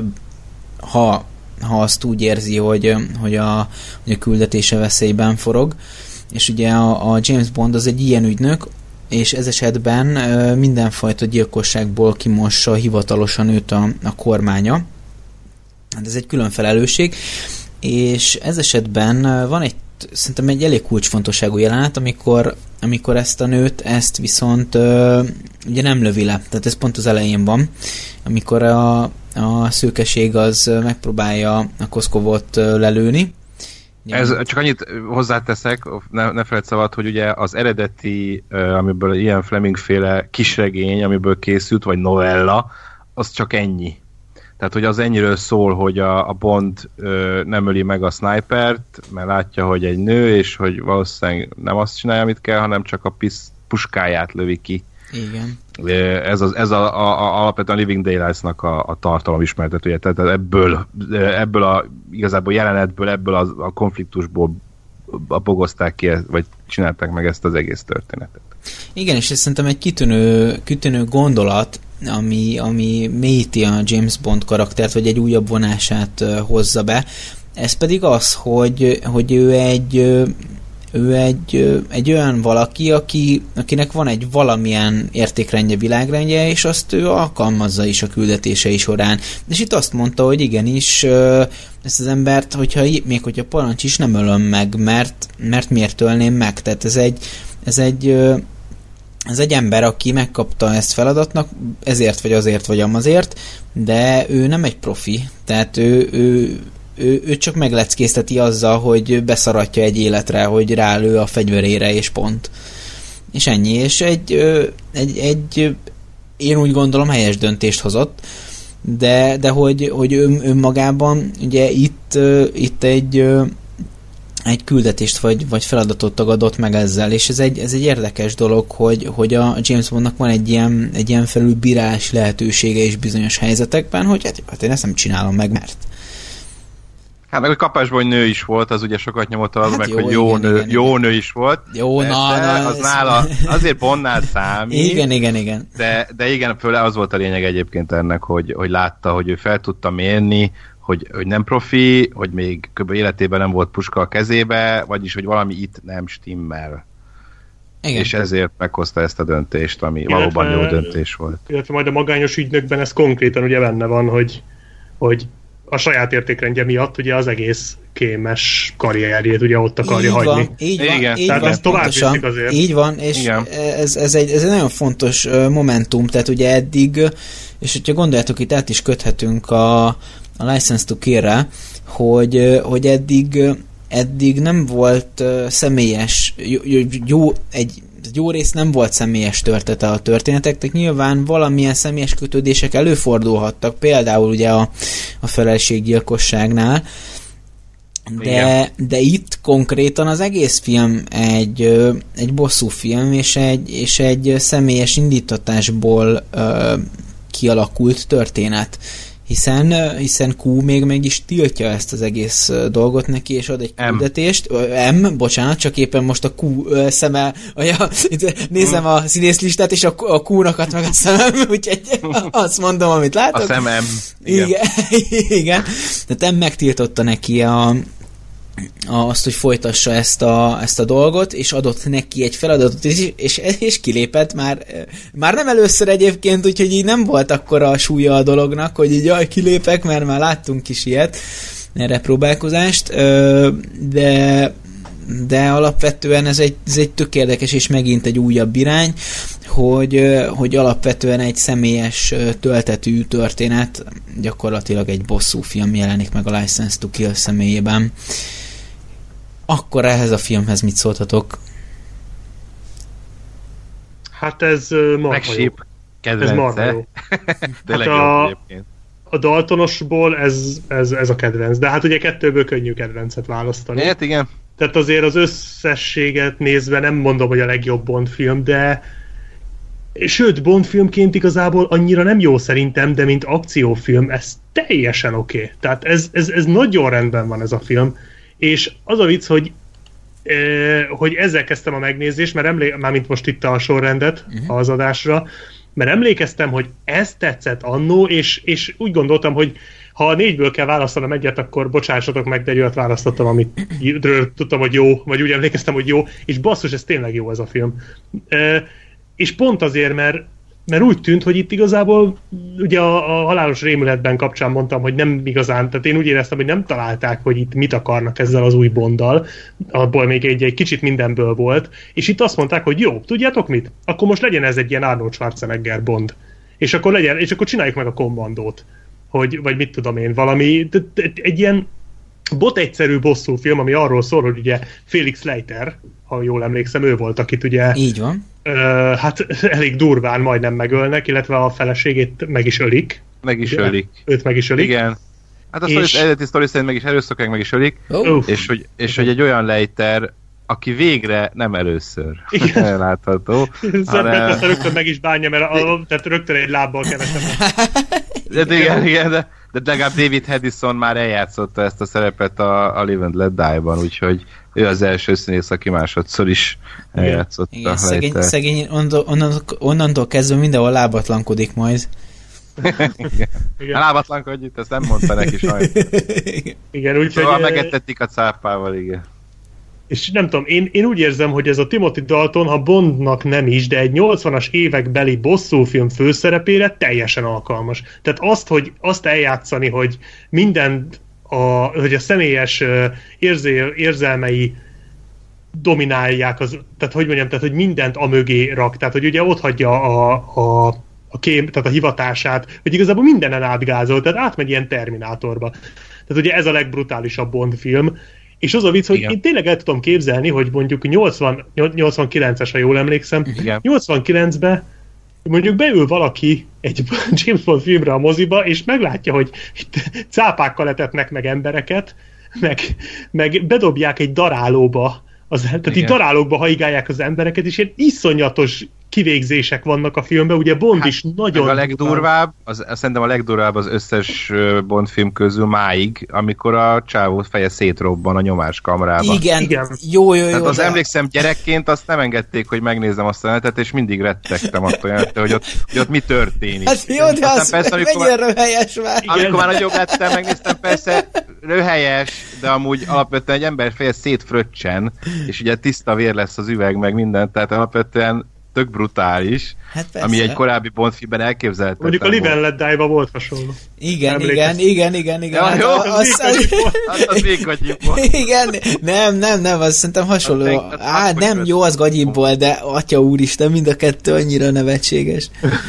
ha, ha azt úgy érzi, hogy, hogy, a, hogy a küldetése veszélyben forog. És ugye a, a James Bond az egy ilyen ügynök, és ez esetben mindenfajta gyilkosságból kimossa hivatalosan őt a, a kormánya. Hát ez egy külön felelősség, és ez esetben van egy, szerintem egy elég kulcsfontosságú jelenet, amikor, amikor ezt a nőt, ezt viszont uh, ugye nem lövi le, tehát ez pont az elején van, amikor a, a szőkeség az megpróbálja a Koszkovot lelőni. Ez, csak annyit hozzáteszek, ne, ne feled szabad, hogy ugye az eredeti, amiből ilyen Fleming-féle kisregény, amiből készült, vagy novella, az csak ennyi. Tehát, hogy az ennyiről szól, hogy a, a Bond ö, nem öli meg a snipert, mert látja, hogy egy nő, és hogy valószínűleg nem azt csinálja, amit kell, hanem csak a pisz, puskáját lövi ki. Igen. Ez, az, ez a, a, a, alapvetően a Living Daylights-nak a, a tartalom ismertetője. Tehát ebből, ebből a igazából jelenetből, ebből a, a konfliktusból bogozták ki, vagy csinálták meg ezt az egész történetet. Igen, és ez szerintem egy kitűnő, kitűnő gondolat, ami, ami mélyíti a James Bond karaktert, vagy egy újabb vonását hozza be, ez pedig az, hogy, hogy ő egy ő egy, egy olyan valaki, aki, akinek van egy valamilyen értékrendje, világrendje, és azt ő alkalmazza is a küldetései során. És itt azt mondta, hogy igenis ezt az embert, hogyha, még hogyha parancs is, nem ölöm meg, mert, mert miért ölném meg? Tehát ez egy, ez egy ez egy ember, aki megkapta ezt feladatnak, ezért vagy azért vagy amazért, de ő nem egy profi, tehát ő, ő Ő, ő csak megleckézteti azzal, hogy beszaratja egy életre, hogy rálő a fegyverére, és pont. És ennyi. És egy, egy, egy én úgy gondolom helyes döntést hozott, de, de hogy, hogy ön, önmagában ugye itt, itt egy, egy küldetést vagy, vagy feladatot tagadott meg ezzel, és ez egy, ez egy érdekes dolog, hogy, hogy a James Bondnak van egy ilyen, egy ilyen felülbírálási lehetősége is bizonyos helyzetekben, hogy hát, hát én ezt nem csinálom meg, mert hát meg, hogy kapásban nő is volt, az ugye sokat nyomott arra, hát meg, jó, hogy jó, igen, nő, igen, jó igen. nő is volt. Jó, na, na, az nála azért Bondnál számít. Igen, igen, igen. De, de igen, főle az volt a lényeg egyébként ennek, hogy, hogy látta, hogy ő fel tudta mérni, hogy, hogy nem profi, hogy még kb. Életében nem volt puska a kezébe, vagyis, hogy valami itt nem stimmel. Igen. És ezért meghozta ezt a döntést, ami illetve, valóban jó döntés volt. Illetve majd a magányos ügynökben ez konkrétan ugye benne van, hogy, hogy a saját értékrendje miatt ugye az egész kémes karrierjét ugye ott akarja így hagyni. Van, így van, igen. így tehát van, ez tovább pontosan, viszik azért. Így van, és ez, ez, egy, ez egy nagyon fontos momentum, tehát ugye eddig, és hogyha gondoljátok, itt át is köthetünk a, a License to Kill-re, hogy, hogy eddig, eddig nem volt személyes, jó, jó egy jó rész nem volt személyes története a történeteknek, nyilván valamilyen személyes kötődések előfordulhattak, például ugye a, a felelséggyilkosságnál, de, de itt konkrétan az egész film egy, egy bosszú film, és egy, és egy személyes indítatásból uh, kialakult történet. Hiszen, hiszen Q még meg is tiltja ezt az egész dolgot neki, és ad egy küldetést. M, bocsánat, csak éppen most a Q szeme, ja, nézem a színészlistát, és a, a Q-nakat meg a szemem, úgyhogy azt mondom, amit látok. A szemem. Igen. Igen. Igen. Tehát M megtiltotta neki a azt, hogy folytassa ezt a, ezt a dolgot, és adott neki egy feladatot, és, és, és kilépett már, már nem először egyébként, úgyhogy így nem volt akkora a súlya a dolognak, hogy így jaj, kilépek, mert már láttunk is ilyet, erre próbálkozást, de, de alapvetően ez egy, ez egy tök érdekes, és megint egy újabb irány, hogy, hogy alapvetően egy személyes töltetű történet, gyakorlatilag egy bosszú film jelenik meg a License to Kill személyében. Akkor ehhez a filmhez mit szóltatok? Hát ez marha jó. Ez marha jó. Tényleg hát jó a, egyébként. A Daltonosból ez, ez, ez a kedvenc. De hát ugye kettőből könnyű kedvencet választani. Hát igen. Tehát azért az összességet nézve nem mondom, hogy a legjobb Bond film, de sőt, Bond filmként igazából annyira nem jó szerintem, de mint akciófilm ez teljesen oké. Okay. Tehát ez, ez, ez nagyon rendben van ez a film. És az a vicc, hogy, eh, hogy ezzel kezdtem a megnézést, mert emlé- mármint most itt a sorrendet uh-huh. az adásra, mert emlékeztem, hogy ez tetszett annó, és, és úgy gondoltam, hogy ha a négyből kell választanom egyet, akkor bocsássatok meg, de egy olyat választottam, amit tudtam, hogy jó, vagy úgy emlékeztem, hogy jó, és basszus, ez tényleg jó ez a film. Eh, és pont azért, mert mert úgy tűnt, hogy itt igazából ugye a, a halálos rémületben kapcsán mondtam, hogy nem igazán, tehát én úgy éreztem, hogy nem találták, hogy itt mit akarnak ezzel az új Bonddal, abból még egy, egy kicsit mindenből volt, és itt azt mondták, hogy jó, tudjátok mit? Akkor most legyen ez egy ilyen Arnold Schwarzenegger Bond. És akkor legyen, és akkor csináljuk meg a kommandót. Hogy, vagy mit tudom én, valami, egy ilyen bot egyszerű bosszú film, ami arról szól, hogy ugye Felix Leiter, ha jól emlékszem, ő volt, akit ugye így van. Uh, hát elég durván majdnem megölnek, illetve a feleségét meg is ölik. Meg is ugye? ölik. Őt meg is ölik. Igen. Hát az és... eredeti sztori szerint meg is erőszakják, meg is ölik. Oh. És, hogy, és hogy egy olyan Leiter, aki végre nem először látható. Hanem... rögtön meg is bánja, mert a, tehát rögtön egy lábbal kevesebb. De igen, igen, de, de legalább David Hedison már eljátszotta ezt a szerepet a, a Live and Let Die-ban, úgyhogy ő az első színész, aki másodszor is eljátszotta. Igen, szegény, szegény onnantól, onnantól kezdve mindenhol lábatlankodik majd. Igen. Lábatlankodj itt, ezt nem mondta neki sajnos. Igen, úgyhogy... Szóval megettetik a cápával, igen. És nem tudom, én, én úgy érzem, hogy ez a Timothy Dalton, ha Bondnak nem is, de egy nyolcvanas évekbeli bosszúfilm főszerepére teljesen alkalmas. Tehát azt, hogy azt eljátszani, hogy minden a, hogy a személyes érzé, érzelmei dominálják, az, tehát hogy mondjam, tehát hogy mindent a mögé rak, tehát hogy ugye ott hagyja a, a, a kém, tehát a hivatását, hogy igazából mindenen átgázol, tehát átmegy ilyen Terminátorba. Tehát ugye ez a legbrutálisabb Bond film, és az a vicc, hogy igen. Én tényleg el tudom képzelni, hogy mondjuk nyolcvan, nyolcvankilences, ha jól emlékszem, igen. nyolcvankilencben mondjuk beül valaki egy James Bond filmre a moziba, és meglátja, hogy cápákkal etetnek meg embereket, meg, meg bedobják egy darálóba, az, tehát így darálókba haigálják az embereket, és ilyen iszonyatos kivégzések vannak a filmben, ugye Bond hát, is nagyon... A legdurvább, az, szerintem a legdurvább az összes Bond film közül máig, amikor a csávó feje szétrobban a nyomáskamrában. Igen, Igen. jó, jó, jó. Tehát az de... emlékszem, gyerekként azt nem engedték, hogy megnézzem azt a netet, és mindig rettegtem attól, hogy ott, hogy ott mi történik. Hát jó, de az persze, mennyire röhelyes már. Amikor már nagyobb lettem, megnéztem, persze röhelyes, de amúgy alapvetően egy ember feje szétfröccsen, és ugye tiszta vér lesz az üveg, meg minden, tehát alapvetően tök brutális, hát ami egy korábbi Bond filmben elképzelhetetlen. Mondjuk a Live and Let Die-ba volt hasonló. Igen, igen, igen, igen, igen. Ja, hát jó, az, az, az, az még gagyibb volt. Igen, nem, nem, nem, az szerintem hasonló. Az Á, nem jó, az gagyibb volt, de atya úristen, mind a kettő annyira nevetséges.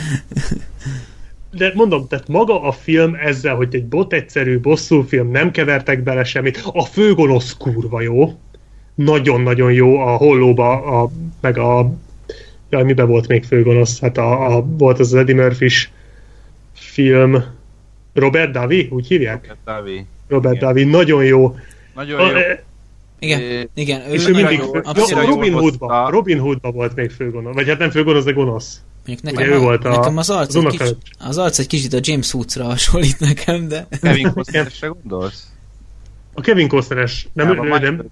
De mondom, tehát maga a film ezzel, hogy egy bot egyszerű bosszúfilm, nem kevertek bele semmit, a főgonosz kurva jó, nagyon-nagyon jó, a Hollóba, a, meg a ja, miben volt még főgonosz? Hát a, a, volt az, az Eddie Murphy-s film Robert Davi, úgy hívják? Robert Davi. Robert igen. Davi, nagyon jó. Nagyon a, jó. E, igen, é, igen. És ő mindig, jó, jó, Robin Hoodba, Robin Hoodba volt még főgonosz. Vagy hát nem főgonosz, de gonosz. Mondjuk nekem, ő volt a, nekem az, arc az, egy kicsit, az arc egy kicsit a James Woods-ra hasonlít nekem, de... Kevin Costner-esre gondolsz? A Kevin Costner-es. Nem, ja, ő, nem.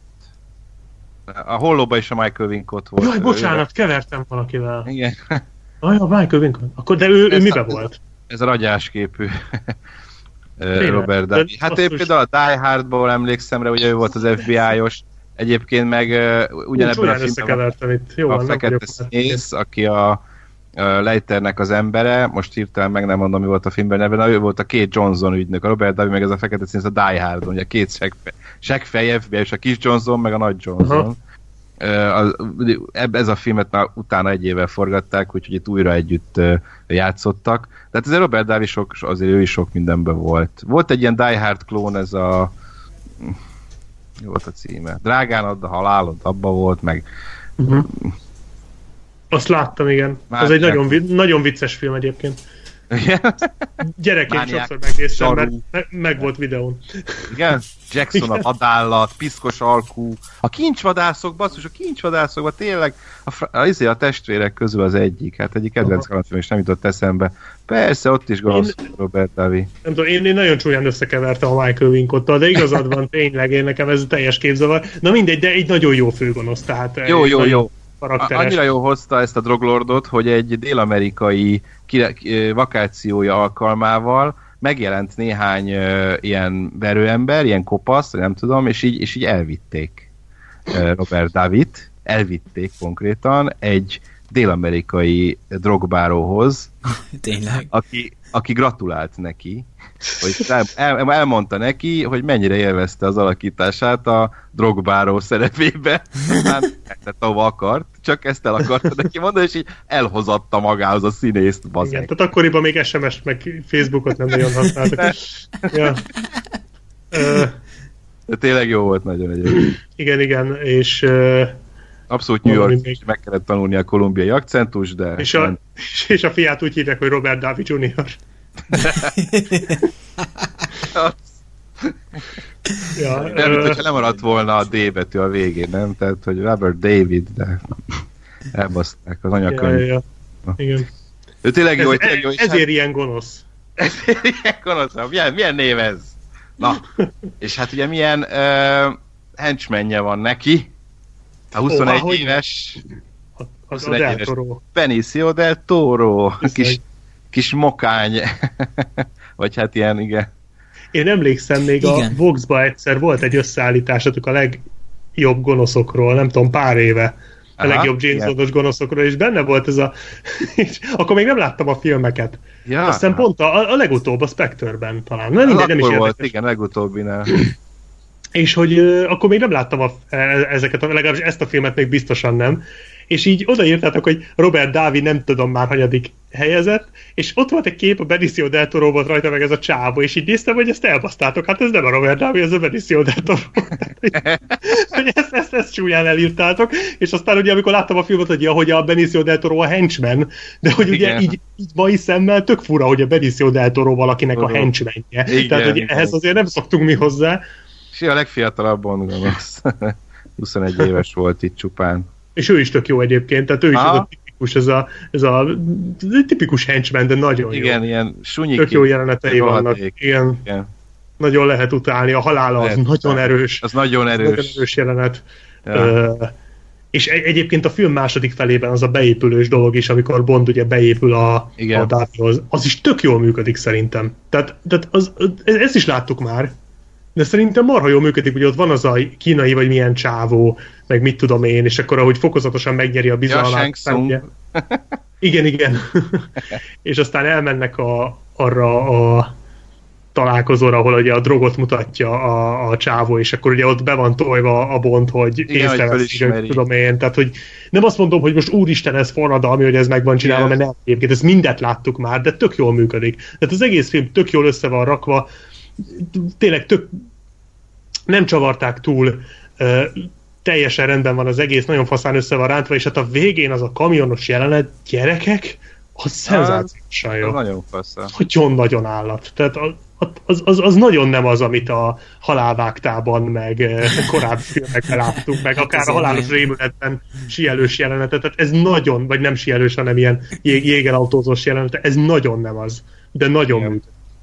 A Hollóba is a Michael Wincott volt. Jaj, bocsánat, kevertem valakivel. Igen. Aj, a Michael Wincott. Akkor, de ő, ő miben volt? Ez a ragyásképű Robert Davi. Hát én például a Die Hardból emlékszem rá, ugye ő volt az ef bé i-os. Egyébként meg uh, ugyanebben a filmben itt. Jó, a fekete színész, aki a, a Leiternek az embere, most hirtelen meg nem mondom, mi volt a filmben neve, ő volt a két Johnson ügynök, a Robert Davi meg ez a fekete színész a Die Hardon, ugye a két seggfej ef bé i, és a kis Johnson, meg a nagy Johnson. Uh, ez a filmet már utána egy évvel forgatták, úgyhogy itt újra együtt uh, játszottak. Tehát ez a Robert Davi sok, azért ő is sok mindenben volt. Volt egy ilyen Die Hard klón, ez a mi volt a címe? Drágán add a halálod, abba volt, meg uh-huh. Azt láttam, igen. Már ez egy nagyon, nagyon vicces film egyébként. Gyerekként sokszor megnéztem, mert meg, meg volt videón. Igen? Jackson a vadállat, piszkos alkú. A kincsvadászok, basszus, a kincsvadászokban tényleg a, a, a, a testvérek közül az egyik. Hát egyik kedvenc kalandfilm is nem jutott eszembe. Persze, ott is gonosz Robert Davi. Nem tudom, én, én nagyon csúnyán összekevertem a Michael Wincottal, de igazad van, tényleg, én nekem ez teljes képzavar. Na mindegy, de egy nagyon jó főgonosz, tehát... Jó, jó, jó. Karakteres. Annyira jó hozta ezt a droglordot, hogy egy dél-amerikai vakációja alkalmával megjelent néhány uh, ilyen verőember, ilyen kopasz, nem tudom, és így, és így elvitték uh, Robert Davit, elvitték konkrétan egy dél-amerikai drogbáróhoz, tényleg, aki, aki gratulált neki, hogy el, elmondta neki, hogy mennyire élvezte az alakítását a drogbáró szerepébe, aztán megtette, ahova akart, csak ezt el akarta neki mondani, és így elhozatta magához a színészt, bazeg. Igen, tehát akkoriban még es em es-t meg Facebookot nem nagyon használtak. Ja. De tényleg jó volt nagyon egyébként. Igen, igen, és... Uh, abszolút New York, és meg kellett tanulni a kolumbiai akcentus, de... És a, és a fiát úgy hívják, hogy Robert Davi junior ja, nem, mint hogyha lemaradt volna a D betű a végén, nem? Tehát, hogy Robert David, de elbaszták az anyakönyv. Ja, ja, ja. Igen. Ő tényleg jó, ez, tényleg jó. Ezért hát, ilyen gonosz. Ezért ilyen gonosz. Milyen, milyen név ez? Na, és hát ugye milyen uh, henchmenje van neki? A huszonegy oh, éves... Az a Del Toro. Benicio del Toro. Kis kis mokány, vagy hát ilyen, igen. Én emlékszem, még igen. A Vox-ba egyszer volt egy összeállításatok a legjobb gonoszokról, nem tudom, pár éve. A Aha, legjobb James Bond-os gonoszokról, és benne volt ez a... és akkor még nem láttam a filmeket. Ja. Aztán pont a, a legutóbb, a Spectre-ben talán. Nem, mindegy, nem is volt, érdekes. igen, legutóbbinál. És hogy uh, akkor még nem láttam a, ezeket, legalábbis ezt a filmet még biztosan nem. És így odaírtátok, hogy Robert Davi nem tudom már hanyadik helyezett, és ott volt egy kép, a Benicio del Toro volt rajta, meg ez a csávó, és így néztem, hogy ezt elbasztátok, hát ez nem a Robert Davi, ez a Benicio del Toro. hogy ezt, ezt, ezt csúnyán elírtátok, és aztán ugye amikor láttam a filmet, hogy, ja, hogy a Benicio del Toro a henchman, de hogy ugye így, így mai szemmel tök fura, hogy a Benicio del Toro valakinek a henchmanje. Tehát, hogy igen. Ehhez azért nem szoktunk mi hozzá. És a legfiatalabb Bond gonosz. huszonegy éves volt itt csupán. És ő is tök jó egyébként, tehát ő is az a tipikus, ez a, ez a tipikus henchman, de nagyon igen, jó. Ilyen sunyiki. Tök jó jelenetei vannak. Igen. Igen. Nagyon lehet utálni, a halála lehet, az nagyon erős. Az nagyon erős. Nagyon erős jelenet. Ja. Uh, és egy, egyébként a film második felében az a beépülős dolog is, amikor Bond ugye beépül a, a Davihoz, az is tök jól működik szerintem. Tehát, tehát az, ezt is láttuk már. De szerintem marha jól működik, hogy ott van az a kínai, vagy milyen csávó, meg mit tudom én, és akkor ahogy fokozatosan megnyeri a bizalmát. Ja, igen, igen. és aztán elmennek a, arra a találkozóra, ahol ugye a drogot mutatja a, a csávó, és akkor ugye ott be van tojva a Bond, hogy észreveszik, hogy tudom én. Tehát, hogy nem azt mondom, hogy most úristen, ez forradalmi, hogy ez meg van csinálva, yes. mert nem egyébként, ezt mindet láttuk már, de tök jól működik. Tehát az egész film tök jól össze van rakva, tényleg tök nem csavarták túl, uh, teljesen rendben van az egész, nagyon faszán össze van rántva, és hát a végén az a kamionos jelenet, gyerekek, az szenzációsan jó. Az nagyon faszán. Nagyon-nagyon állat. Tehát az, az, az nagyon nem az, amit a Halálvágtában, meg korábbi filmekben láttuk, meg akár a Halálos rémületben sielős jelenetet, tehát ez nagyon, vagy nem sielős, hanem ilyen jég, jégelautózós jelenet, ez nagyon nem az, de nagyon működött.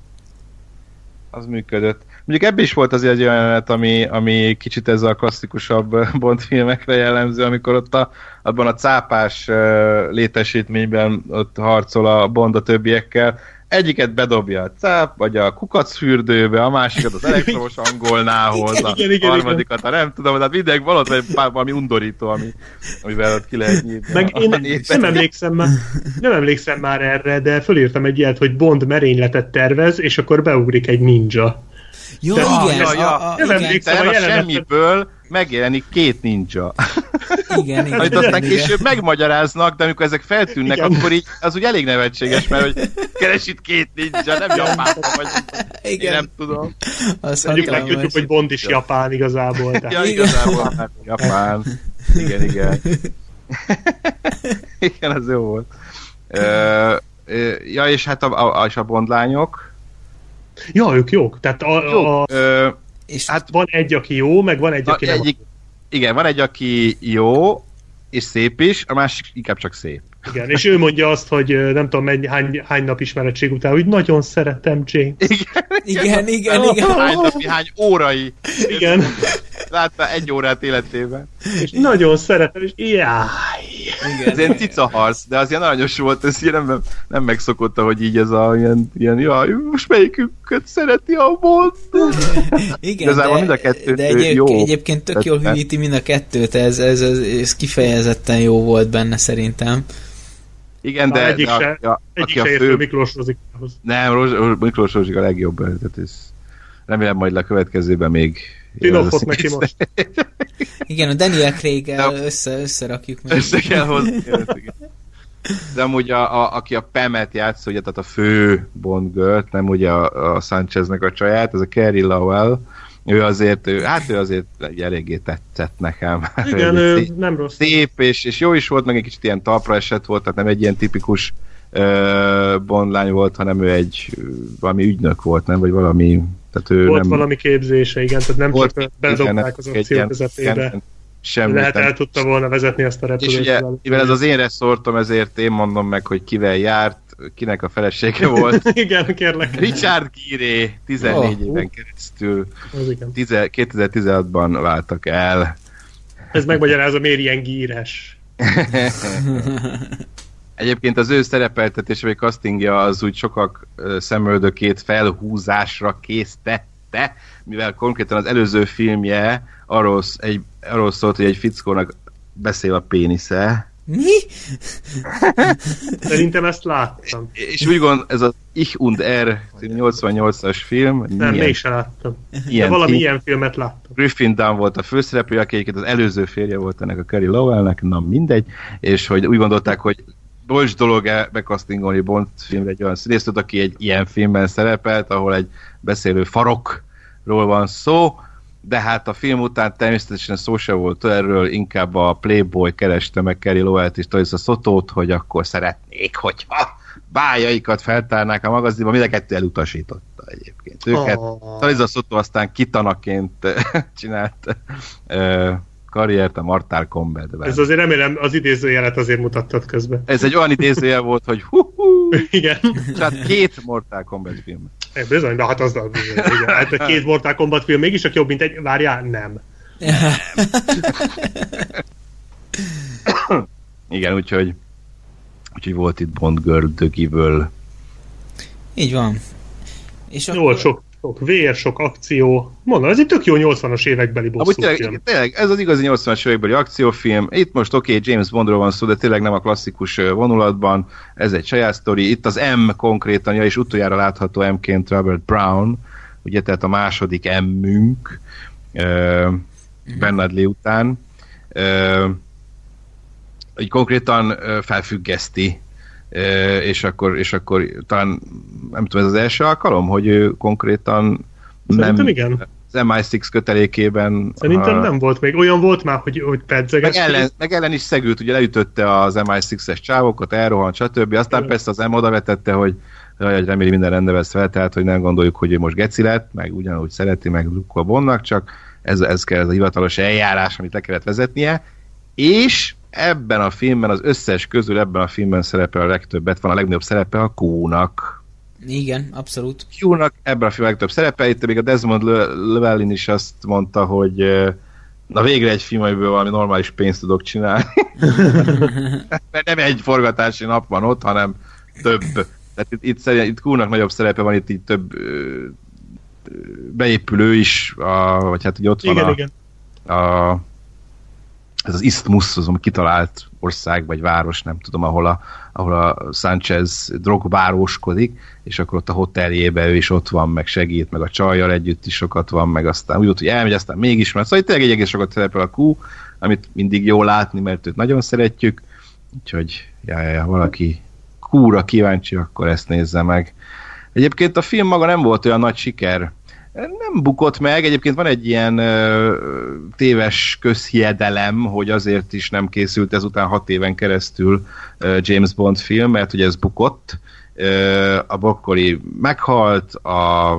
Az működött. Mondjuk ebben is volt azért egy jelenet, ami, ami kicsit ez a klasszikusabb Bond filmekre jellemző, amikor ott a, abban a cápás létesítményben ott harcol a Bond a többiekkel. Egyiket bedobja a cáp, vagy a kukacfürdőbe, a másikat az elektromos angolnához, a igen, igen, harmadikat, a nem tudom, tehát mindenki valami, valami undorító, ami, amivel ott ki lehet nyitni. Meg én nem emlékszem, már, nem emlékszem már erre, de fölírtam egy ilyet, hogy Bond merényletet tervez, és akkor beugrik egy ninja. Jó, de, igen. Ja, ja, a, a, nem igen. emlékszem, a semmiből megjelenik két ninja. Igen, igen. Amit aztán igen. később megmagyaráznak, de amikor ezek feltűnnek, igen. akkor így az úgy elég nevetséges, mert hogy keres itt két ninja, nem japán vagy. Igen. Én nem tudom. Mondjuk megtudjuk, hogy Bond is japán igazából. Tehát. Ja, igazából hát japán. Igen, igen. Igen, az jó volt. Uh, ja, és hát a, a, a Bond lányok. Ja, ők jók. Tehát a, jó. a, Ö, és hát van egy, aki jó, meg van egy, aki nem. Egyik, igen, van egy, aki jó, és szép is, a másik inkább csak szép. Igen, és ő mondja azt, hogy nem tudom, mennyi, hány, hány nap ismerettség után, hogy nagyon szeretem James. Igen, igen, igen. igen. Hány napi, hány órai. Igen. Látta egy órát életében. És nagyon szeretem, és jáj. Igen. Ez ilyen cica harc, de az ilyen aranyos volt, ez ilyen nem, nem megszokotta, hogy így ez a ilyen, ilyen jaj, most melyikünket szereti a Bond. Igen, de, mind a kettő de egyéb, jó. Egyébként tök jól hűíti mind a kettőt, ez, ez, ez, ez kifejezetten jó volt benne szerintem. Igen, de, egyik de se, a, a, egyik se értő Miklós Rozsikához. Nem, Roz, Miklós Rozsika a legjobb, tehát ez remélem majd a következőben még Tinofot neki most. Igen, a Daniel Craig-el össze, összerakjuk meg. Össze kell hozni. De amúgy a, a, aki a Pam-et játsz, ugye, tehát a fő Bond girl-t, nem ugye a, a Sancheznek a csaját, ez a Carrie Lowell, ő azért, ő, hát ő azért eléggé tetszett nekem. Igen, ő szép, nem rossz. Szép, és, és jó is volt, meg egy kicsit ilyen talpra esett volt, tehát nem egy ilyen tipikus uh, Bond lány volt, hanem ő egy valami ügynök volt, nem? Vagy valami... Tehát ő volt nem... valami képzése, igen, tehát nem volt, csak bedobták az opció közepébe. Lehet el tudta volna vezetni ezt a repülőt. És ugye, mivel ez az én reszortom, ezért én mondom meg, hogy kivel járt, kinek a felesége volt. Igen, kérlek. Richard Gere tizennégy oh, éven keresztül kétezer-tizenhatban váltak el. Ez megmagyarázza, miért ilyen gíres. Egyébként az ő szerepeltetése vagy castingja az úgy sokak szemöldökét felhúzásra késztette, mivel konkrétan az előző filmje arról, egy, arról szólt, hogy egy fickónak beszél a pénisze. Mi? Szerintem ezt láttam. És úgy gond, ez az Ich und Er nyolcvannyolcas film. Nem, mégsem láttam. Ilyen, de valami film. Ilyen filmet láttam. Griffin Dunn volt a főszereplő, aki egyébként az előző férje volt ennek a Carey Lowellnek, na mindegy, és hogy úgy gondolták, hogy bocs dolog-e bekasztingolni Bond filmre egy olyan színészt, aki egy ilyen filmben szerepelt, ahol egy beszélő farokról van szó, de hát a film után természetesen szó se volt erről, inkább a Playboy kereste meg Carey Lowellt és Talisa Sottót, hogy akkor szeretnék, hogyha bájaikat feltárnák a magazinban, mind a kettő elutasította egyébként. Őket oh. Talisa Sottó aztán kitanaként csinált uh, karriert a Mortal Kombatben. Ez azért remélem az idézőjelet azért mutattad közben. Ez egy olyan idézőjel volt, hogy hú-hú, igen. Tehát két Mortal Kombat film. É, bizony, de hát az igen. Hát a két Mortal Kombat film mégis csak jobb, mint egy... Várjál, nem. Igen, úgyhogy úgyhogy volt itt Bond Girl dögiből. Így van. És akkor... Jó, sok, sok vér, sok akció. Mondom, ez egy tök jó nyolcvanas évekbeli bosszúfilm. Tényleg, ez az igazi nyolcvanas évekbeli akciófilm. Itt most oké, okay, James Bondról van szó, de tényleg nem a klasszikus vonulatban. Ez egy saját sztori. Itt az M konkrétan, ja, és utoljára látható M-ként Robert Brown, ugye, tehát a második M-münk uh, Ben Lee után. Uh, így konkrétan uh, felfüggeszti, uh, és, akkor, és akkor talán, nem tudom, ez az első alkalom, hogy ő konkrétan Szerintem nem, igen. az em i hat kötelékében... Szerintem uh, nem volt még. Olyan volt már, hogy, hogy pedzeges. Meg ellen, meg ellen is szegült, ugye leütötte az em i hatos-es csávokat, elrohant, stb. Aztán ja. Persze az M oda vetette, hogy jaj, reméli minden rendbe vesz fel, tehát hogy nem gondoljuk, hogy ő most geci lett, meg ugyanúgy szereti, meg lukkol Bondnak, csak ez, ez kell, ez a hivatalos eljárás, amit le kellett vezetnie, és ebben a filmben, az összes közül ebben a filmben szerepel a legtöbbet, van a legnagyobb szerepe a Q-nak. Igen, abszolút. Q-nak ebben a filmben a legtöbb szerepe, itt még a Desmond Llewellyn is azt mondta, hogy na végre egy film, amiből valami normális pénzt tudok csinálni. Mert nem egy forgatási nap van ott, hanem több. Tehát itt, itt, itt Q-nak nagyobb szerepe van, itt így több ö, beépülő is, a, vagy hát ugye ott igen, van a, igen. a ez az Isthmus, az, ami kitalált ország vagy város, nem tudom, ahol a, ahol a Sanchez drogbáróskodik, és akkor ott a hoteljében ő is ott van, meg segít, meg a csajjal együtt is sokat van, meg aztán úgy, hogy elmegy, aztán mégis, mert szóval tényleg egy egész sokat szerepel a Q, amit mindig jó látni, mert őt nagyon szeretjük, úgyhogy já, já, já, valaki Q-ra kíváncsi, akkor ezt nézze meg. Egyébként a film maga nem volt olyan nagy siker, nem bukott meg, egyébként van egy ilyen ö, téves közhiedelem, hogy azért is nem készült ezután hat éven keresztül ö, James Bond film, mert ugye ez bukott. Ö, a Broccoli meghalt, a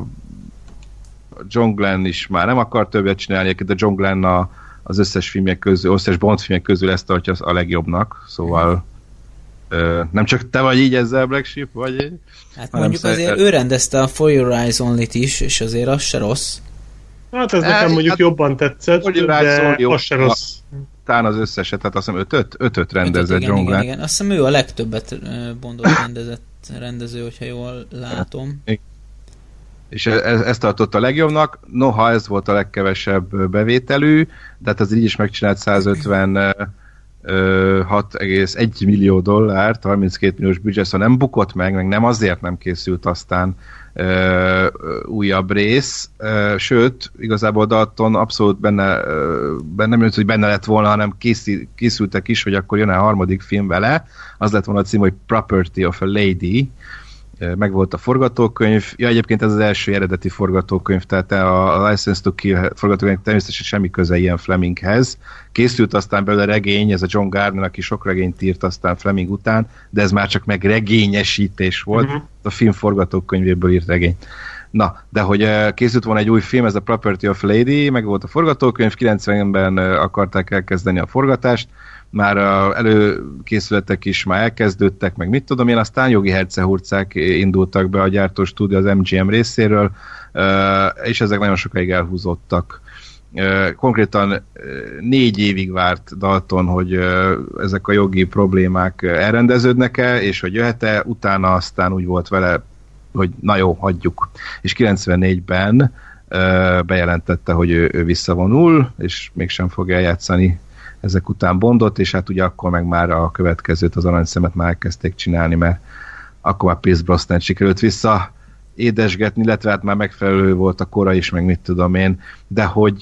John Glenn is már nem akar többet csinálni, de John Glenn a, az összes filmek közül, összes Bond filmek közül ezt tartja a legjobbnak, szóval ö, nem csak te vagy így ezzel, Black Sheep, vagy... Hát mondjuk szer- azért ő rendezte a For Your Eyes Only-t is, és azért az se rossz. Hát ez nekem mondjuk hát jobban tetszett, de az se rossz. Talán az összeset, tehát azt hiszem ötöt, ötöt rendezett John Glenn. Igen, igen. Azt hiszem ő a legtöbbet Bondot rendezett rendező, hogyha jól látom. És ez, ez tartott a legjobbnak, noha ez volt a legkevesebb bevételű, de hát az így is megcsinált százötvenhat egész egy millió dollárt, harminckét milliós büdzsé, szóval nem bukott meg, meg nem azért nem készült aztán ö, újabb rész, ö, sőt, igazából Dalton abszolút benne, ö, benne nem jött, hogy benne lett volna, hanem készít, készültek is, hogy akkor jön a harmadik film vele, az lett volna a cím, hogy Property of a Lady, meg volt a forgatókönyv. Ja, egyébként ez az első eredeti forgatókönyv, tehát a License to Kill forgatókönyv természetesen semmi köze Ian Fleminghez. Készült aztán belőle regény, ez a John Gardner, aki sok regényt írt aztán Fleming után, de ez már csak meg regényesítés volt. Uh-huh. A film forgatókönyvéből írt regény. Na, de hogy készült volna egy új film, ez a Property of a Lady, meg volt a forgatókönyv, kilencvenben akarták elkezdeni a forgatást, már előkészületek is már elkezdődtek, meg mit tudom én, aztán jogi hercehurcák indultak be a gyártó stúdió az em gé em részéről, és ezek nagyon sokáig elhúzódtak. konkrétan négy évig várt Dalton, hogy ezek a jogi problémák elrendeződnek-e, és hogy jöhet-e, utána aztán úgy volt vele, hogy na jó, hagyjuk. És kilencvennégyben bejelentette, hogy ő, ő visszavonul, és mégsem fog eljátszani ezek után Bondot, és hát ugye akkor meg már a következőt, az Aranyszemet már elkezdték csinálni, mert akkor már Pierce Brosnan sikerült vissza édesgetni, illetve hát már megfelelő volt a kora is, meg mit tudom én, de hogy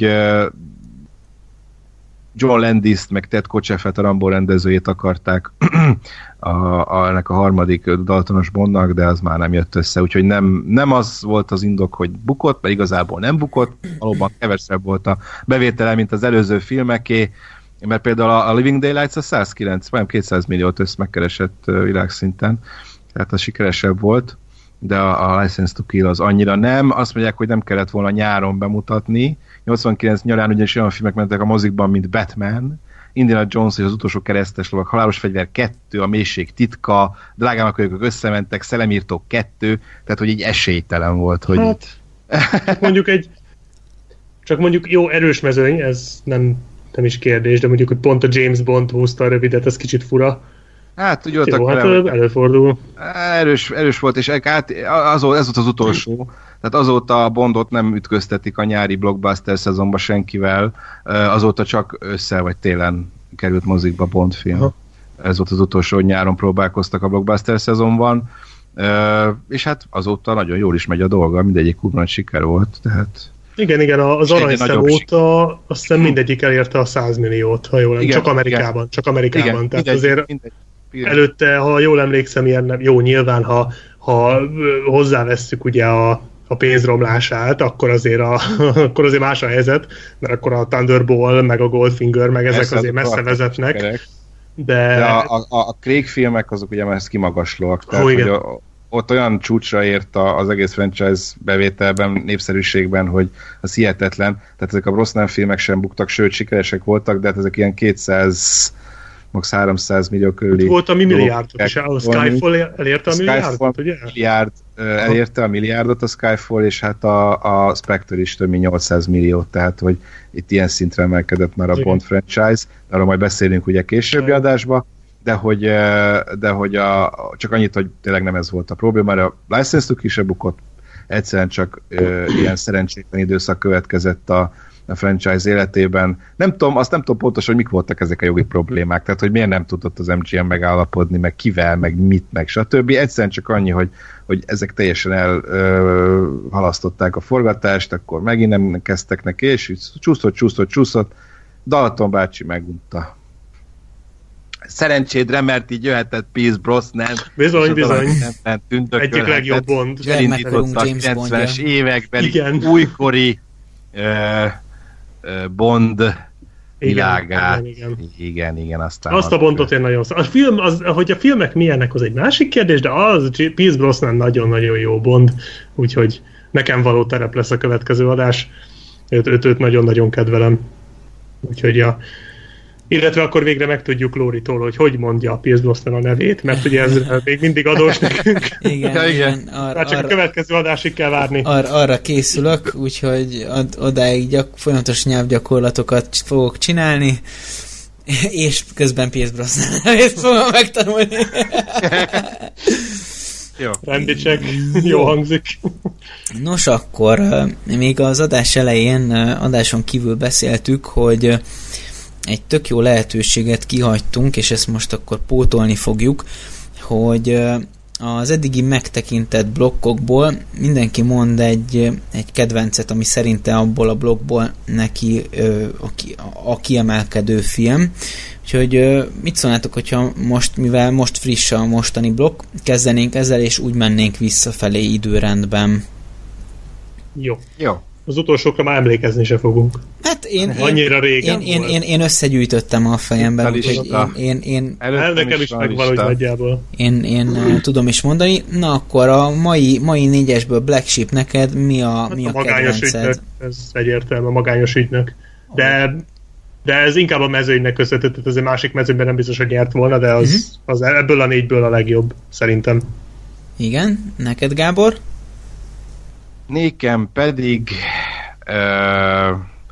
John Landis-t, meg Ted Kotcheffet, a Rambo rendezőjét akarták a, a, ennek a harmadik Daltonos Bondnak, de az már nem jött össze, úgyhogy nem, nem az volt az indok, hogy bukott, mert igazából nem bukott, valóban kevesebb volt a bevétele, mint az előző filmeké, mert például a Living Daylights a száz kilenc, vagy kétszáz milliót össz megkeresett világszinten, tehát az sikeresebb volt, de a, a License to Kill az annyira nem. Azt mondják, hogy nem kellett volna nyáron bemutatni. nyolcvankilenc nyarán ugyanis olyan filmek mentek a mozikban, mint Batman, Indiana Jones és az utolsó keresztes lovag, Halálos fegyver kettő, A mélység titka, Drágának ők összementek, Szellemírtók kettő, tehát hogy így esélytelen volt, hogy... Hát, csak mondjuk egy csak mondjuk jó, erős mezőny, ez nem, nem is kérdés, de mondjuk, hogy pont a James Bond húzta a rövidet, ez kicsit fura. Hát, úgy voltak jó, hát vele, előfordul. Erős, erős volt, és hát az, ez volt az utolsó. Tehát azóta a Bondot nem ütköztetik a nyári blockbuster szezonban senkivel, azóta csak ősszel vagy télen került mozikba Bond film. Aha. Ez volt az utolsó, hogy nyáron próbálkoztak a blockbuster szezonban, és hát azóta nagyon jól is megy a dolga, mindegyik kurva nagy siker volt, tehát... Igen, igen, az Aranyszem óta azt hiszem mindegyik elérte a száz milliót, ha jól emlékszem, csak Amerikában, igen. csak Amerikában, igen, tehát mindegy, azért mindegy. Előtte, ha jól emlékszem, ilyen nem, jó, nyilván, ha, ha hozzávesszük ugye a, a pénzromlását, akkor azért, a, akkor azért más a helyzet, mert akkor a Thunderball, meg a Goldfinger, meg ezek Persze, azért messze vezetnek. De, de a, a, a Craig filmek azok ugye már kimagaslóak, tehát hogy a, ott olyan csúcsra ért az egész franchise bevételben, népszerűségben, hogy az hihetetlen. Tehát ezek a Brosnan filmek sem buktak, sőt, sikeresek voltak, de hát ezek ilyen kétszáz max. háromszáz millió körüli. Volt a mi milliárdot is, a Skyfall elérte a milliárdot, ugye? Milliárd, elérte a milliárdot a Skyfall, és hát a, a Spectre is több mint nyolcszáz millió, tehát hogy itt ilyen szintre emelkedett már a Bond franchise, arról majd beszélünk ugye későbbi adásba, de hogy, de hogy a, csak annyit, hogy tényleg nem ez volt a probléma, mert a License to Kill se bukott, egyszerűen csak ö, ilyen szerencsétlen időszak következett a, a franchise életében. Nem tudom, azt nem tudom pontosan, hogy mik voltak ezek a jogi problémák, tehát hogy miért nem tudott az em gé em megállapodni, meg kivel, meg mit, meg stb. Egyszerűen csak annyi, hogy, hogy ezek teljesen elhalasztották a forgatást, akkor megint nem kezdtek neki, és csúszott, csúszott, csúszott. Dalton bácsi megunta. Szerencsédre, mert így jöhetett Pierce Brosnan. Bizony, bizony. Egyik legjobb Bond. Elindította a kilencvenes években újkori uh, uh, Bond igen, világát. Igen, igen. igen, igen aztán azt a Bondot én nagyon szó. A film, az, hogy a filmek milyenek, az egy másik kérdés, de az Pierce Brosnan nagyon-nagyon jó Bond, úgyhogy nekem való terep lesz a következő adás. Őt, őt, őt nagyon-nagyon kedvelem. Úgyhogy ja. Illetve akkor végre megtudjuk Lóritól, hogy hogy mondja a Pierce Brosnan a nevét, mert ugye ez még mindig adós nekünk. Igen, ja, igen. Ar- Már csak arra, a következő adásig kell várni. Ar- arra készülök, úgyhogy od- odáig gyak- folyamatos nyelvgyakorlatokat fogok csinálni, és közben Pierce Brosnan nevét fogom megtanulni. Jó. Rendítsek, jó hangzik. Nos, akkor még az adás elején, adáson kívül beszéltük, hogy egy tök jó lehetőséget kihagytunk, és ezt most akkor pótolni fogjuk, hogy az eddigi megtekintett blokkokból mindenki mond egy, egy kedvencet, ami szerinte abból a blokkból neki a, a kiemelkedő film. Úgyhogy mit szólnátok, hogyha most, mivel most friss a mostani blokk, kezdenénk ezzel, és úgy mennénk visszafelé időrendben. Jó. Jó. Az utolsókra már emlékezni se fogunk. Hát én, annyira régen én, én, én, én összegyűjtöttem a fejemben, úgyhogy én, én, én, el nekem is megvan, hogy nagyjából. Én, én, én tudom is mondani. Na akkor a mai, mai négyesből Black Sheep neked mi a, hát mi a, a magányos kedvenced? Ügynök, ez egyértelmű, a magányos ügynök. De, de ez inkább a mezőnynek köszönhető, tehát ez egy másik mezőnyben nem biztos, hogy nyert volna, de az, uh-huh. az ebből a négyből a legjobb, szerintem. Igen, neked Gábor? Nékem pedig uh,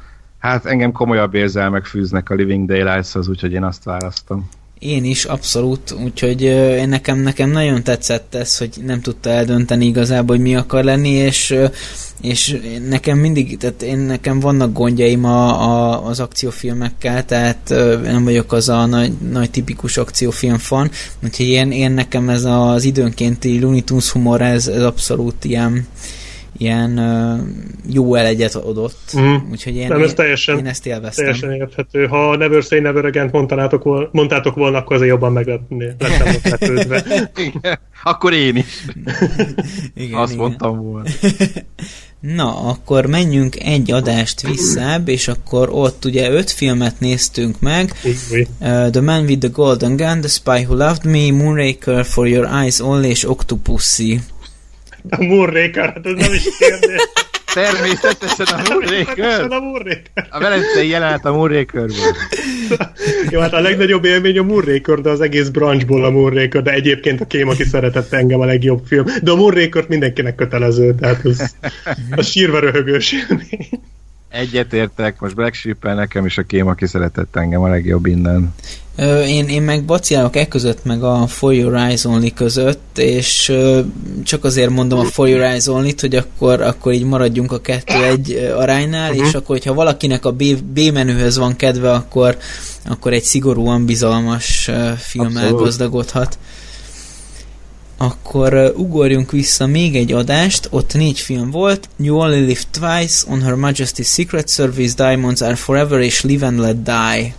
Hát engem komolyabb érzelmek fűznek a Living Daylights-hoz, úgyhogy én azt választom. Én is, abszolút, úgyhogy én nekem, nekem nagyon tetszett ez, hogy nem tudta eldönteni igazából, hogy mi akar lenni, és, és nekem mindig, tehát én nekem vannak gondjaim a, a, az akciófilmekkel, tehát nem vagyok az a nagy, nagy tipikus akciófilm fan, úgyhogy én, én nekem ez az időnkénti Looney Tunes humor, ez, ez abszolút ilyen ilyen uh, jó elegyet adott. Mm. Úgyhogy én, nem, ez teljesen, én ezt élveztem. Teljesen érthető. Ha Never Say Never Again mondtátok volna, mondtátok volna, akkor azért jobban meg lettem ott lepődve. Akkor én is. Igen, azt igen. mondtam volna. Na, akkor menjünk egy adást visszább, és akkor ott ugye öt filmet néztünk meg. uh, The Man with the Golden Gun, The Spy Who Loved Me, Moonraker, For Your Eyes Only, és Octopussy. A Moonraker, hát ez nem is kérdés. Természetesen a Moonraker. a Moonraker. A velencei jelenet a Moonrakerből. Jó, hát a legnagyobb élmény a Moonraker, de az egész branchból a Moonraker, de egyébként a Kém, aki szeretett engem, a legjobb film. De a Moonraker mindenkinek kötelező, tehát az, az sírva röhögős élmény. Egyetértek, most Black Sheep-el nekem is a Kém, aki szeretett engem, a legjobb innen. Ö, én, én meg vacilálok e között, meg a For Your Eyes Only között, és ö, csak azért mondom a For Your Eyes Only-t, hogy akkor, akkor így maradjunk a kettő egy aránynál, uh-huh. és akkor, hogyha valakinek a B, B-menühöz van kedve, akkor, akkor egy szigorúan bizalmas filmmel Abszolút. gazdagodhat. Akkor uh, ugorjunk vissza még egy adást, ott négy film volt, You Only Live Twice, On Her Majesty's Secret Service, Diamonds Are Forever, és Live and Let Die.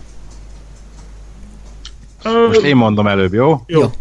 Most én mondom előbb, jó? Jó. uh,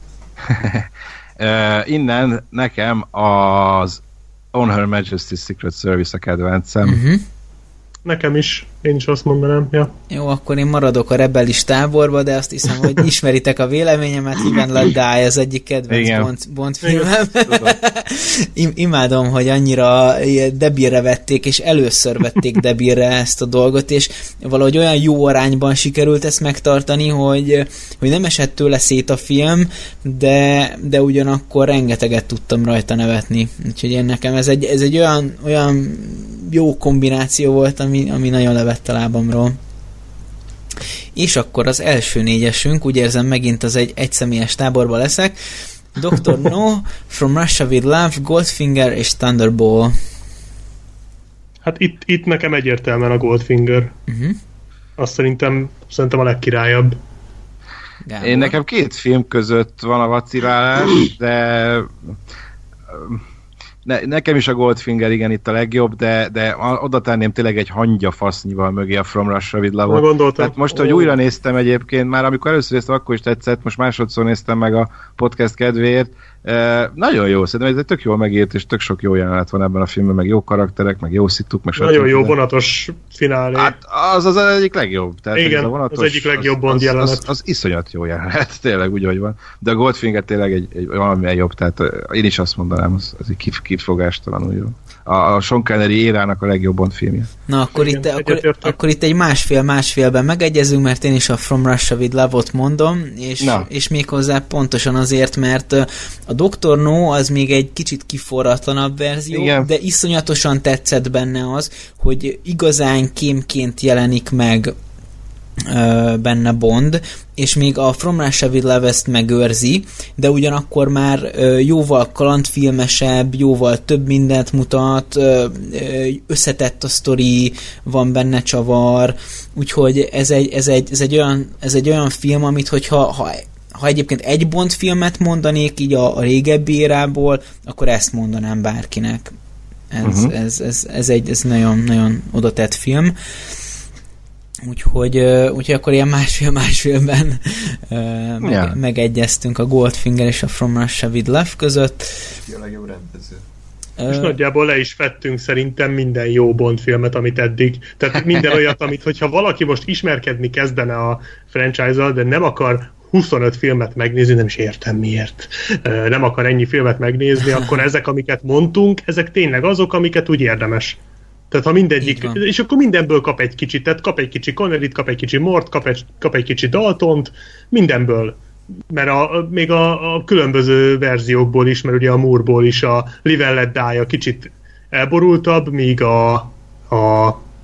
innen nekem az On Her Majesty's Secret Service a kedvencem. Uh-huh. Nekem is. Én is azt mondanám, ja. Jó, akkor én maradok a rebelis táborba, de azt hiszem, hogy ismeritek a véleményemet, Live and Let Die az egyik kedvenc Bond, Bond filmem. Imádom, hogy annyira debilre vették, és először vették debilre ezt a dolgot, és valahogy olyan jó arányban sikerült ezt megtartani, hogy, hogy nem esett tőle szét a film, de, de ugyanakkor rengeteget tudtam rajta nevetni. Úgyhogy én nekem ez egy, ez egy olyan, olyan jó kombináció volt, ami, ami nagyon levett a lábamról. És akkor az első négyesünk, úgy érzem megint az egy egyszemélyes táborba leszek, doktor No, From Russia With Love, Goldfinger és Thunderball. Hát itt, itt nekem egyértelműen a Goldfinger. Uh-huh. Azt szerintem, szerintem a legkirályabb. Gábor? Én nekem két film között van a vacilálás, de ne, nekem is a Goldfinger igen itt a legjobb, de, de oda tenném tényleg egy hangyafasznyival mögé a From Russia With Love-ot. Tehát most, hogy újra néztem egyébként, már amikor először néztem, akkor is tetszett, most másodszor néztem meg a podcast kedvéért. Uh, nagyon jó, szerintem ez tök jól megírt, és tök sok jó jelenet van ebben a filmben, meg jó karakterek, meg jó szituk, meg nagyon jó vonatos finálé. Hát az az egyik legjobb. Tehát igen, vonatos, az egyik legjobb Bond az, jelenet. Az, az, az iszonyat jó jelenet, tényleg úgy, hogy van. De a Goldfinger tényleg egy, egy valamilyen jobb, tehát én is azt mondanám, az, az egy kif, kifogástalanul jó. A, a Sean Connery érának a legjobb Bond filmje. Na, akkor, igen, itt, akkor, akkor itt egy másfél-másfélben megegyezünk, mert én is a From Russia With Love-ot mondom, és, és méghozzá pontosan azért, mert a doktor No az még egy kicsit kiforratlanabb verzió, igen. De iszonyatosan tetszett benne az, hogy igazán kémként jelenik meg ö, benne Bond, és még a From Russia With Love ezt megőrzi, de ugyanakkor már ö, jóval kalandfilmesebb, jóval több mindent mutat, ö, összetett a sztori, van benne csavar, úgyhogy ez egy, ez egy, ez egy, olyan, ez egy olyan film, amit hogyha ha Ha egyébként egy Bond filmet mondanék így a, a régebbi érából, akkor ezt mondanám bárkinek. Ez, uh-huh. ez, ez, ez egy ez nagyon, nagyon odatett film. Úgyhogy, úgyhogy akkor ilyen másfél-másfélben meg, yeah. megegyeztünk a Goldfinger és a From Russia With Love között. A legjobb rendező. És nagyjából le is fettünk szerintem minden jó Bond filmet, amit eddig. Tehát minden olyat, amit hogyha valaki most ismerkedni kezdene a franchise-al, de nem akar huszonöt filmet megnézni, nem is értem miért. Nem akar ennyi filmet megnézni, akkor ezek, amiket mondtunk, ezek tényleg azok, amiket úgy érdemes. Tehát ha mindegyik, és akkor mindenből kap egy kicsit, tehát kap egy kicsi Conneryt, kap egy kicsi Mort, kap egy, kap egy kicsi Daltont, mindenből. Mert a, még a, a különböző verziókból is, mert ugye a Moore-ból is a Live and Let Die a kicsit elborultabb, míg a, a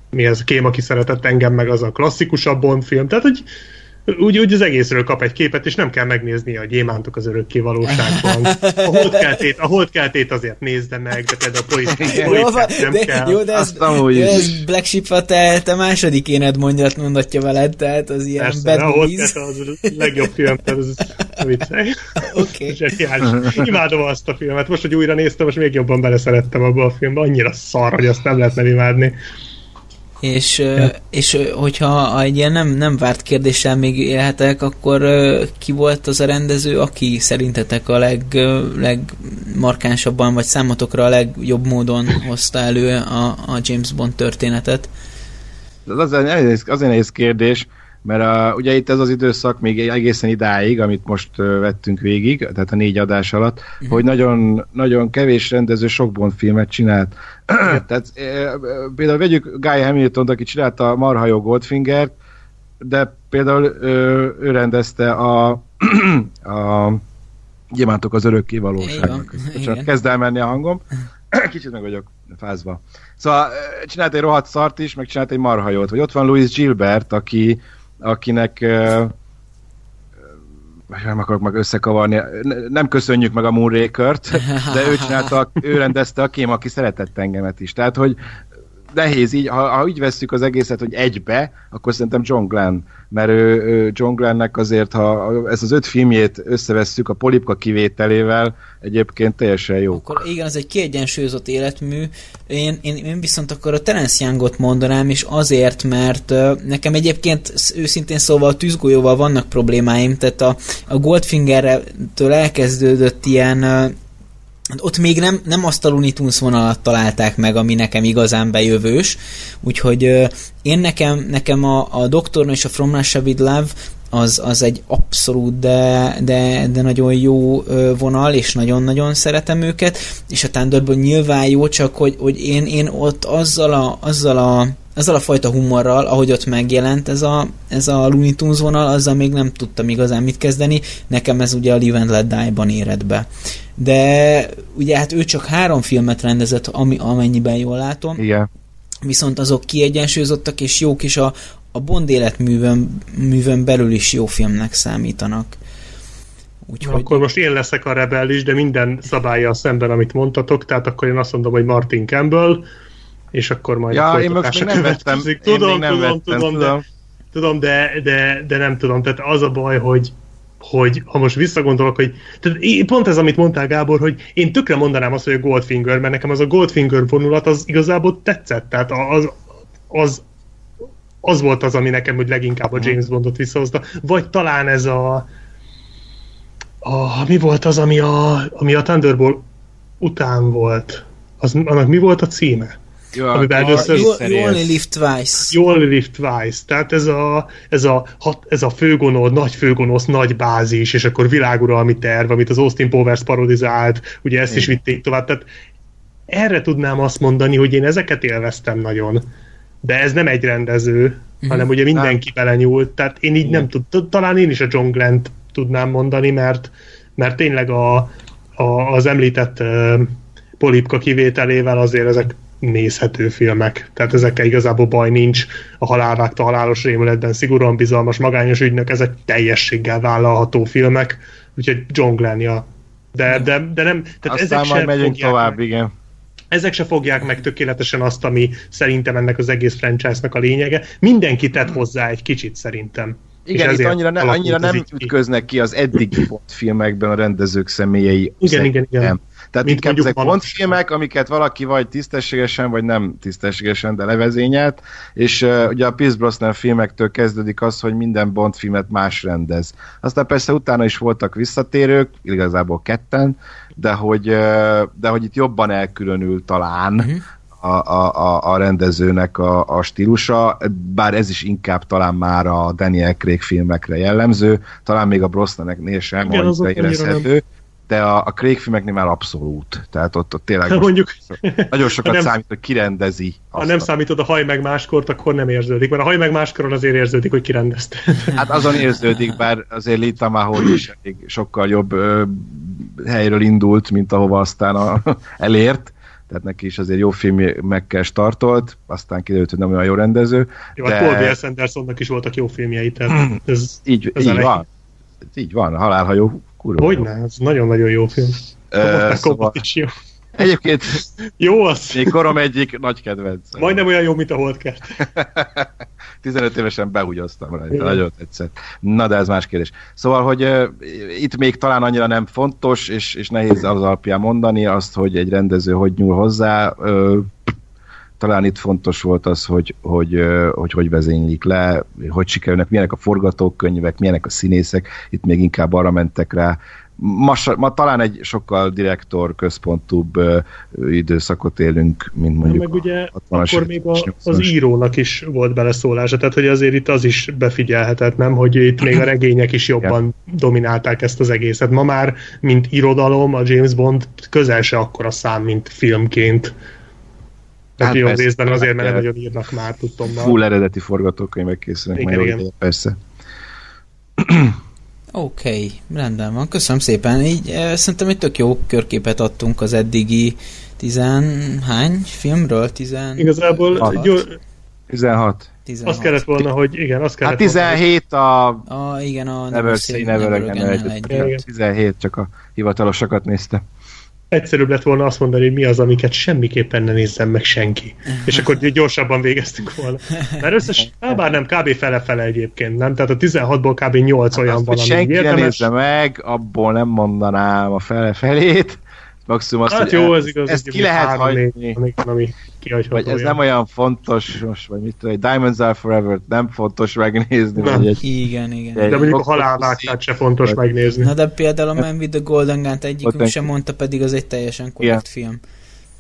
mi ez, Kém, aki szeretett engem, meg az a klasszikusabb Bond film, tehát hogy úgy, úgy az egészről kap egy képet, és nem kell megnézni a Gyémántok az örökké valóságban. A holdkeltét, a holdkeltét azért nézde meg, de például a poétát nem de, kell. Jó, de ez, de ez Black Sheep a te, te második éned mondat mondatja veled, tehát az ilyen Persze, bad a holdkelét az a legjobb film, tehát ez viccelj. Oké. Zseniális. Imádom azt a filmet. Most, hogy újra néztem, most még jobban beleszerettem abba a filmbe. Annyira szar, hogy azt nem lehetne imádni. És, ja. és hogyha egy ilyen nem, nem várt kérdéssel még élhetek, akkor ki volt az a rendező, aki szerintetek a leg, legmarkánsabban, vagy számotokra a legjobb módon hozta elő a, a James Bond történetet? Ez azért nehéz, azért nehéz kérdés, mert a, ugye itt ez az időszak még egészen idáig, amit most uh, vettünk végig, tehát a négy adás alatt, uh-huh. hogy nagyon, nagyon kevés rendező sok Bond filmet csinált. Tehát e, például vegyük Guy Hamiltont, aki csinálta a marha jó Goldfingert, de például ő, ő rendezte a, a Gyémántok az örökké valóságnak. Csak kezd el menni a hangom. Kicsit meg vagyok fázva. Szóval csinált egy rohadt szart is, meg csinált egy marha jót. Vagy ott van Louis Gilbert, aki akinek uh, nem akarok meg összekavarni, nem köszönjük meg a Moonraker-t, de ő csinálta, ő rendezte a Kém, aki szeretett engemet is. Tehát, hogy nehéz így, ha, ha így vesszük az egészet, hogy egybe, akkor szerintem John Glenn, mert ő, ő John Glennnek azért, ha ezt az öt filmjét összevesszük a Polipka kivételével, egyébként teljesen jó. Akkor igen, ez egy kiegyensúlyozott életmű. Én, én, én viszont akkor a Terence Youngot mondanám, és azért, mert uh, nekem egyébként őszintén szóval a Tűzgolyóval vannak problémáim, tehát a, a Goldfingertől elkezdődött ilyen uh, ott még nem, nem azt a Looney Tunes vonalat találták meg, ami nekem igazán bejövős, úgyhogy uh, én nekem, nekem a, a Doktornő és a From Russia with Love az, az egy abszolút, de, de, de nagyon jó uh, vonal, és nagyon-nagyon szeretem őket, és a Thunderbird nyilván jó, csak hogy, hogy én, én ott azzal a, azzal a azzal a fajta humorral, ahogy ott megjelent ez a, ez a Looney Tunes vonal, azzal még nem tudtam igazán mit kezdeni. Nekem ez ugye a Live and Let Die-ban éred be. De ugye hát ő csak három filmet rendezett, ami, amennyiben jól látom. Igen. Viszont azok kiegyensúlyozottak és jók, és a, a Bond életművön művön belül is jó filmnek számítanak. Úgyhogy... Akkor most én leszek a rebell is, de minden szabállyal szemben, amit mondtatok, tehát akkor én azt mondom, hogy Martin Campbell, és akkor majd ja, a én most még nem vettem. Tudom, én még nem tudom, vettem, tudom, tudom, de, tudom de, de, de nem tudom. Tehát az a baj, hogy, hogy ha most visszagondolok, hogy tehát pont ez, amit mondtál, Gábor, hogy én tökre mondanám azt, hogy a Goldfinger, mert nekem az a Goldfinger vonulat az igazából tetszett. Tehát az, az, az volt az, ami nekem hogy leginkább a James Bondot visszahozta. Vagy talán ez a, a mi volt az, ami a, ami a Thunderball után volt? Az, annak mi volt a címe? Jó, amiben először... You, you only live twice. You only live twice. Tehát ez a, ez a, hat, ez a főgonosz, nagy főgonosz, nagy bázis, és akkor világuralmi terv, amit az Austin Powers parodizált, ugye ezt Igen. is vitték tovább. Tehát erre tudnám azt mondani, hogy én ezeket élveztem nagyon. De ez nem egy rendező, mm-hmm. hanem ugye mindenki belenyúlt. Tehát én így Igen. nem tud, talán én is a John Glenn-t tudnám mondani, mert, mert tényleg a, a, az említett uh, Polipka kivételével azért ezek nézhető filmek. Tehát ezekkel igazából baj nincs. A Halálvágta, Halálos rémületben, Szigorúan bizalmas, Magányos ügynök, ezek teljességgel vállalható filmek. Úgyhogy John Glenn, ja. De, de, de nem... Tehát aztán ezek majd megyünk tovább, meg, igen. Ezek se fogják meg tökéletesen azt, ami szerintem ennek az egész franchise-nak a lényege. Mindenki tett hozzá egy kicsit szerintem. Igen, itt annyira, ne, annyira nem ütköznek ki az eddigi Bond filmekben a rendezők személyei. Igen, igen, igen. Nem. Tehát mint inkább ezek Bond filmek, amiket valaki vagy tisztességesen, vagy nem tisztességesen, de levezényelt, és uh, ugye a Pierce Brosnan filmektől kezdődik az, hogy minden Bond filmet más rendez. Aztán persze utána is voltak visszatérők, igazából ketten, de hogy, uh, de hogy itt jobban elkülönül talán uh-huh. a, a, a, a rendezőnek a, a stílusa, bár ez is inkább talán már a Daniel Craig filmekre jellemző, talán még a Brosnaneknél sem, hogy érezhető. De a, a Craig filmeknél már abszolút. Tehát ott, ott tényleg most mondjuk, nagyon sokat nem, számít, hogy kirendezi. Ha nem számítod a Haj meg máskort, akkor nem érződik. Mert a Haj meg máskoron azért érződik, hogy kirendezte. Hát azon érződik, bár azért Lee Tamahori is sokkal jobb ö, helyről indult, mint ahova aztán a, elért. tehát neki is azért jó filmekkel startolt, aztán kiderült, hogy nem olyan jó rendező. Jó, de... Paul W S. Andersonnak is voltak jó filmjei, tehát ez, így, ez így van. Így van, a Halálhajó kurva. Hogyne, ez nagyon-nagyon jó film. Uh, szóval... is jó. Egyébként jó az. Még korom egyik nagy kedvenc. Majdnem olyan jó, mint a Holdkert. tizenöt évesen behugyoztam rajta, igen. Nagyon tetszett. Na, de ez más kérdés. Szóval, hogy uh, itt még talán annyira nem fontos, és, és nehéz az alapján mondani azt, hogy egy rendező hogy nyúl hozzá. Uh, talán itt fontos volt az, hogy hogy, uh, hogy, hogy vezénylik le, hogy sikerülnek, milyenek a forgatókönyvek, milyenek a színészek. Itt még inkább arra mentek rá. Ma, ma talán egy sokkal direktor központúbb uh, időszakot élünk, mint mondjuk meg ugye akkor még a, az írónak is volt beleszólása, tehát hogy azért itt az is befigyelhetett, nem, hogy itt még a regények is jobban ja. dominálták ezt az egészet. Ma már, mint irodalom, a James Bond közel se akkora szám, mint filmként. Tehát hát jó persze, részben azért, mert nem nagyon írnak már, tudtom. Full eredeti forgatókönyvek készülnek, igen, majd jó, persze. Oké, okay, rendben van, köszönöm szépen. Így e, szerintem egy tök jó körképet adtunk az eddigi tizenhány filmről? Tizen... Igazából hat. Jó... tizenhat. tizenhat. Azt kellett volna, hogy igen, azt kellett hát tizenhét volna, hogy... a... a... Igen, a Never Say Never Again. tizenhét, csak a hivatalosakat nézte. Egyszerűbb lett volna azt mondani, hogy mi az, amiket semmiképpen ne nézzen meg senki. És akkor gyorsabban végeztünk volna. Mert összes, á, bár nem, kb. Fele-fele egyébként, nem? Tehát a tizenhatból kb. nyolc hát olyan azt, van, ami senki érdemes. Ne nézze meg, abból nem mondanám a fele-felét. Maximum azt, hát jó, ez igaz, ezt ki lehet hagyni. Ami vagy ez nem olyan fontos, most, vagy mit tudom, Diamonds Are Forever nem fontos megnézni. Vagy egy, igen, igen. Egy de mondjuk a halálvágtát se fontos vagy megnézni. Na de például a Man with the Golden Gun-t egyikünk sem mondta, pedig az egy teljesen korrekt yeah. film.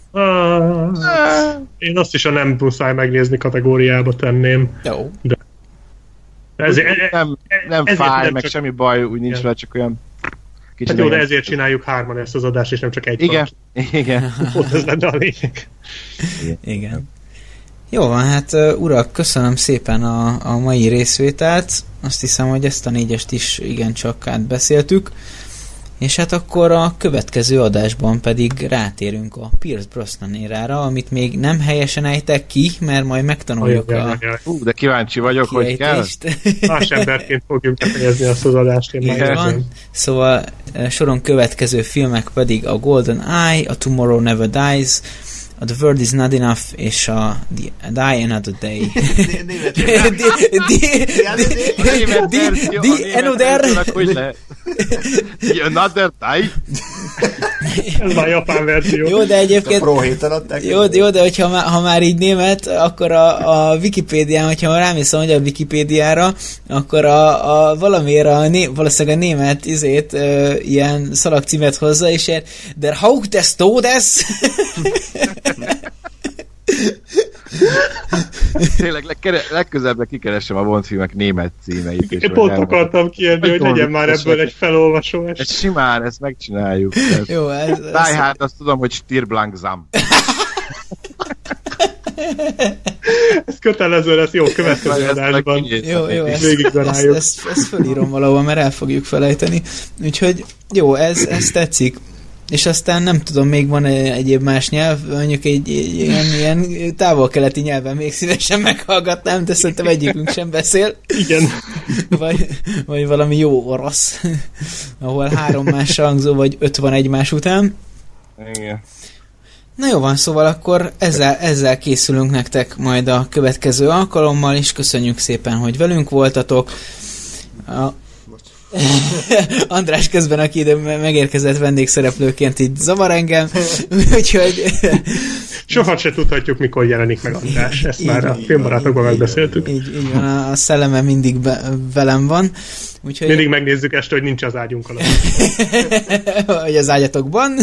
Ah, én azt is a nem muszáj megnézni kategóriába tenném. Jó. De ezért, nem nem fáj, nem meg csak... semmi baj, úgy nincs rá, csak olyan hát jó, de ezért csináljuk hárman ezt az adást, és nem csak egy. Igen, igen. Ott ez lenne a lényeg. Igen. Igen. Jó van, hát urak, köszönöm szépen a, a mai részvételt. Azt hiszem, hogy ezt a négyest is igencsak átbeszéltük. És hát akkor a következő adásban pedig rátérünk a Pierce Brosnan érára, amit még nem helyesen ejtek ki, mert majd megtanuljuk ajaj, a... Ajaj. Ú, de kíváncsi vagyok, hogy kell. Más emberként fogjuk befejezni azt az adást. Én van. Szóval soron következő filmek pedig a Golden Eye, a Tomorrow Never Dies, a The World Is Not Enough és a The Die Another Day. The Another Another Day. Ez már japán verzió. Jó, de egyébként jó, jó, de hogyha má, ha már így német, akkor a, a Wikipédián, hogyha már rámész a magyar Wikipédiára, akkor a, a valamiért a né, valószínűleg a német izét ö, ilyen szalagcímet hozza, és ilyen Der Hauch des Todes. Tényleg legkere- legközelebb kikeresem a Bond filmek német címeit. Én pont akartam kérni, hogy legyen már ebből egy felolvasó. Ez simán, ezt megcsináljuk. Ez jó, ez... Die Hard, azt tudom, hogy Stirblangzam. Ez kötelező lesz, jó, következő adásban. Jó, jó, ezt, ezt, ezt, ezt fölírom valahol, mert el fogjuk felejteni. Úgyhogy jó, ez, ez tetszik. És aztán nem tudom, még van egyéb más nyelv, mondjuk egy, egy ilyen, ilyen távol-keleti nyelven még szívesen meghallgatnám, de szerintem egyikünk sem beszél. Igen. Vagy, vagy valami jó orosz, ahol három más hangzó, vagy öt van egymás után. Igen. Na jó van, szóval akkor ezzel, ezzel készülünk nektek majd a következő alkalommal, és köszönjük szépen, hogy velünk voltatok. A András közben, aki ide megérkezett vendégszereplőként, így zavar engem, úgyhogy... Soha se tudhatjuk, mikor jelenik meg András, ezt így, már a filmbarátokban megbeszéltük. Így, így van, a szelleme mindig be, velem van. Úgyhogy... Mindig megnézzük este, hogy nincs az ágyunk alatt. Vagy az ágyatokban.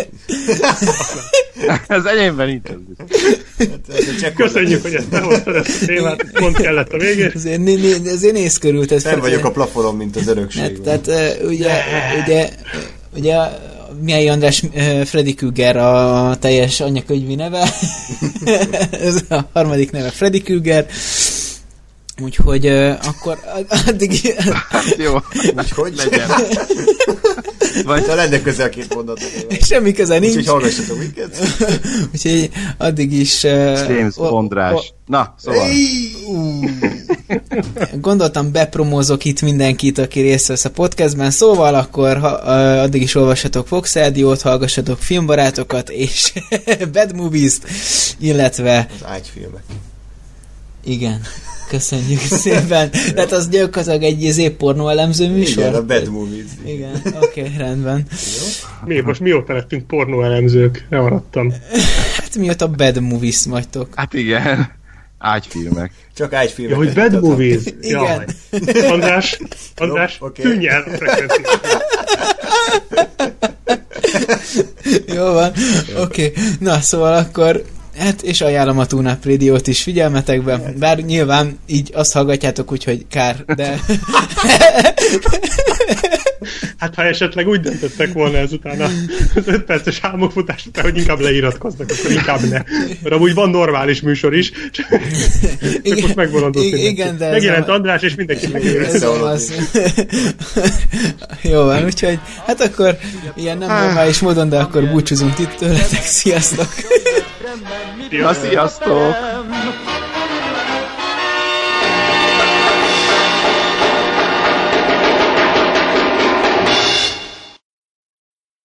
Az enyémben nincs. Köszönjük, hogy ezt behoztad, ezt a témát, pont kellett a végén. Azért, né, né, azért néz körül. Tehát nem fel, vagyok a plafonon, mint az örökség. Tehát, tehát ugye, ugye, ugye Miai András Freddy Krueger a teljes anyakönyvi neve. Ez a harmadik neve Freddy Krueger. Úgyhogy uh, akkor addig... Hát jó, úgyhogy legyen. Vagy ha lenne közel két mondatot. Semmi köze nincs. Úgyhogy hallgassatok minket. Úgyhogy addig is... Uh, James Bondrás. Na, szóval... Uh, gondoltam, bepromózok itt mindenkit, aki részt vesz a podcastben, szóval akkor ha, uh, addig is olvassatok Fox Rádiót, hallgassatok filmbarátokat, és Bad Movies-t, illetve... Az ágyfilmek. Igen. Köszönjük szépen. Tehát az gyakorlatilag egy izé pornó elemző műsor? Igen, a Bad Movies. Igen, oké, okay, rendben. Mi, most mióta lettünk pornó elemzők? Nem maradtam. Hát mióta Bad Movies vagytok. Hát igen. Ágyfilmek. Csak ágyfilmek. Ja, hogy Bad Movies. Igen. Jaj. András, András, no, okay. tűnj el a frekvenciát. Jó van, oké. Okay. Na, szóval akkor hát, és ajánlom a Tune Up Radio-t is figyelmetekbe, bár nyilván így azt hallgatjátok, úgyhogy kár, de... Hát ha esetleg úgy döntöttek volna ezután az öt perces álmokfutás után, hogy inkább leiratkoznak, akkor inkább ne. Mert amúgy van normális műsor is, csak, csak most megbolondott mindenki. Igen, de megjelent a... András, és mindenki megjelent. Ez az. Jó van, úgyhogy hát akkor ilyen nem normális módon, de akkor búcsúzunk itt tőletek. Sziasztok! Na, sziasztok!